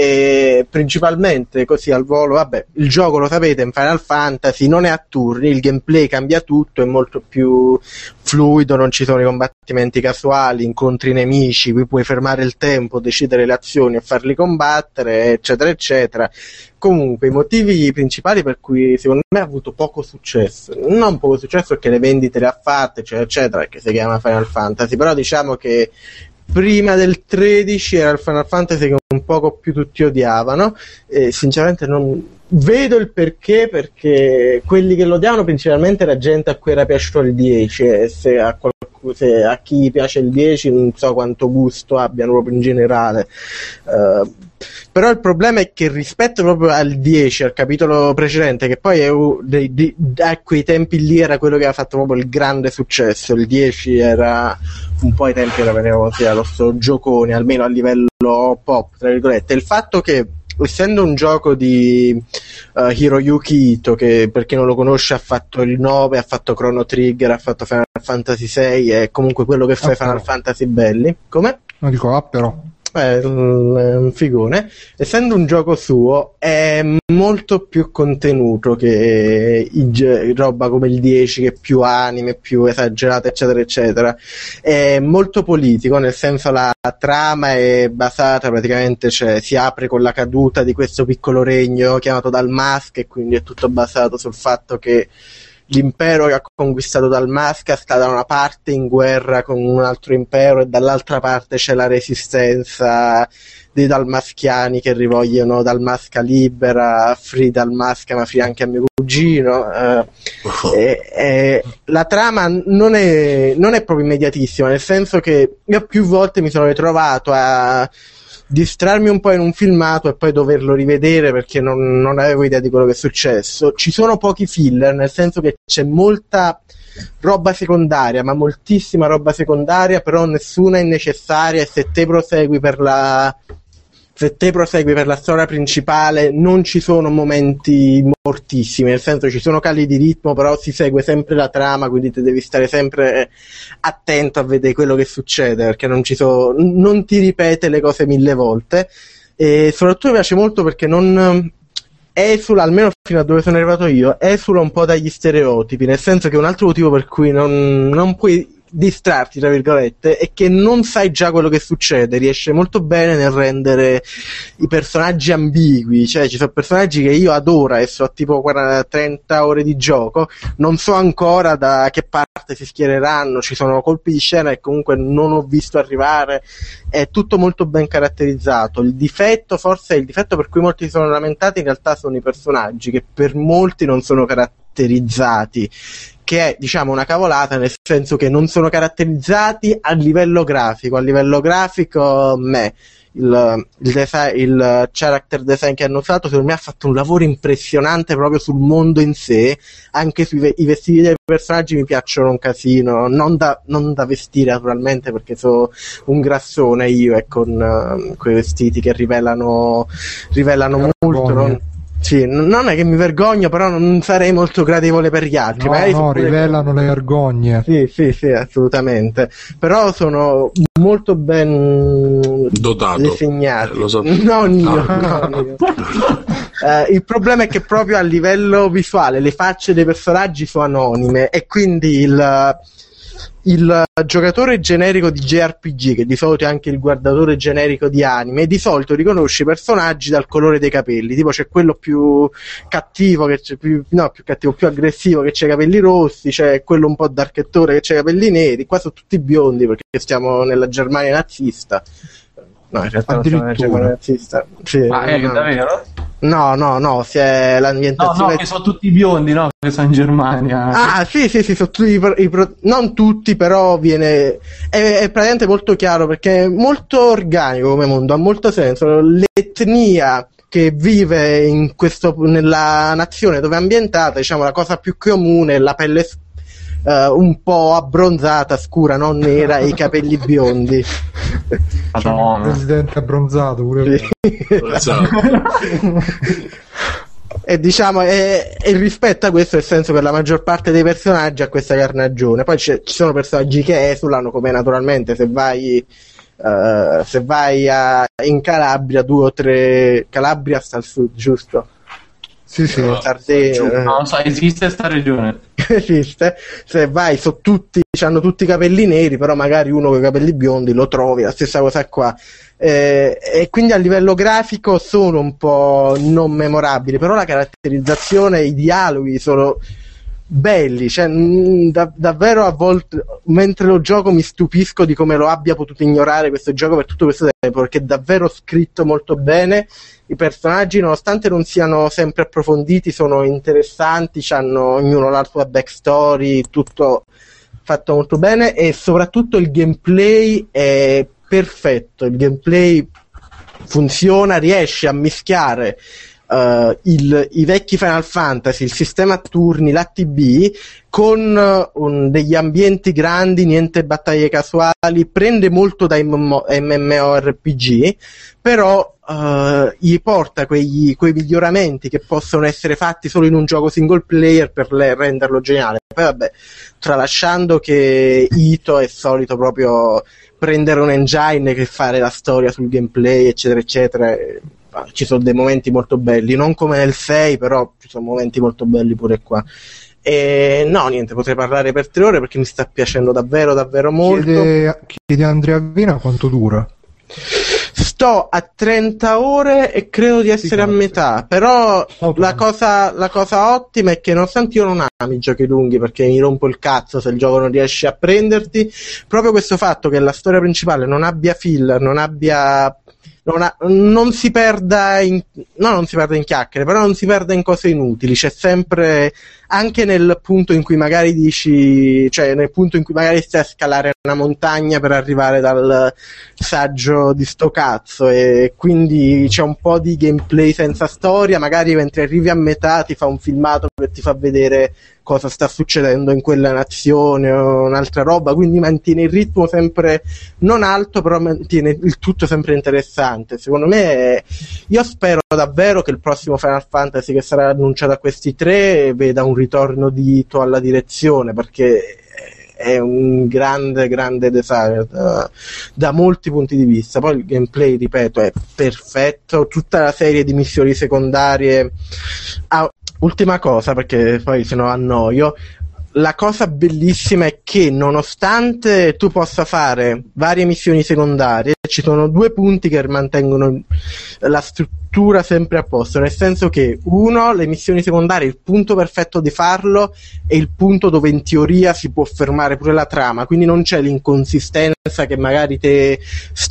S3: e principalmente così al volo, vabbè, il gioco lo sapete, in Final Fantasy non è a turni, il gameplay cambia tutto, è molto più fluido, non ci sono i combattimenti casuali, incontri nemici, qui puoi fermare il tempo, decidere le azioni e farli combattere, eccetera eccetera. Comunque i motivi principali per cui secondo me ha avuto poco successo, non poco successo perché le vendite le ha fatte eccetera eccetera, che si chiama Final Fantasy, però diciamo che prima del tredici era il Final Fantasy che un poco più tutti odiavano e sinceramente non vedo il perché, perché quelli che lo odiavano principalmente era gente a cui era piaciuto il dieci, e se a, qualcuno, se a chi piace il dieci non so quanto gusto abbiano proprio in generale. Uh, però il problema è che rispetto proprio al dieci, al capitolo precedente, che poi è, di, di, a quei tempi lì era quello che aveva fatto proprio il grande successo, il dieci era un po' ai tempi era veniva considerato sto giocone, almeno a livello pop tra virgolette. Il fatto che essendo un gioco di uh, Hiroyuki Ito, che per chi non lo conosce ha fatto il nove, ha fatto Chrono Trigger, ha fatto Final Fantasy sei, è comunque quello che fa
S1: Ah,
S3: Final
S1: però.
S3: Fantasy belli. Come?
S1: No, dico, ah, però.
S3: È un figone. Essendo un gioco suo è molto più contenuto che i ge- roba come il dieci, che è più anime, più esagerata eccetera eccetera. È molto politico, nel senso la trama è basata praticamente, cioè si apre con la caduta di questo piccolo regno chiamato Dalmasca, e quindi è tutto basato sul fatto che l'impero che ha conquistato Dalmasca sta da una parte in guerra con un altro impero e dall'altra parte c'è la resistenza dei dalmaschiani che rivogliono Dalmasca libera, free Dalmasca ma free anche a mio cugino. Eh, e, e la trama non è, non è proprio immediatissima, nel senso che io più volte mi sono ritrovato a distrarmi un po' in un filmato e poi doverlo rivedere perché non, non avevo idea di quello che è successo. Ci sono pochi filler, nel senso che c'è molta roba secondaria, ma moltissima roba secondaria, però nessuna è necessaria, e se te prosegui per la se te prosegui per la storia principale non ci sono momenti mortissimi, nel senso ci sono cali di ritmo, però si segue sempre la trama, quindi te devi stare sempre attento a vedere quello che succede, perché non ci so, non ti ripete le cose mille volte. E soprattutto mi piace molto perché non esula, almeno fino a dove sono arrivato io, esula un po' dagli stereotipi, nel senso che un altro motivo per cui non, non puoi distrarti, tra virgolette, è che non sai già quello che succede. Riesce molto bene nel rendere i personaggi ambigui, cioè ci sono personaggi che io adoro e so tipo quaranta trenta ore di gioco, non so ancora da che parte si schiereranno, ci sono colpi di scena e comunque non ho visto arrivare, è tutto molto ben caratterizzato. Il difetto, forse il difetto per cui molti si sono lamentati, in realtà sono i personaggi, che per molti non sono caratterizzati, che è, diciamo, una cavolata, nel senso che non sono caratterizzati a livello grafico. A livello grafico, me, il, il, design, il character design che hanno usato, secondo me ha fatto un lavoro impressionante proprio sul mondo in sé. Anche sui ve- i vestiti dei personaggi mi piacciono un casino, non da, non da vestire naturalmente, perché sono un grassone io, e con uh, quei vestiti che rivelano, rivelano molto. Non, Sì, non è che mi vergogno, però non sarei molto gradevole per gli altri.
S1: No,
S3: Magari
S1: no, rivelano le vergogne.
S3: Sì, sì, sì, assolutamente. Però sono molto ben
S2: dotato,
S3: disegnati.
S2: Eh, lo so.
S3: Non io,
S2: Ah.
S3: non io. Eh, il problema è che proprio a livello visuale le facce dei personaggi sono anonime, e quindi il il giocatore generico di J R P G, che di solito è anche il guardatore generico di anime, di solito riconosce i personaggi dal colore dei capelli. Tipo c'è quello più cattivo, che c'è più, no, più cattivo, più aggressivo, che c'ha i capelli rossi, c'è quello un po' darchettore che c'ha i capelli neri. Qua sono tutti biondi perché stiamo nella Germania nazista. No, in realtà non siamo nella Germania nazista. Sì,
S4: Ma è
S3: no.
S4: davvero?
S3: No, no, no, si è
S4: No,
S3: l'ambientazione.
S4: no, che sono tutti biondi, no? Che sono in Germania.
S3: Ah, sì, sì, sì, sono tutti i pro- i pro- non tutti, però viene è, è praticamente molto chiaro, perché è molto organico come mondo, ha molto senso. L'etnia che vive in questo, nella nazione dove è ambientata, diciamo, la cosa più comune è la pelle uh, un po' abbronzata, scura, non nera, e i capelli biondi.
S1: Madonna. Il presidente abbronzato pure.
S3: Sì. E diciamo, e, e rispetto a questo, nel senso che la maggior parte dei personaggi ha questa carnagione. Poi ci sono personaggi che esulano, come naturalmente se vai uh, se vai a, in Calabria, due o tre. Calabria sta al sud, giusto?
S1: Sì, sì.
S3: Sardegna,
S4: No, so, esiste sta regione.
S3: Esiste. Se vai, so tutti, hanno tutti i capelli neri, però magari uno con i capelli biondi lo trovi, la stessa cosa qua. Eh, e quindi a livello grafico sono un po' non memorabili, però la caratterizzazione, i dialoghi sono belli, cioè mh, da, davvero a volte mentre lo gioco mi stupisco di come lo abbia potuto ignorare questo gioco per tutto questo tempo, perché è davvero scritto molto bene. I personaggi, nonostante non siano sempre approfonditi, sono interessanti, hanno ognuno la sua backstory, tutto fatto molto bene, e soprattutto il gameplay è perfetto. Il gameplay funziona, riesce a mischiare uh, il, i vecchi Final Fantasy, il sistema a turni, l'A T B, con uh, un, degli ambienti grandi, niente battaglie casuali, prende molto da MMORPG, però uh, gli porta quegli, quei miglioramenti che possono essere fatti solo in un gioco single player per le, renderlo geniale. Poi vabbè, tralasciando che Ito è solito proprio prendere un engine che fare la storia sul gameplay, eccetera eccetera, e, ah, ci sono dei momenti molto belli, non come nel sei, però ci sono momenti molto belli pure qua. E no, niente, potrei parlare per tre ore perché mi sta piacendo davvero davvero molto.
S1: Chiede, chiede Andrea Vina quanto dura.
S3: Sto a trenta ore e credo di essere a metà, però la cosa, la cosa ottima è che, nonostante io non ami i giochi lunghi perché mi rompo il cazzo se il gioco non riesce a prenderti, proprio questo fatto che la storia principale non abbia filler, non abbia non, ha, non si perda in, no, non si perde in chiacchiere, però non si perde in cose inutili. C'è sempre, anche nel punto in cui magari dici, cioè nel punto in cui magari stai a scalare una montagna per arrivare dal saggio di sto cazzo, e quindi c'è un po' di gameplay senza storia, magari mentre arrivi a metà ti fa un filmato che ti fa vedere cosa sta succedendo in quella nazione o un'altra roba, quindi mantiene il ritmo sempre non alto, però mantiene il tutto sempre interessante. Secondo me, io spero davvero che il prossimo Final Fantasy che sarà annunciato a questi tre veda un ritorno di Ito alla direzione, perché è un grande grande designer da, da molti punti di vista. Poi il gameplay, ripeto, è perfetto, tutta la serie di missioni secondarie. Ah, ultima cosa, perché poi se no annoio, la cosa bellissima è che nonostante tu possa fare varie missioni secondarie, ci sono due punti che mantengono la struttura sempre a posto, nel senso che uno, le missioni secondarie, il punto perfetto di farlo è il punto dove in teoria si può fermare pure la trama, quindi non c'è l'inconsistenza che magari te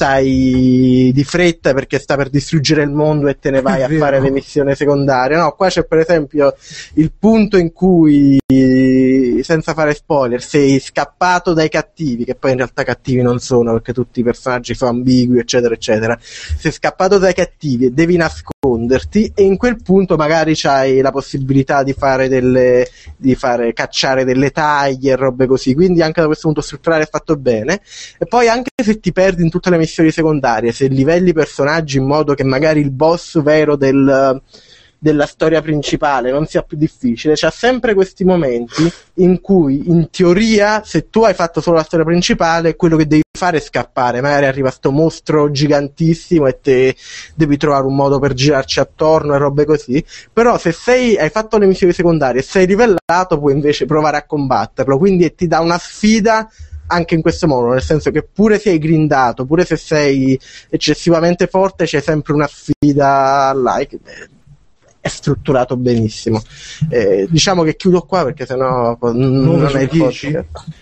S3: stai di fretta perché sta per distruggere il mondo e te ne vai a fare le missioni secondarie. No, qua c'è per esempio il punto in cui, senza fare spoiler, sei scappato dai cattivi, che poi in realtà cattivi non sono perché tutti i personaggi sono ambigui eccetera eccetera, sei scappato dai cattivi e devi nasconderti, e in quel punto magari c'hai la possibilità di fare delle di fare cacciare delle taglie e robe così, quindi anche da questo punto strutturale è fatto bene. E poi anche se ti perdi in tutte le missioni secondarie, se livelli i personaggi in modo che magari il boss vero del della storia principale non sia più difficile, c'ha sempre questi momenti in cui in teoria se tu hai fatto solo la storia principale quello che devi fare è scappare, magari arriva sto mostro gigantissimo e te devi trovare un modo per girarci attorno e robe così, però se sei hai fatto le missioni secondarie e sei livellato puoi invece provare a combatterlo, quindi ti dà una sfida anche in questo modo, nel senso che pure se hai grindato, pure se sei eccessivamente forte, c'è sempre una sfida like. È strutturato benissimo. Eh, diciamo che chiudo qua perché sennò non è il podcast.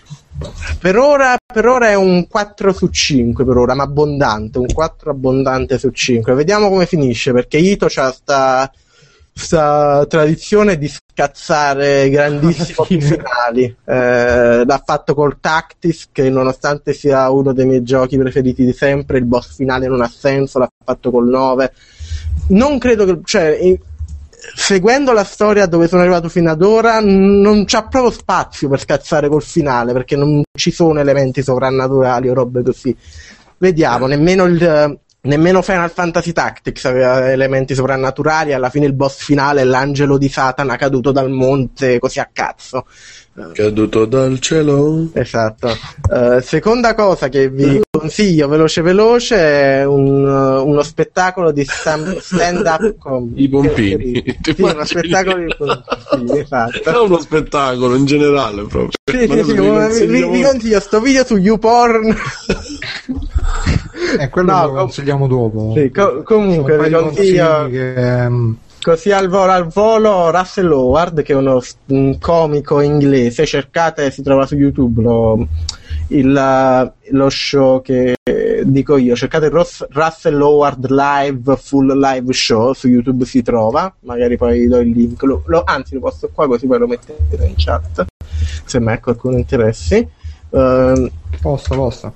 S3: Per ora, per ora è un quattro su cinque per ora, ma abbondante, un quattro abbondante su cinque. Vediamo come finisce, perché Ito c'ha sta sta tradizione di scazzare grandissimi finali. Eh, l'ha fatto col Tactics, che nonostante sia uno dei miei giochi preferiti di sempre, il boss finale non ha senso. L'ha fatto col nove. Non credo che, cioè, seguendo la storia dove sono arrivato fino ad ora, non c'ha proprio spazio per scazzare col finale, perché non ci sono elementi sovrannaturali o robe così. Vediamo, nemmeno il nemmeno Final Fantasy Tactics aveva elementi sovrannaturali. Alla fine il boss finale è l'angelo di Satana caduto dal monte così a cazzo,
S2: caduto dal cielo.
S3: Esatto. Uh, seconda cosa che vi consiglio veloce veloce è un, uh, uno spettacolo di stand, stand up com-
S2: i pompini.
S3: Sì, uno spettacolo di pompini, esatto.
S2: È uno spettacolo in generale proprio.
S3: Sì, sì, sì, vi, vi, vi consiglio sto video su YouPorn.
S1: E eh, quello no, lo consigliamo dopo.
S3: Sì, co- comunque vi consiglio che, um... così al volo, al volo Russell Howard, che è uno un comico inglese, cercate, si trova su YouTube lo, il, lo show che dico io, cercate Ross, Russell Howard live, full live show, su YouTube si trova, magari poi do il link, lo, lo, anzi lo posto qua così poi lo mettete in chat se mai qualcuno interessi. Uh,
S1: posta posta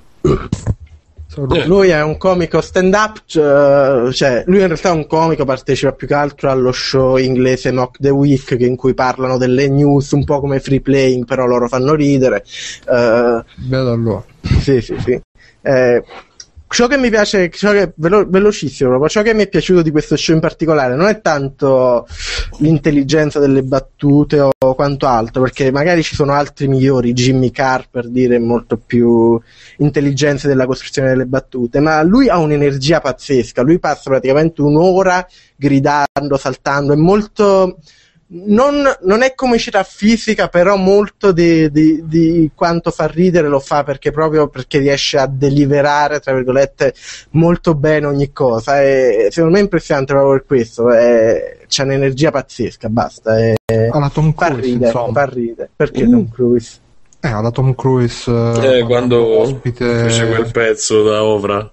S3: Lui è un comico stand up, cioè lui in realtà è un comico, partecipa più che altro allo show inglese Mock the Week, che in cui parlano delle news un po' come Free Playing, però loro fanno ridere. Uh,
S1: Bello allora.
S3: Sì, sì, sì. Eh, ciò che mi piace, ciò che, velo- velocissimo proprio, ciò che mi è piaciuto di questo show in particolare non è tanto l'intelligenza delle battute o quanto altro, perché magari ci sono altri migliori, Jimmy Carr per dire, molto più intelligenze della costruzione delle battute, ma lui ha un'energia pazzesca, lui passa praticamente un'ora gridando, saltando, è molto... Non, non è comicità fisica, però molto di, di, di quanto fa ridere lo fa perché proprio perché riesce a deliberare, tra virgolette, molto bene ogni cosa. E secondo me è impressionante proprio per questo. È, c'è un'energia pazzesca, basta. È,
S1: alla Tom
S3: fa
S1: Cruise,
S3: ridere,
S1: insomma.
S3: fa ridere. Perché
S1: uh.
S3: Tom Cruise?
S1: Eh, alla Tom Cruise
S2: eh, quando
S1: ospite...
S2: fece quel pezzo da Ovra.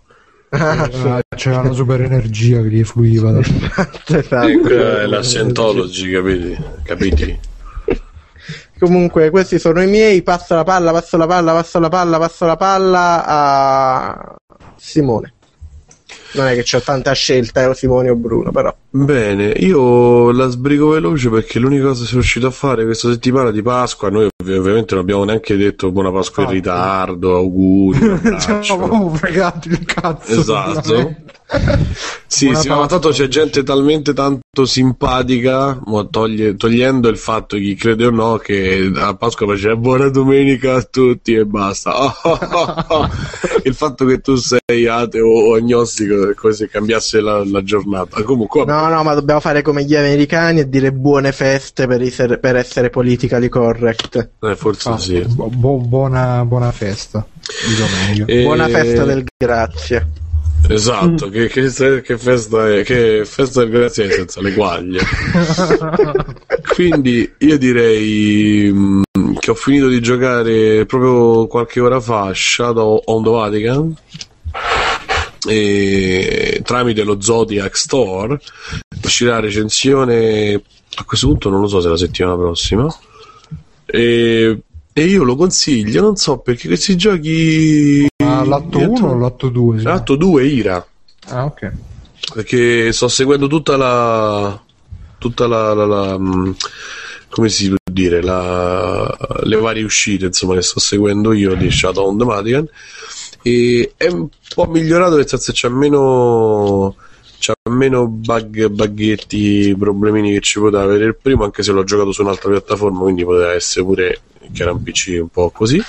S1: Ah, c'era una super energia che gli fluiva da...
S3: Esatto.
S2: Ecco, è la Scientology, capiti? capiti?
S3: Comunque questi sono i miei. Passo la palla, passo la palla, passo la palla, passo la palla a Simone. Non è che c'ho tanta scelta, eh, o Simone o Bruno, però.
S2: Bene, io la sbrigo veloce perché l'unica cosa che sono riuscito a fare questa settimana di Pasqua, noi ov- ovviamente non abbiamo neanche detto buona Pasqua in ritardo, auguri, un abbraccio.
S1: Siamo fregati il cazzo.
S2: Esatto. Sì,
S1: Buona
S2: sì, ma
S1: Pasqua.
S2: tanto c'è gente talmente tanto simpatica, ma toglie- togliendo il fatto, chi crede o no, che a Pasqua faceva buona domenica a tutti e basta. Oh, oh, oh, oh. Il fatto che tu sei ateo o agnostico è come se cambiasse la, la giornata. Comunque, vabbè.
S3: No, no, ma dobbiamo fare come gli americani e dire buone feste per, essere- per essere politically correct.
S2: Eh, forse
S1: Ah,
S2: sì.
S1: bu- bu- buona, buona festa di domenica.
S2: E-
S3: Buona festa del grazie.
S2: Esatto, che, che, che festa è? Che festa del grazie è senza le guaglie. Quindi io direi mh, che ho finito di giocare proprio qualche ora fa Shadow on the Vatican e tramite lo Zodiac Store uscirà la recensione a questo punto, non lo so se la settimana prossima, e, e io lo consiglio, non so perché questi giochi
S1: Ah, l'atto uno o l'atto due?
S2: l'atto due Ira,
S1: Ah, ok.
S2: perché sto seguendo tutta la tutta la, la, la mh, come si può dire la, le varie uscite insomma che sto seguendo io di Shadow on the Vatican, e è un po' migliorato nel senso che c'è meno c'è meno bug, buggetti, problemini che ci poteva avere il primo, anche se l'ho giocato su un'altra piattaforma, quindi poteva essere pure che era un P C un po' così.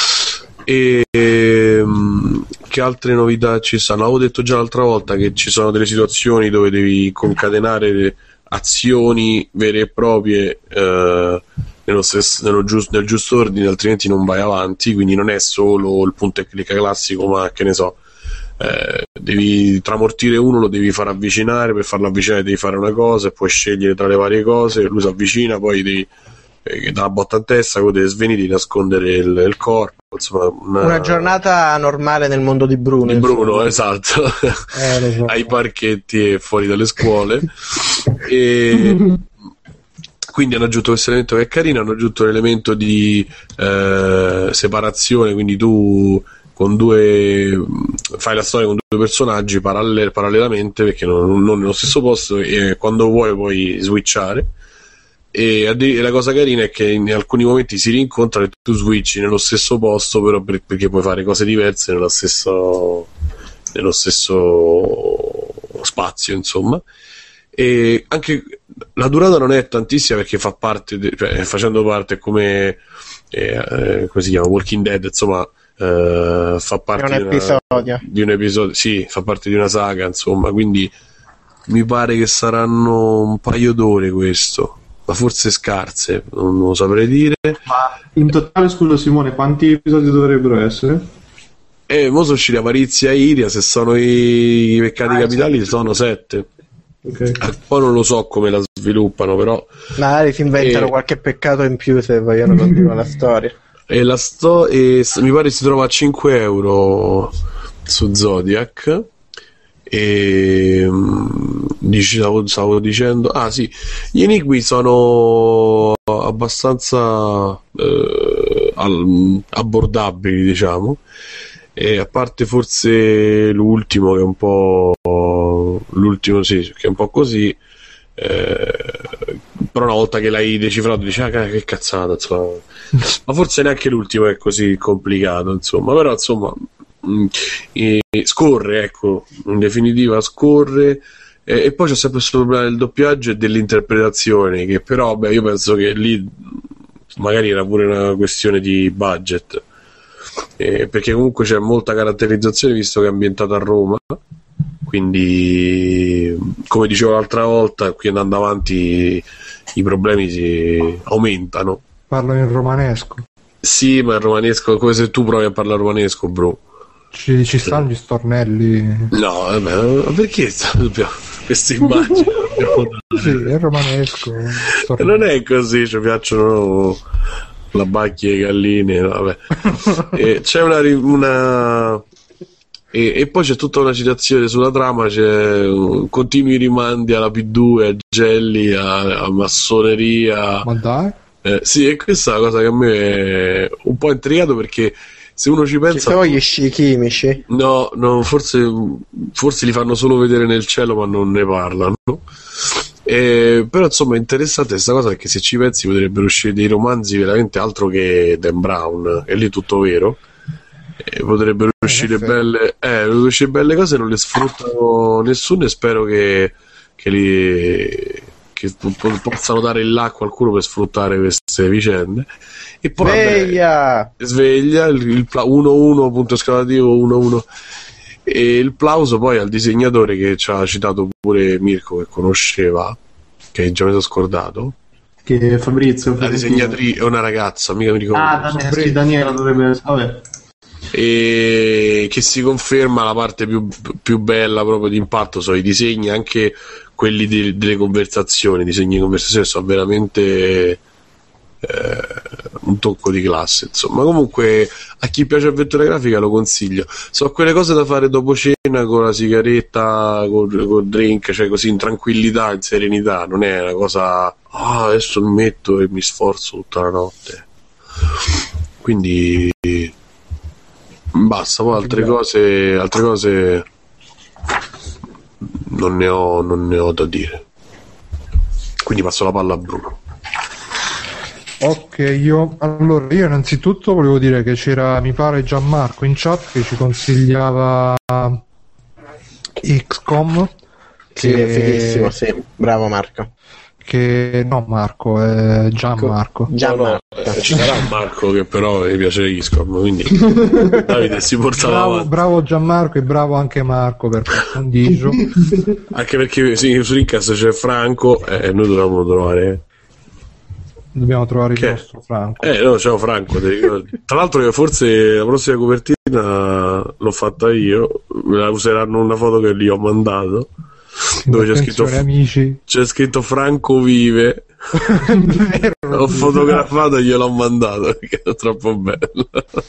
S2: E ehm, che altre novità ci sono? Avevo detto già l'altra volta che ci sono delle situazioni dove devi concatenare le azioni vere e proprie eh, nello stesso, nello giusto, nel giusto ordine, altrimenti non vai avanti. Quindi non è solo il punto e clicca classico, ma che ne so, eh, devi tramortire uno, lo devi far avvicinare, per farlo avvicinare devi fare una cosa e puoi scegliere tra le varie cose, lui si avvicina, poi devi eh, dà la botta in testa, poi devi svenire di nascondere il, il corpo, insomma una...
S3: Una giornata normale nel mondo di Bruno.
S2: di Bruno,
S3: insomma.
S2: esatto.
S1: Eh, lo so.
S2: Ai parchetti e fuori dalle scuole. E quindi hanno aggiunto questo elemento che è carino, hanno aggiunto l'elemento di eh, separazione, quindi tu con due fai la storia con due personaggi paralle- parallelamente, perché non, non nello stesso posto, e quando vuoi puoi switchare. E addi- la cosa carina è che in alcuni momenti si rincontrano e tu switchi nello stesso posto, però per- perché puoi fare cose diverse nello stesso nello stesso spazio, insomma. E anche la durata non è tantissima, perché fa parte de- cioè, facendo parte come eh, eh, come si chiama, Walking Dead, insomma, eh, fa parte
S3: È un
S2: di, una,
S3: episodio.
S2: di un episodio, sì, fa parte di una saga, insomma, quindi mi pare che saranno un paio d'ore questo, ma forse scarse, non lo saprei dire.
S4: Ma in totale, scusa Simone, quanti episodi dovrebbero essere?
S2: E mo sono usciti Avarizia e Iria, se sono i, i peccati
S4: Ah,
S2: capitali
S4: sì.
S2: sono sette.
S4: Ok.
S2: Ah, poi non lo so come la sviluppano, però
S3: Magari si inventano
S2: E-
S3: qualche peccato in più se vogliono continuare la storia.
S2: e la sto e s- mi pare si trova a cinque euro su Zodiac. E mm, dici- stavo, stavo dicendo, ah sì, gli enigmi sono abbastanza eh, al- abbordabili, diciamo, e a parte forse l'ultimo che è un po' l'ultimo sì, che è un po' così, eh, però una volta che l'hai decifrato dici ah che cazzata, insomma. Ma forse neanche l'ultimo è così complicato, insomma, però insomma mh, e scorre, ecco, in definitiva scorre. E, e poi c'è sempre questo problema del doppiaggio e dell'interpretazione, che però beh, io penso che lì magari era pure una questione di budget, eh, perché comunque c'è molta caratterizzazione visto che è ambientato a Roma, quindi come dicevo l'altra volta, qui andando avanti i problemi si aumentano.
S1: Parlano in romanesco.
S2: Sì, ma il romanesco, come se tu provi a parlare romanesco, bro.
S1: Ci, ci stanno gli stornelli.
S2: No, vabbè, perché dobbiamo queste immagini? Dobbiamo dare?
S1: Sì, è romanesco. stornelli.
S2: Non è così, ci piacciono la bacchia e le galline, vabbè. E c'è una, ri- una E, e poi c'è tutta una citazione sulla trama, c'è uh, continui rimandi alla P due, a Gelli, a, a massoneria.
S1: Ma dai?
S2: Eh, sì, e questa è una cosa che a me è un po' intrigato, perché se uno ci pensa...
S3: Ci sono gli sci chimici?
S2: No, no, forse, forse li fanno solo vedere nel cielo ma non ne parlano. Eh, però insomma è interessante questa cosa, perché se ci pensi potrebbero uscire dei romanzi veramente altro che Dan Brown, e lì tutto vero. Eh, potrebbero
S1: eh,
S2: uscire belle, eh, potrebbero uscire belle cose, non le sfruttano nessuno, e spero che, che, li, che po- possano dare il là a qualcuno per sfruttare queste vicende. E poi
S3: sveglia
S2: vabbè, sveglia il, il pla- uno uno punto esclamativo uno uno, e il plauso poi al disegnatore che ci ha citato pure Mirko, che conosceva, che già mi sono scordato,
S4: che è Fabrizio,
S2: la disegnatrice è una ragazza, mica mi ricordo.
S4: ah Daniela, sì, Daniela dovrebbe, vabbè.
S2: E che si conferma la parte più, più bella proprio di impatto sono i disegni, anche quelli di, delle conversazioni. I disegni di conversazione sono veramente eh, un tocco di classe, insomma. Comunque a chi piace avventura grafica lo consiglio. Sono quelle cose da fare dopo cena con la sigaretta, col, col drink, cioè così in tranquillità, in serenità. Non è una cosa ah, adesso mi metto e mi sforzo tutta la notte. Quindi basta, poi altre cose, altre cose non ne ho, non ne ho da dire. Quindi passo la palla a Bruno.
S1: Ok, io allora io innanzitutto volevo dire che c'era, mi pare, Gianmarco in chat che ci consigliava X COM.
S3: Sì,
S1: che...
S3: è fighissimo, sì, bravo Marco.
S1: Che no, Marco, è Gianmarco.
S3: Gianmarco.
S2: No, no, ci sarà Marco che però mi piace Xcom, quindi Davide si porta
S1: bravo,
S2: avanti.
S1: bravo Gianmarco e bravo anche Marco per il condicio.
S2: Anche perché sì, su Rincast c'è Franco e eh, noi dobbiamo trovare.
S1: Dobbiamo trovare
S2: che?
S1: il nostro Franco.
S2: Eh no, ciao Franco. Tra l'altro forse la prossima copertina l'ho fatta io, me la useranno una foto che gli ho mandato. Dove c'è scritto,
S1: amici.
S2: c'è scritto Franco vive. L'ho fotografato e gliel'ho mandato perché è troppo bello.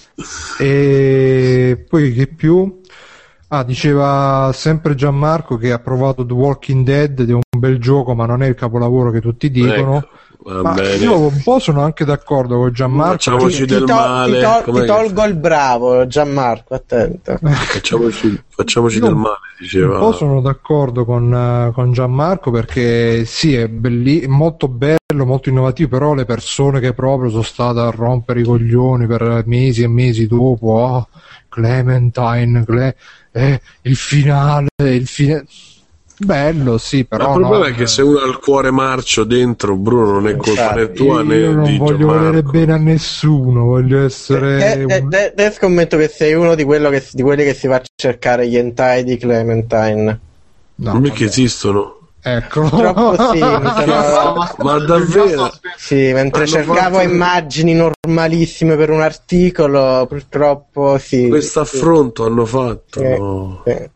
S1: E poi che più? Ah, diceva sempre Gianmarco che ha provato The Walking Dead ed è un bel gioco, ma non è il capolavoro che tutti dicono.
S2: Ecco. Va
S1: Ma
S2: bene.
S1: io un po' sono anche d'accordo con Gianmarco.
S2: Facciamoci
S3: Ti,
S2: del
S3: ti, to-
S2: male.
S3: ti, to-
S2: Com'è
S3: ti tolgo
S2: che...
S3: il bravo, Gianmarco, attento.
S2: Facciamoci, facciamoci del male, diceva.
S1: Un po' sono d'accordo con, uh, con Gianmarco, perché sì, è belli- molto bello, molto innovativo, però le persone che proprio sono state a rompere i coglioni per mesi e mesi dopo, oh, Clementine, Cle- eh, il finale, il finale... Bello, sì, però
S2: Ma il problema
S1: no,
S2: è che se uno ha il cuore marcio dentro, Bruno, non è colpa né tua né
S1: io non
S2: di
S1: voglio
S2: Gianmarco.
S1: volere bene a nessuno, voglio essere
S3: Eh, eh,
S1: un-
S3: eh, eh, scommetto che sei uno di, quello che, di quelli che si va a cercare gli hentai di Clementine.
S1: no,
S2: Perché
S1: vabbè.
S2: esistono?
S1: Ecco.
S3: Purtroppo sì, mi sono-
S2: Ma davvero?
S3: sì, mentre
S2: Hanno
S3: cercavo
S2: fatto-
S3: immagini normalissime per un articolo, purtroppo sì.
S2: Questo affronto hanno fatto?
S3: Eh,
S2: No.
S3: eh.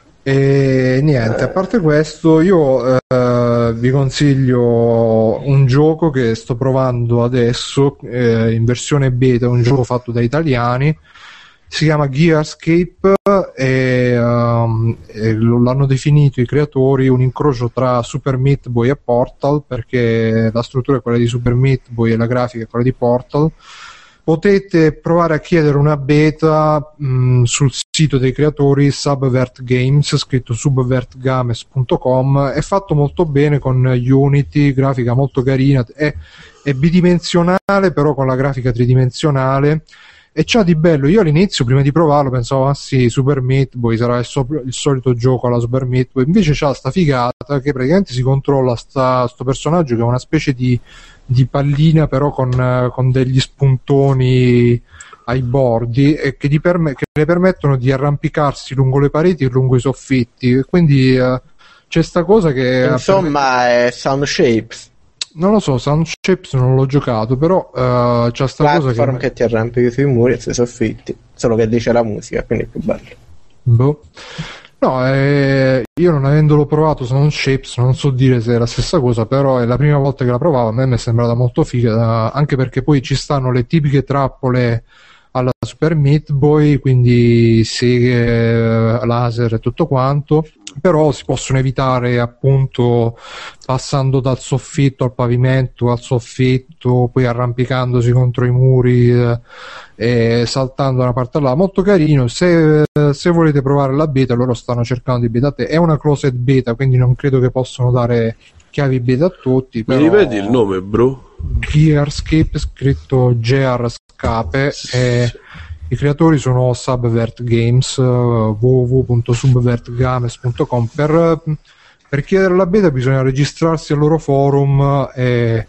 S1: E niente, a parte questo, io eh, vi consiglio un gioco che sto provando adesso eh, in versione beta, un gioco fatto da italiani, si chiama Gearscape e, um, e lo- l'hanno definito i creatori un incrocio tra Super Meat Boy e Portal, perché la struttura è quella di Super Meat Boy e la grafica è quella di Portal. Potete provare a chiedere una beta mh, sul sito dei creatori Subvert Games, scritto subvertgames punto com. È fatto molto bene con Unity, grafica molto carina, è, è bidimensionale però con la grafica tridimensionale, e c'ha di bello. Io all'inizio, prima di provarlo, pensavo ah sì, Super Meat Boy sarà il, so- il solito gioco alla Super Meat Boy, invece c'ha sta figata che praticamente si controlla sta, sto personaggio che è una specie di di pallina però con, con degli spuntoni ai bordi, e che, gli perme- che le permettono di arrampicarsi lungo le pareti e lungo i soffitti, e quindi uh, c'è sta cosa che
S3: Insomma, è Sound Shapes,
S1: non lo so, Sound Shapes non l'ho giocato, però uh, c'è sta cosa
S3: platform
S1: che,
S3: che ti arrampichi sui muri e sui soffitti, solo che dice la musica, quindi è più bello.
S1: boh. No, eh, io non avendolo provato Sound Shapes non so dire se è la stessa cosa, però è la prima volta che la provavo, a me mi è sembrata molto figa, anche perché poi ci stanno le tipiche trappole alla Super Meat Boy, quindi seghe, laser e tutto quanto, però si possono evitare appunto passando dal soffitto al pavimento, al soffitto, poi arrampicandosi contro i muri eh, e saltando da una parte all'altra. Molto carino. Se, se volete provare la beta, loro stanno cercando di beta te, è una closed beta, quindi non credo che possano dare chiavi beta a tutti.
S2: Mi ripeti il nome, bro?
S1: Gearscape, scritto Gearscape, e i creatori sono Subvert Games, uh, w w w punto subvert games punto com. Per, per chiedere la beta bisogna registrarsi al loro forum e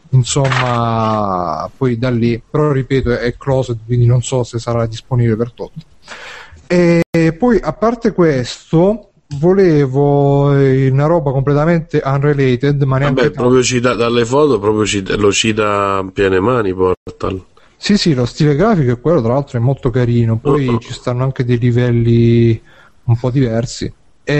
S1: insomma poi da lì, però ripeto è closed, quindi non so se sarà disponibile per tutti. E poi a parte questo volevo una roba completamente unrelated, ma neanche
S2: Vabbè, proprio cita, dalle foto proprio cita, lo cita a piene mani Portal.
S1: Sì, sì, lo stile grafico è quello, tra l'altro è molto carino, poi uh-huh. ci stanno anche dei livelli un po' diversi.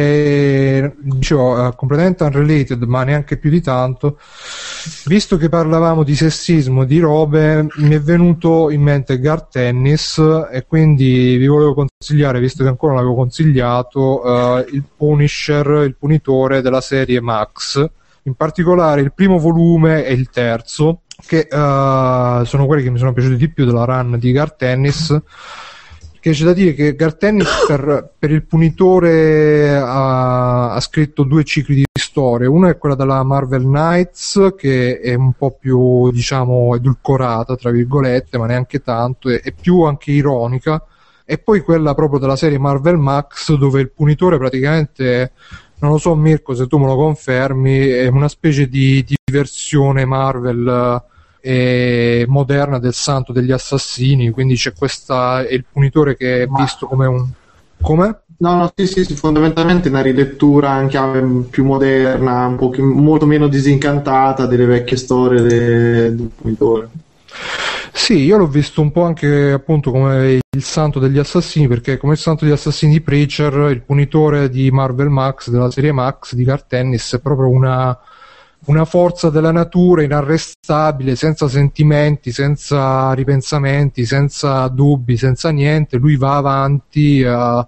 S1: E dicevo, uh, completamente unrelated, ma neanche più di tanto, visto che parlavamo di sessismo, di robe, mi è venuto in mente Gar Tennis e quindi vi volevo consigliare, visto che ancora non l'avevo consigliato, uh, il Punisher, il punitore della serie Max, in particolare il primo volume e il terzo, che uh, sono quelli che mi sono piaciuti di più della run di Gar Tennis. Che c'è da dire che Gar Tennis per, per il punitore ha, ha scritto due cicli di storie. Una è quella della Marvel Knights, che è un po' più, diciamo, edulcorata tra virgolette, ma neanche tanto, è, è più anche ironica, e poi quella proprio della serie Marvel Max, dove il punitore praticamente, non lo so Mirko se tu me lo confermi, è una specie di, di versione Marvel e moderna del Santo degli Assassini, quindi c'è questa, è il punitore che è visto come un come?
S4: No, no, sì, sì, sì, fondamentalmente una rilettura in chiave più moderna, un po' molto meno disincantata delle vecchie storie de, del punitore.
S1: Sì, io l'ho visto un po' anche appunto come il Santo degli Assassini, perché come il Santo degli Assassini di Preacher, il punitore di Marvel Max, della serie Max di Gar Tennis, è proprio una una forza della natura inarrestabile, senza sentimenti, senza ripensamenti, senza dubbi, senza niente. Lui va avanti uh,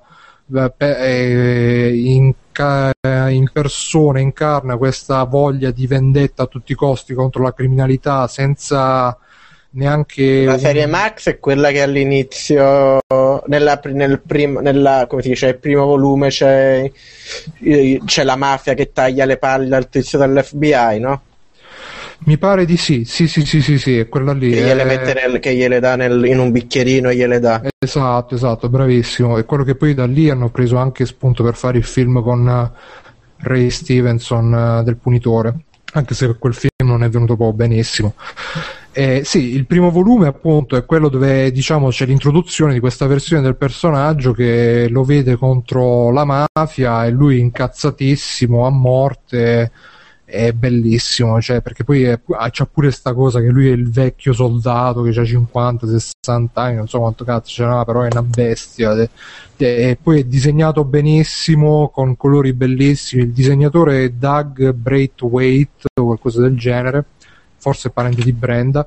S1: in, in persona, incarna questa voglia di vendetta a tutti i costi contro la criminalità, senza neanche
S3: la
S1: un...
S3: serie Max è quella che all'inizio nella, nel prim, nella, come si dice, il primo volume c'è, c'è la mafia che taglia le palle al tizio dell'F B I, no?
S1: Mi pare di sì, sì, sì, sì, sì, sì, è quella lì.
S3: Che gliele,
S1: è...
S3: mette nel, che gliele dà nel, in un bicchierino e gliele dà.
S1: Esatto, esatto, bravissimo. È quello che poi da lì hanno preso anche spunto per fare il film con Ray Stevenson del punitore, anche se quel film non è venuto proprio benissimo. Eh, sì, il primo volume appunto è quello dove, diciamo, c'è l'introduzione di questa versione del personaggio che lo vede contro la mafia e lui incazzatissimo a morte. È bellissimo, cioè, perché poi è, c'ha pure sta cosa che lui è il vecchio soldato che ha cinquanta sessanta anni, non so quanto cazzo ce n'ha, però è una bestia. E poi è disegnato benissimo, con colori bellissimi. Il disegnatore è Doug Braithwaite o qualcosa del genere, forse è parente di Brenda.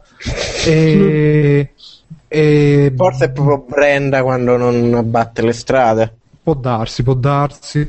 S1: E, e
S3: forse è proprio Brenda quando non abbatte le strade.
S1: Può darsi, può darsi.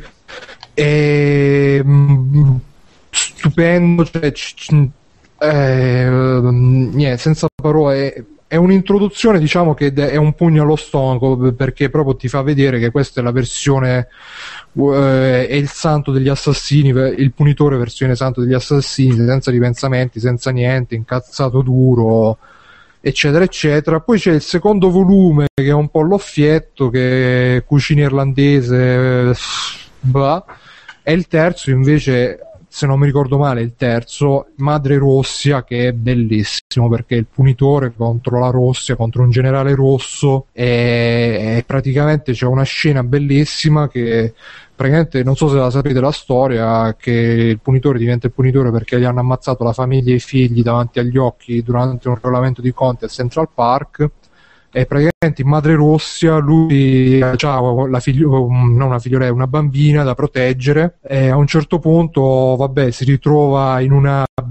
S1: E mh, stupendo, cioè, c- c- eh, niente, senza parole. È, è un'introduzione, diciamo, che è un pugno allo stomaco, perché proprio ti fa vedere che questa è la versione, eh, è il Santo degli Assassini, il punitore versione Santo degli Assassini, senza ripensamenti, senza niente, incazzato duro, eccetera eccetera. Poi c'è il secondo volume che è un po' l'offietto, che è cucina irlandese, bah. E il terzo invece, se non mi ricordo male, il terzo, Madre Rossia, che è bellissimo perché il punitore contro la Rossia, contro un generale rosso, e, e praticamente c'è una scena bellissima che praticamente, non so se la sapete la storia, che il punitore diventa il punitore perché gli hanno ammazzato la famiglia e i figli davanti agli occhi durante un regolamento di conti a Central Park. E praticamente in Madre Rossia lui ha la figlio, non una figlioletta, una bambina da proteggere, e a un certo punto vabbè si ritrova in una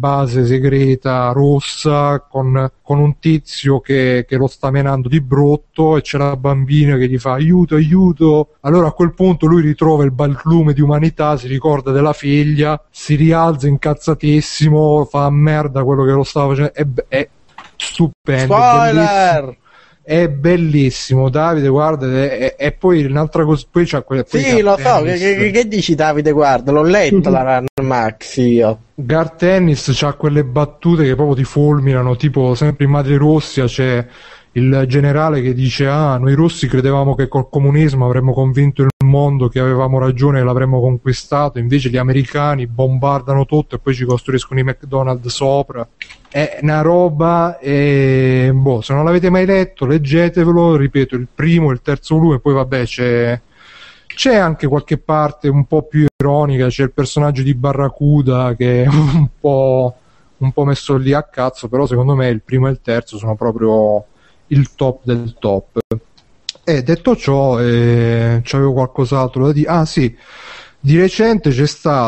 S1: base segreta rossa con, con un tizio che, che lo sta menando di brutto, e c'è la bambina che gli fa aiuto, aiuto. Allora a quel punto lui ritrova il barlume di umanità, si ricorda della figlia, si rialza incazzatissimo, fa merda quello che lo stava facendo. È, è stupendo.
S3: Spoiler!
S1: È bellissimo, Davide, guarda, e, e poi un'altra cosa, poi c'ha quelle...
S3: Sì, lo so, che, che, che dici Davide, guarda, l'ho letto la Run Max io.
S1: Garth Ennis c'ha quelle battute che proprio ti fulminano, tipo sempre in Madre Russia c'è il generale che dice ah, noi russi credevamo che col comunismo avremmo convinto il mondo, che avevamo ragione, che l'avremmo conquistato, invece gli americani bombardano tutto e poi ci costruiscono i McDonald's sopra. È una roba, e boh, se non l'avete mai letto leggetevelo, ripeto, il primo e il terzo volume, poi vabbè c'è c'è anche qualche parte un po' più ironica, c'è il personaggio di Barracuda che è un po' un po' messo lì a cazzo, però secondo me il primo e il terzo sono proprio il top del top. E detto ciò, eh, c'avevo qualcos'altro da dire. Ah sì, di recente c'è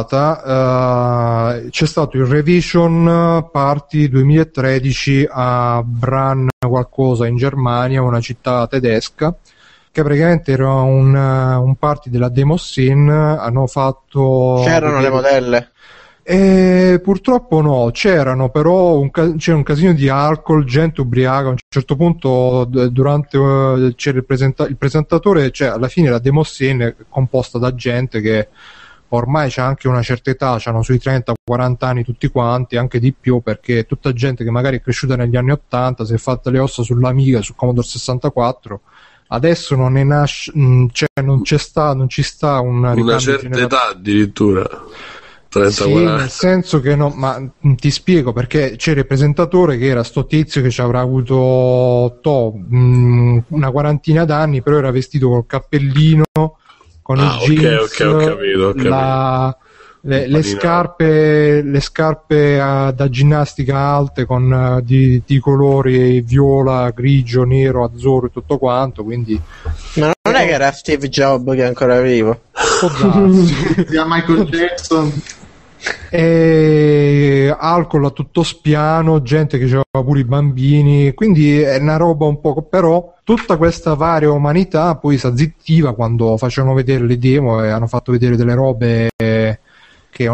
S1: stata uh, c'è stato il Revision Party duemilatredici a Brann qualcosa in Germania, una città tedesca, che praticamente era un, un party della demo scene. Hanno fatto,
S3: c'erano le modelle?
S1: E purtroppo no, c'erano però un, c'era un casino di alcol, gente ubriaca. A un certo punto durante uh, c'era il, presenta- il presentatore, cioè alla fine la demo scene è composta da gente che ormai c'ha anche una certa età, c'hanno sui trenta quaranta anni tutti quanti, anche di più, perché è tutta gente che magari è cresciuta negli anni ottanta, si è fatta le ossa sull'Amiga, sul Commodore sessantaquattro. Adesso non ne nasce, cioè non c'è sta, non ci sta una,
S2: una certa generale. Età addirittura.
S1: Sì, nel senso che no, ma ti spiego, perché c'era il presentatore che era sto tizio che ci avrà avuto to, mh, una quarantina d'anni, però era vestito col cappellino, con
S2: ah,
S1: i jeans,
S2: okay, okay, ho capito, ho capito.
S1: La, le, le scarpe, le scarpe uh, da ginnastica alte con uh, di, di colori viola, grigio, nero, azzurro e tutto quanto, quindi...
S3: Ma non è che era Steve Jobs che è ancora vivo?
S4: Si chiama Michael Jackson.
S1: E alcol a tutto spiano, gente che c'aveva pure i bambini, quindi è una roba un po', però tutta questa varia umanità poi si azzittiva quando facevano vedere le demo, e hanno fatto vedere delle robe che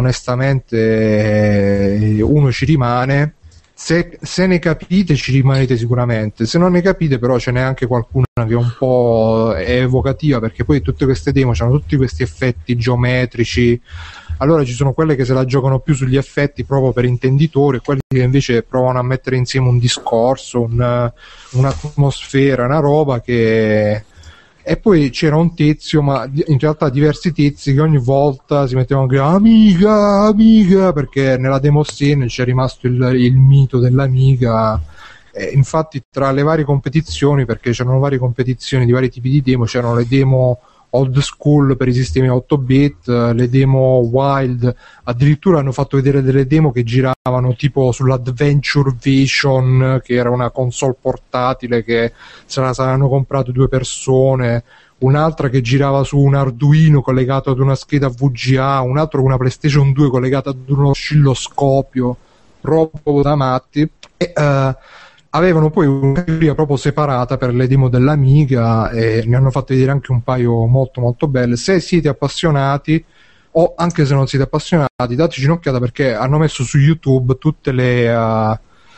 S1: onestamente uno ci rimane. Se, se ne capite ci rimanete sicuramente, se non ne capite però ce n'è anche qualcuna che un po' è evocativa, perché poi tutte queste demo hanno tutti questi effetti geometrici. Allora ci sono quelle che se la giocano più sugli effetti proprio per intenditori, e quelli che invece provano a mettere insieme un discorso, un, un'atmosfera, una roba che... E poi c'era un tizio, ma in realtà diversi tizi, che ogni volta si mettevano a gridare amiga, amiga, perché nella demo scene c'è rimasto il, il mito dell'amiga. E infatti tra le varie competizioni, perché c'erano varie competizioni di vari tipi di demo, c'erano le demo old school per i sistemi otto bit, le demo wild, addirittura hanno fatto vedere delle demo che giravano tipo sull'Adventure Vision, che era una console portatile che se la saranno comprato due persone, un'altra che girava su un Arduino collegato ad una scheda V G A, un altro con una PlayStation due collegata ad uno oscilloscopio, proprio da matti. E uh, avevano poi una categoria proprio separata per le demo dell'Amiga, e ne hanno fatte vedere anche un paio molto molto belle. Se siete appassionati, o anche se non siete appassionati, dateci un'occhiata, perché hanno messo su YouTube tutte le uh,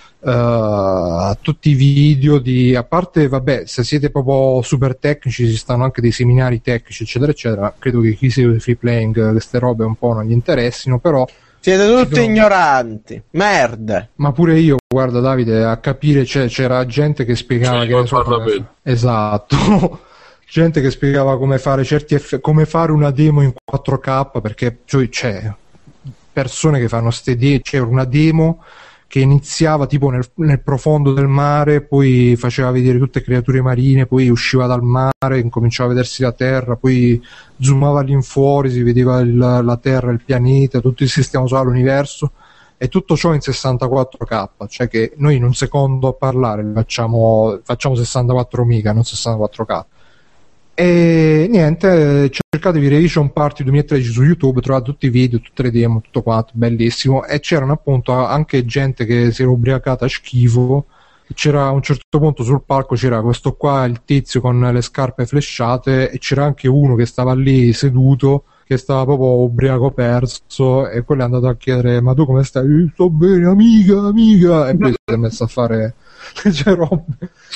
S1: uh, tutti i video di, a parte vabbè, se siete proprio super tecnici ci stanno anche dei seminari tecnici eccetera eccetera. Credo che chi segue free playing queste robe un po' non gli interessino, però
S3: siete tutti sono... ignoranti, merda.
S1: Ma pure io, guarda Davide, a capire c'è, c'era gente che spiegava che ne so, come... esatto, gente che spiegava come fare certi eff... come fare una demo in quattro K, perché cioè, c'è persone che fanno ste de... c'è una demo che iniziava tipo nel, nel profondo del mare, poi faceva vedere tutte creature marine, poi usciva dal mare, incominciava a vedersi la terra, poi zoomava all'infuori, si vedeva il, la terra, il pianeta, tutto il sistema solare, l'universo, e tutto ciò in sessantaquattro K, cioè che noi in un secondo a parlare facciamo, facciamo sessantaquattro miga, non sessantaquattro K. E niente, cercatevi Revision Party duemilatredici su YouTube, trovate tutti i video, tutte le demo, tutto quanto, bellissimo. E c'erano appunto anche gente che si era ubriacata a schifo. C'era a un certo punto sul palco, c'era questo qua, il tizio con le scarpe flashate, e c'era anche uno che stava lì seduto, che stava proprio ubriaco perso, e quello è andato a chiedere: ma tu come stai? Io sto bene, amica, amica, e poi si è messo a fare le robe.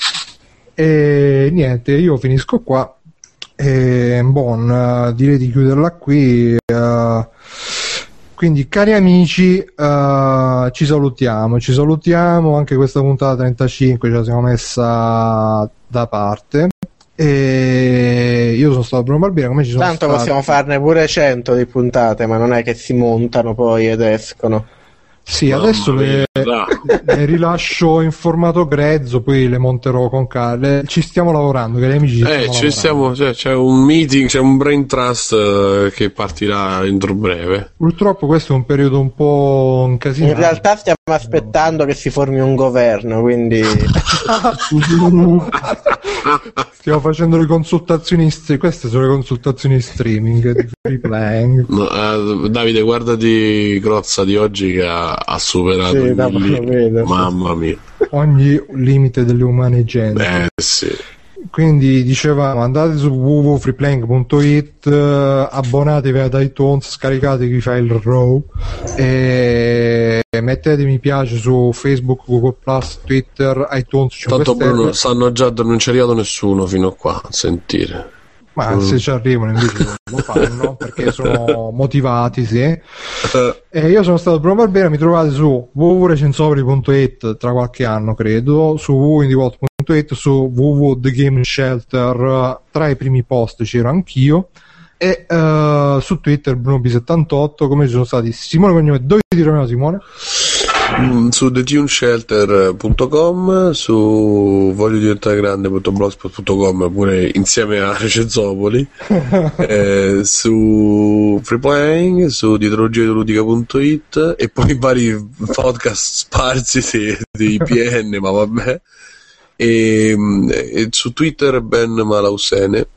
S1: E niente, io finisco qua. E bon, uh, direi di chiuderla qui. Uh, quindi cari amici, uh, ci salutiamo, ci salutiamo, anche questa puntata trentacinque ce la siamo messa da parte. E io sono stato Bruno Barbera, come ci sono
S3: tanto
S1: stati...
S3: possiamo farne pure cento di puntate, ma non è che si montano poi ed escono.
S1: Sì,
S2: Mamma
S1: adesso le, le rilascio in formato grezzo, poi le monterò con calma. Ci stiamo lavorando, cari amici. Ci
S2: Eh,
S1: stiamo
S2: ci stiamo, cioè, c'è un meeting, c'è un brain trust uh, che partirà entro breve.
S1: Purtroppo questo è un periodo un po' incasinato.
S3: In realtà stiamo aspettando che si formi un governo, quindi
S1: stiamo facendo le consultazioni st- queste sono le consultazioni streaming di Free Playing.
S2: No, uh, Davide, guardati Crozza di oggi che ha, ha superato
S3: sì,
S2: il
S3: da
S2: milli-
S3: vedo,
S2: mamma mia,
S1: Ogni limite delle umane genti.
S2: eh sì.
S1: Quindi dicevamo, andate su w w w punto freeplaying punto it, eh, abbonatevi ad iTunes, scaricatevi il file RAW e mettete mi piace su Facebook, Google Plus, Twitter, iTunes cinque
S2: Tanto
S1: stelle.
S2: Bruno, sanno già, non ci è arrivato nessuno fino a qua a sentire.
S1: Ma
S2: Mm.
S1: se ci arrivano invece lo fanno perché sono motivati, sì. E io sono stato Bruno Barbera, mi trovate su w w w punto recensopoli punto it tra qualche anno credo, su w w w punto indievolt punto it, su w w w punto the game shelter, tra i primi post c'ero anch'io, e uh, su Twitter Bruno B settantotto, come ci sono stati Simone Cognome. Dove ti troviamo, Simone?
S2: Mm, su the tune shelter punto com, su voglio diventare grande punto blogspot punto com, pure insieme a Recenzopoli, eh, su Freeplaying, su dietrologialudica punto it e poi vari podcast sparsi dei, dei I P N, ma vabbè, e, e su Twitter Ben Malausene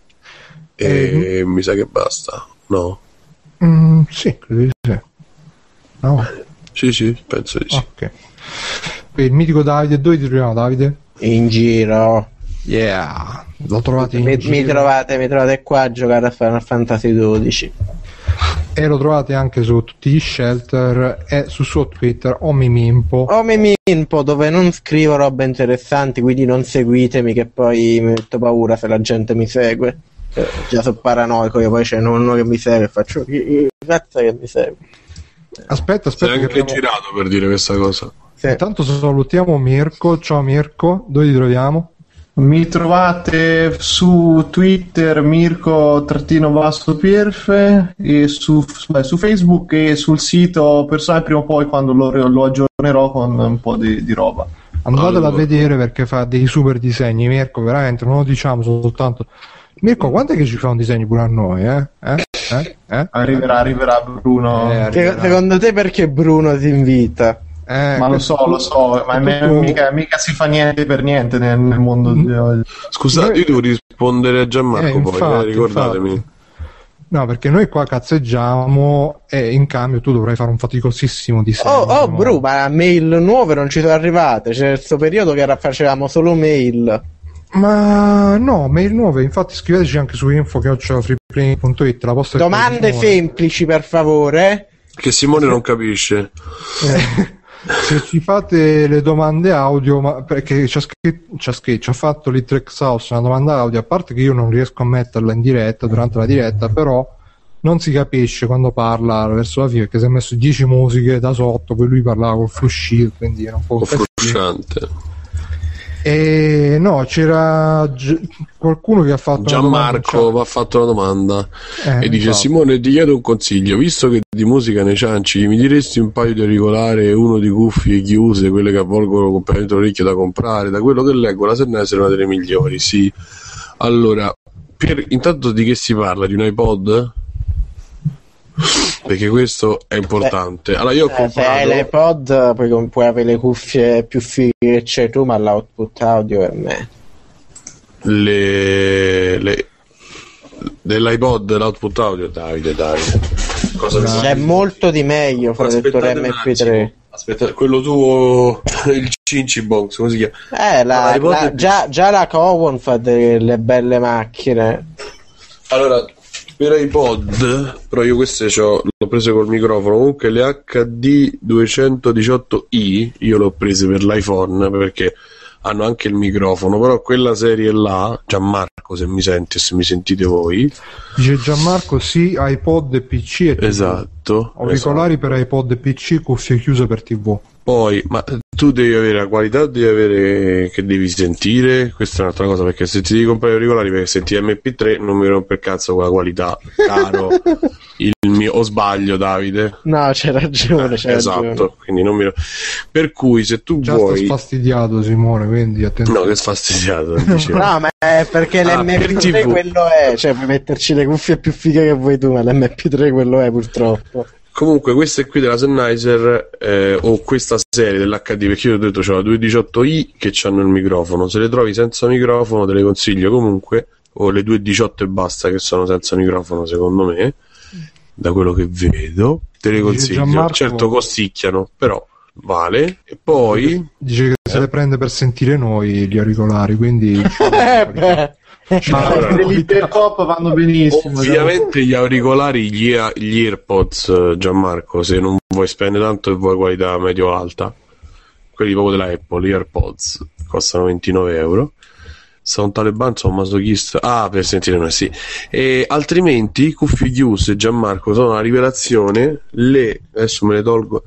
S2: e
S1: Eh,
S2: mi sa che basta, no?
S1: Mm, sì, credo di sì. No.
S2: Sì, sì, penso di sì.
S1: Ok. Poi il mitico Davide, dove ti troviamo, Davide?
S3: in giro.
S1: Yeah, lo trovate in
S3: Mi,
S1: giro.
S3: mi trovate, mi trovate qua a giocare a Final Fantasy dodici.
S1: E lo trovate anche su tutti gli shelter e su suo Twitter Omimimpo.
S3: O Memimpo, dove non scrivo robe interessanti, quindi non seguitemi che poi mi metto paura se la gente mi segue. Eh, già sono paranoico, io poi c'è uno che mi segue e faccio che cazzo che mi segue.
S1: Aspetta,
S2: Sei
S1: aspetta che
S2: anche
S1: abbiamo...
S2: girato per dire questa cosa.
S3: Sì.
S1: Intanto salutiamo Mirko. Ciao Mirko, dove ti troviamo?
S4: Mi trovate su Twitter Mirko trattino basso Pierfe e su, beh, su Facebook e sul sito personale prima o poi quando lo, lo aggiornerò con un po' di, di roba.
S1: Andatela
S2: Allora.
S1: a vedere perché fa dei super disegni Mirko, veramente, non lo diciamo soltanto. Mirko, quando è che ci fa un disegno pure a noi, eh? Eh? Eh? Eh?
S4: Arriverà, arriverà Bruno.
S1: Eh,
S3: Se-
S1: arriverà.
S3: secondo te perché Bruno si invita?
S1: Eh,
S4: Ma lo
S1: questo-
S4: so, lo so, ma
S1: tutto-
S4: me- mica, mica si fa niente per niente nel, nel mondo di oggi.
S2: Scusate, io devo rispondere a Gianmarco
S1: Eh,
S2: poi,
S1: infatti,
S2: eh, ricordatemi.
S1: infatti. No, perché noi qua cazzeggiamo e in cambio tu dovrai fare un faticosissimo disegno.
S3: Oh, oh
S1: no?
S3: Bru, ma mail nuove non ci sono arrivate. C'è questo periodo che era- facevamo solo mail.
S1: Ma no, mail nuove, infatti scriveteci anche su info chiocciola freeplaying punto it, la posta
S3: Domande semplici, per favore.
S2: Che Simone non capisce.
S1: Eh, se ci fate le domande audio, ma perché ci ha scritto, ci ha, scritto, ci ha fatto l'Itrex House una domanda audio, a parte che io non riesco a metterla in diretta durante la diretta, però non si capisce quando parla verso la fine perché si è messo dieci musiche da sotto, poi lui parlava col fruscio, quindi era un po'
S2: Un po' frusciante.
S1: E no, c'era Gi- qualcuno che ha fatto
S2: Gianmarco mi ha fatto una domanda
S1: Eh,
S2: e dice:
S1: esatto.
S2: Simone, ti chiedo un consiglio, visto che di musica ne cianci, mi diresti un paio di auricolari e uno di cuffie chiuse, quelle che avvolgono completamente l'orecchio, da comprare? Da quello che leggo la Sennheiser è una delle migliori. Sì, allora per, intanto di che si parla? Di un iPod? Perché questo è importante. Allora io ho
S3: Eh, se hai
S2: comprato
S3: l'iPod puoi, puoi avere le cuffie più fighe che c'è tu, ma l'output audio è me.
S2: le, le dell'iPod l'output audio, Davide, Davide. Cosa
S3: c'è molto di meglio fra il lettore emme pi tre.
S2: Aspetta, quello tuo, il Cinci Box, come si chiama?
S3: Eh, la, la, la, già, già la Cowon fa delle belle macchine.
S2: Allora, per iPod, però io queste c'ho, l'ho prese col microfono. Comunque le acca di duecentodiciotto i io le ho prese per l'iPhone perché hanno anche il microfono, però quella serie là, Gianmarco, se mi senti e se mi sentite voi,
S1: dice Gianmarco, sì, iPod e P C e T V.
S2: Esatto,
S1: auricolari
S2: esatto.
S1: Per iPod e P C, cuffie chiuse per T V.
S2: Poi, ma tu devi avere la qualità, devi avere che devi sentire, questa è un'altra cosa, perché se ti devi comprare gli auricolari per sentire emme pi tre non mi rompe il cazzo con la qualità, caro. Il mio, o sbaglio, Davide?
S3: No, c'è ragione, c'è
S2: esatto,
S3: ragione.
S2: Quindi non mi... Per cui se tu
S1: già
S2: vuoi...
S1: sto sfastidiato, Simone, quindi attenzione.
S2: No, che sfastidiato.
S3: No, ma è perché
S2: ah,
S3: l'emme pi tre quello è, cioè puoi metterci le cuffie più fighe che vuoi tu, ma l'emme pi tre quello è purtroppo.
S2: Comunque queste qui della Sennheiser eh, o questa serie dell'acca di, perché io ho detto c'ho la duecentodiciotto i che hanno il microfono, se le trovi senza microfono te le consiglio comunque, o le duecentodiciotto e basta che sono senza microfono secondo me, da quello che vedo te le consiglio. Gianmarco... certo costicchiano, però vale. E poi
S1: dice che eh. se le prende per sentire noi gli auricolari, quindi
S3: eh beh.
S4: Ma l'Intercop vanno benissimo.
S2: Ovviamente gli auricolari, gli, gli AirPods, Gianmarco, se non vuoi spendere tanto e vuoi qualità medio-alta, quelli proprio della Apple, gli AirPods, costano ventinove euro. Sono un taleban, sono un masochista. Ah, per sentire noi sì. E altrimenti, cuffie chiuse, Gianmarco, sono una rivelazione. Le, adesso me le tolgo,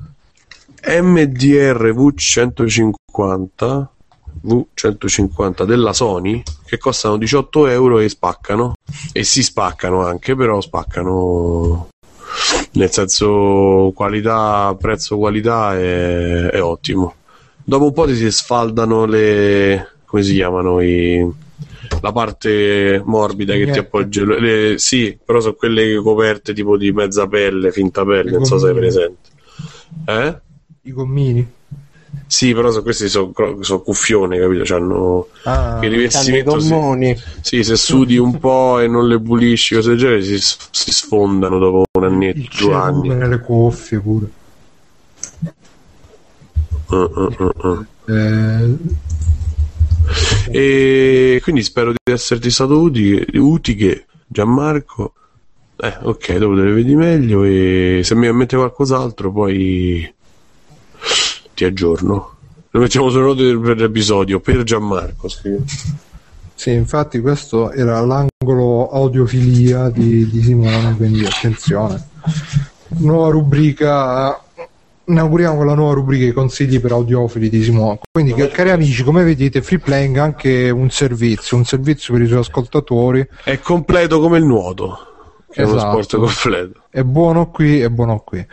S2: emme di erre vu centocinquanta vu centocinquanta della Sony, che costano diciotto euro e spaccano, e si spaccano anche, però spaccano nel senso qualità, prezzo qualità è, è ottimo. Dopo un po' ti si sfaldano le, come si chiamano, i, la parte morbida che ti appoggia le, sì, però sono quelle coperte tipo di mezza pelle, finta pelle, non so se hai presente. Eh?
S1: I gommini.
S2: Sì, però so, questi sono so cuffioni, capito? C'hanno
S3: ah,
S2: il rivestimento.
S3: Sì,
S2: sì, se sudi un po' e non le pulisci, cose del genere, si, si sfondano dopo un annetto,
S1: il
S2: due anni.
S1: nelle cuffie pure.
S2: Uh, uh, uh, uh.
S1: Eh...
S2: E quindi spero di esserti stato utile, utile Gianmarco. Eh, ok, dopo te le vedi meglio e se mi mette qualcos'altro poi ti aggiorno. Lo mettiamo sulle note per l'episodio per Gianmarco. Sì.
S1: Sì, infatti questo era l'angolo audiofilia di, di Simone, quindi attenzione. Nuova rubrica, inauguriamo con la nuova rubrica i consigli per audiofili di Simone. Quindi cari amici, come vedete Free Playing ha anche un servizio, un servizio per i suoi ascoltatori.
S2: È completo come il nuoto, che esatto. È uno sport completo.
S1: È buono qui, è buono qui.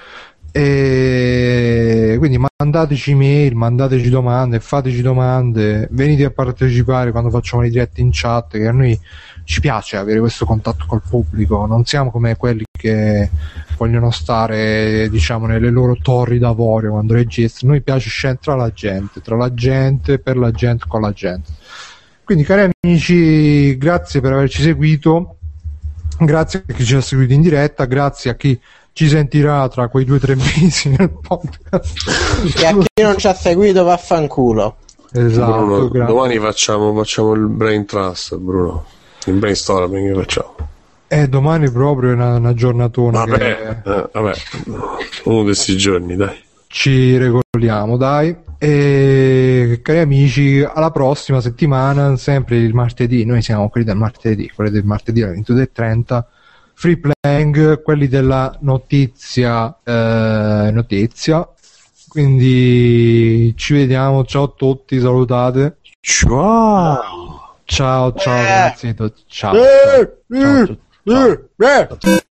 S1: E quindi mandateci email, mandateci domande, fateci domande, venite a partecipare quando facciamo le dirette in chat, che a noi ci piace avere questo contatto col pubblico, non siamo come quelli che vogliono stare, diciamo, nelle loro torri d'avorio quando registrano. Noi piace scendere tra la gente, tra la gente, per la gente, con la gente. Quindi cari amici, grazie per averci seguito, grazie a chi ci ha seguito in diretta, grazie a chi ci sentirà tra quei due o tre mesi nel podcast.
S3: E a chi non ci ha seguito vaffanculo.
S1: Esatto.
S2: Bruno, domani facciamo, facciamo il brain trust, Bruno. Il brainstorming che facciamo.
S1: Eh, domani proprio è una, una giornatona.
S2: Vabbè,
S1: che...
S2: eh, vabbè, uno di questi giorni, dai.
S1: Ci regoliamo, dai. E cari amici, alla prossima settimana, sempre il martedì. Noi siamo quelli del martedì, quelli del martedì alle ventidue e trenta. Free Playing, quelli della notizia, eh, notizia. Quindi ci vediamo, ciao a tutti, salutate.
S2: Ciao.
S1: Ciao, ciao,
S3: eh.
S1: grazie a tutti. Ciao, ciao, ciao, ciao, ciao.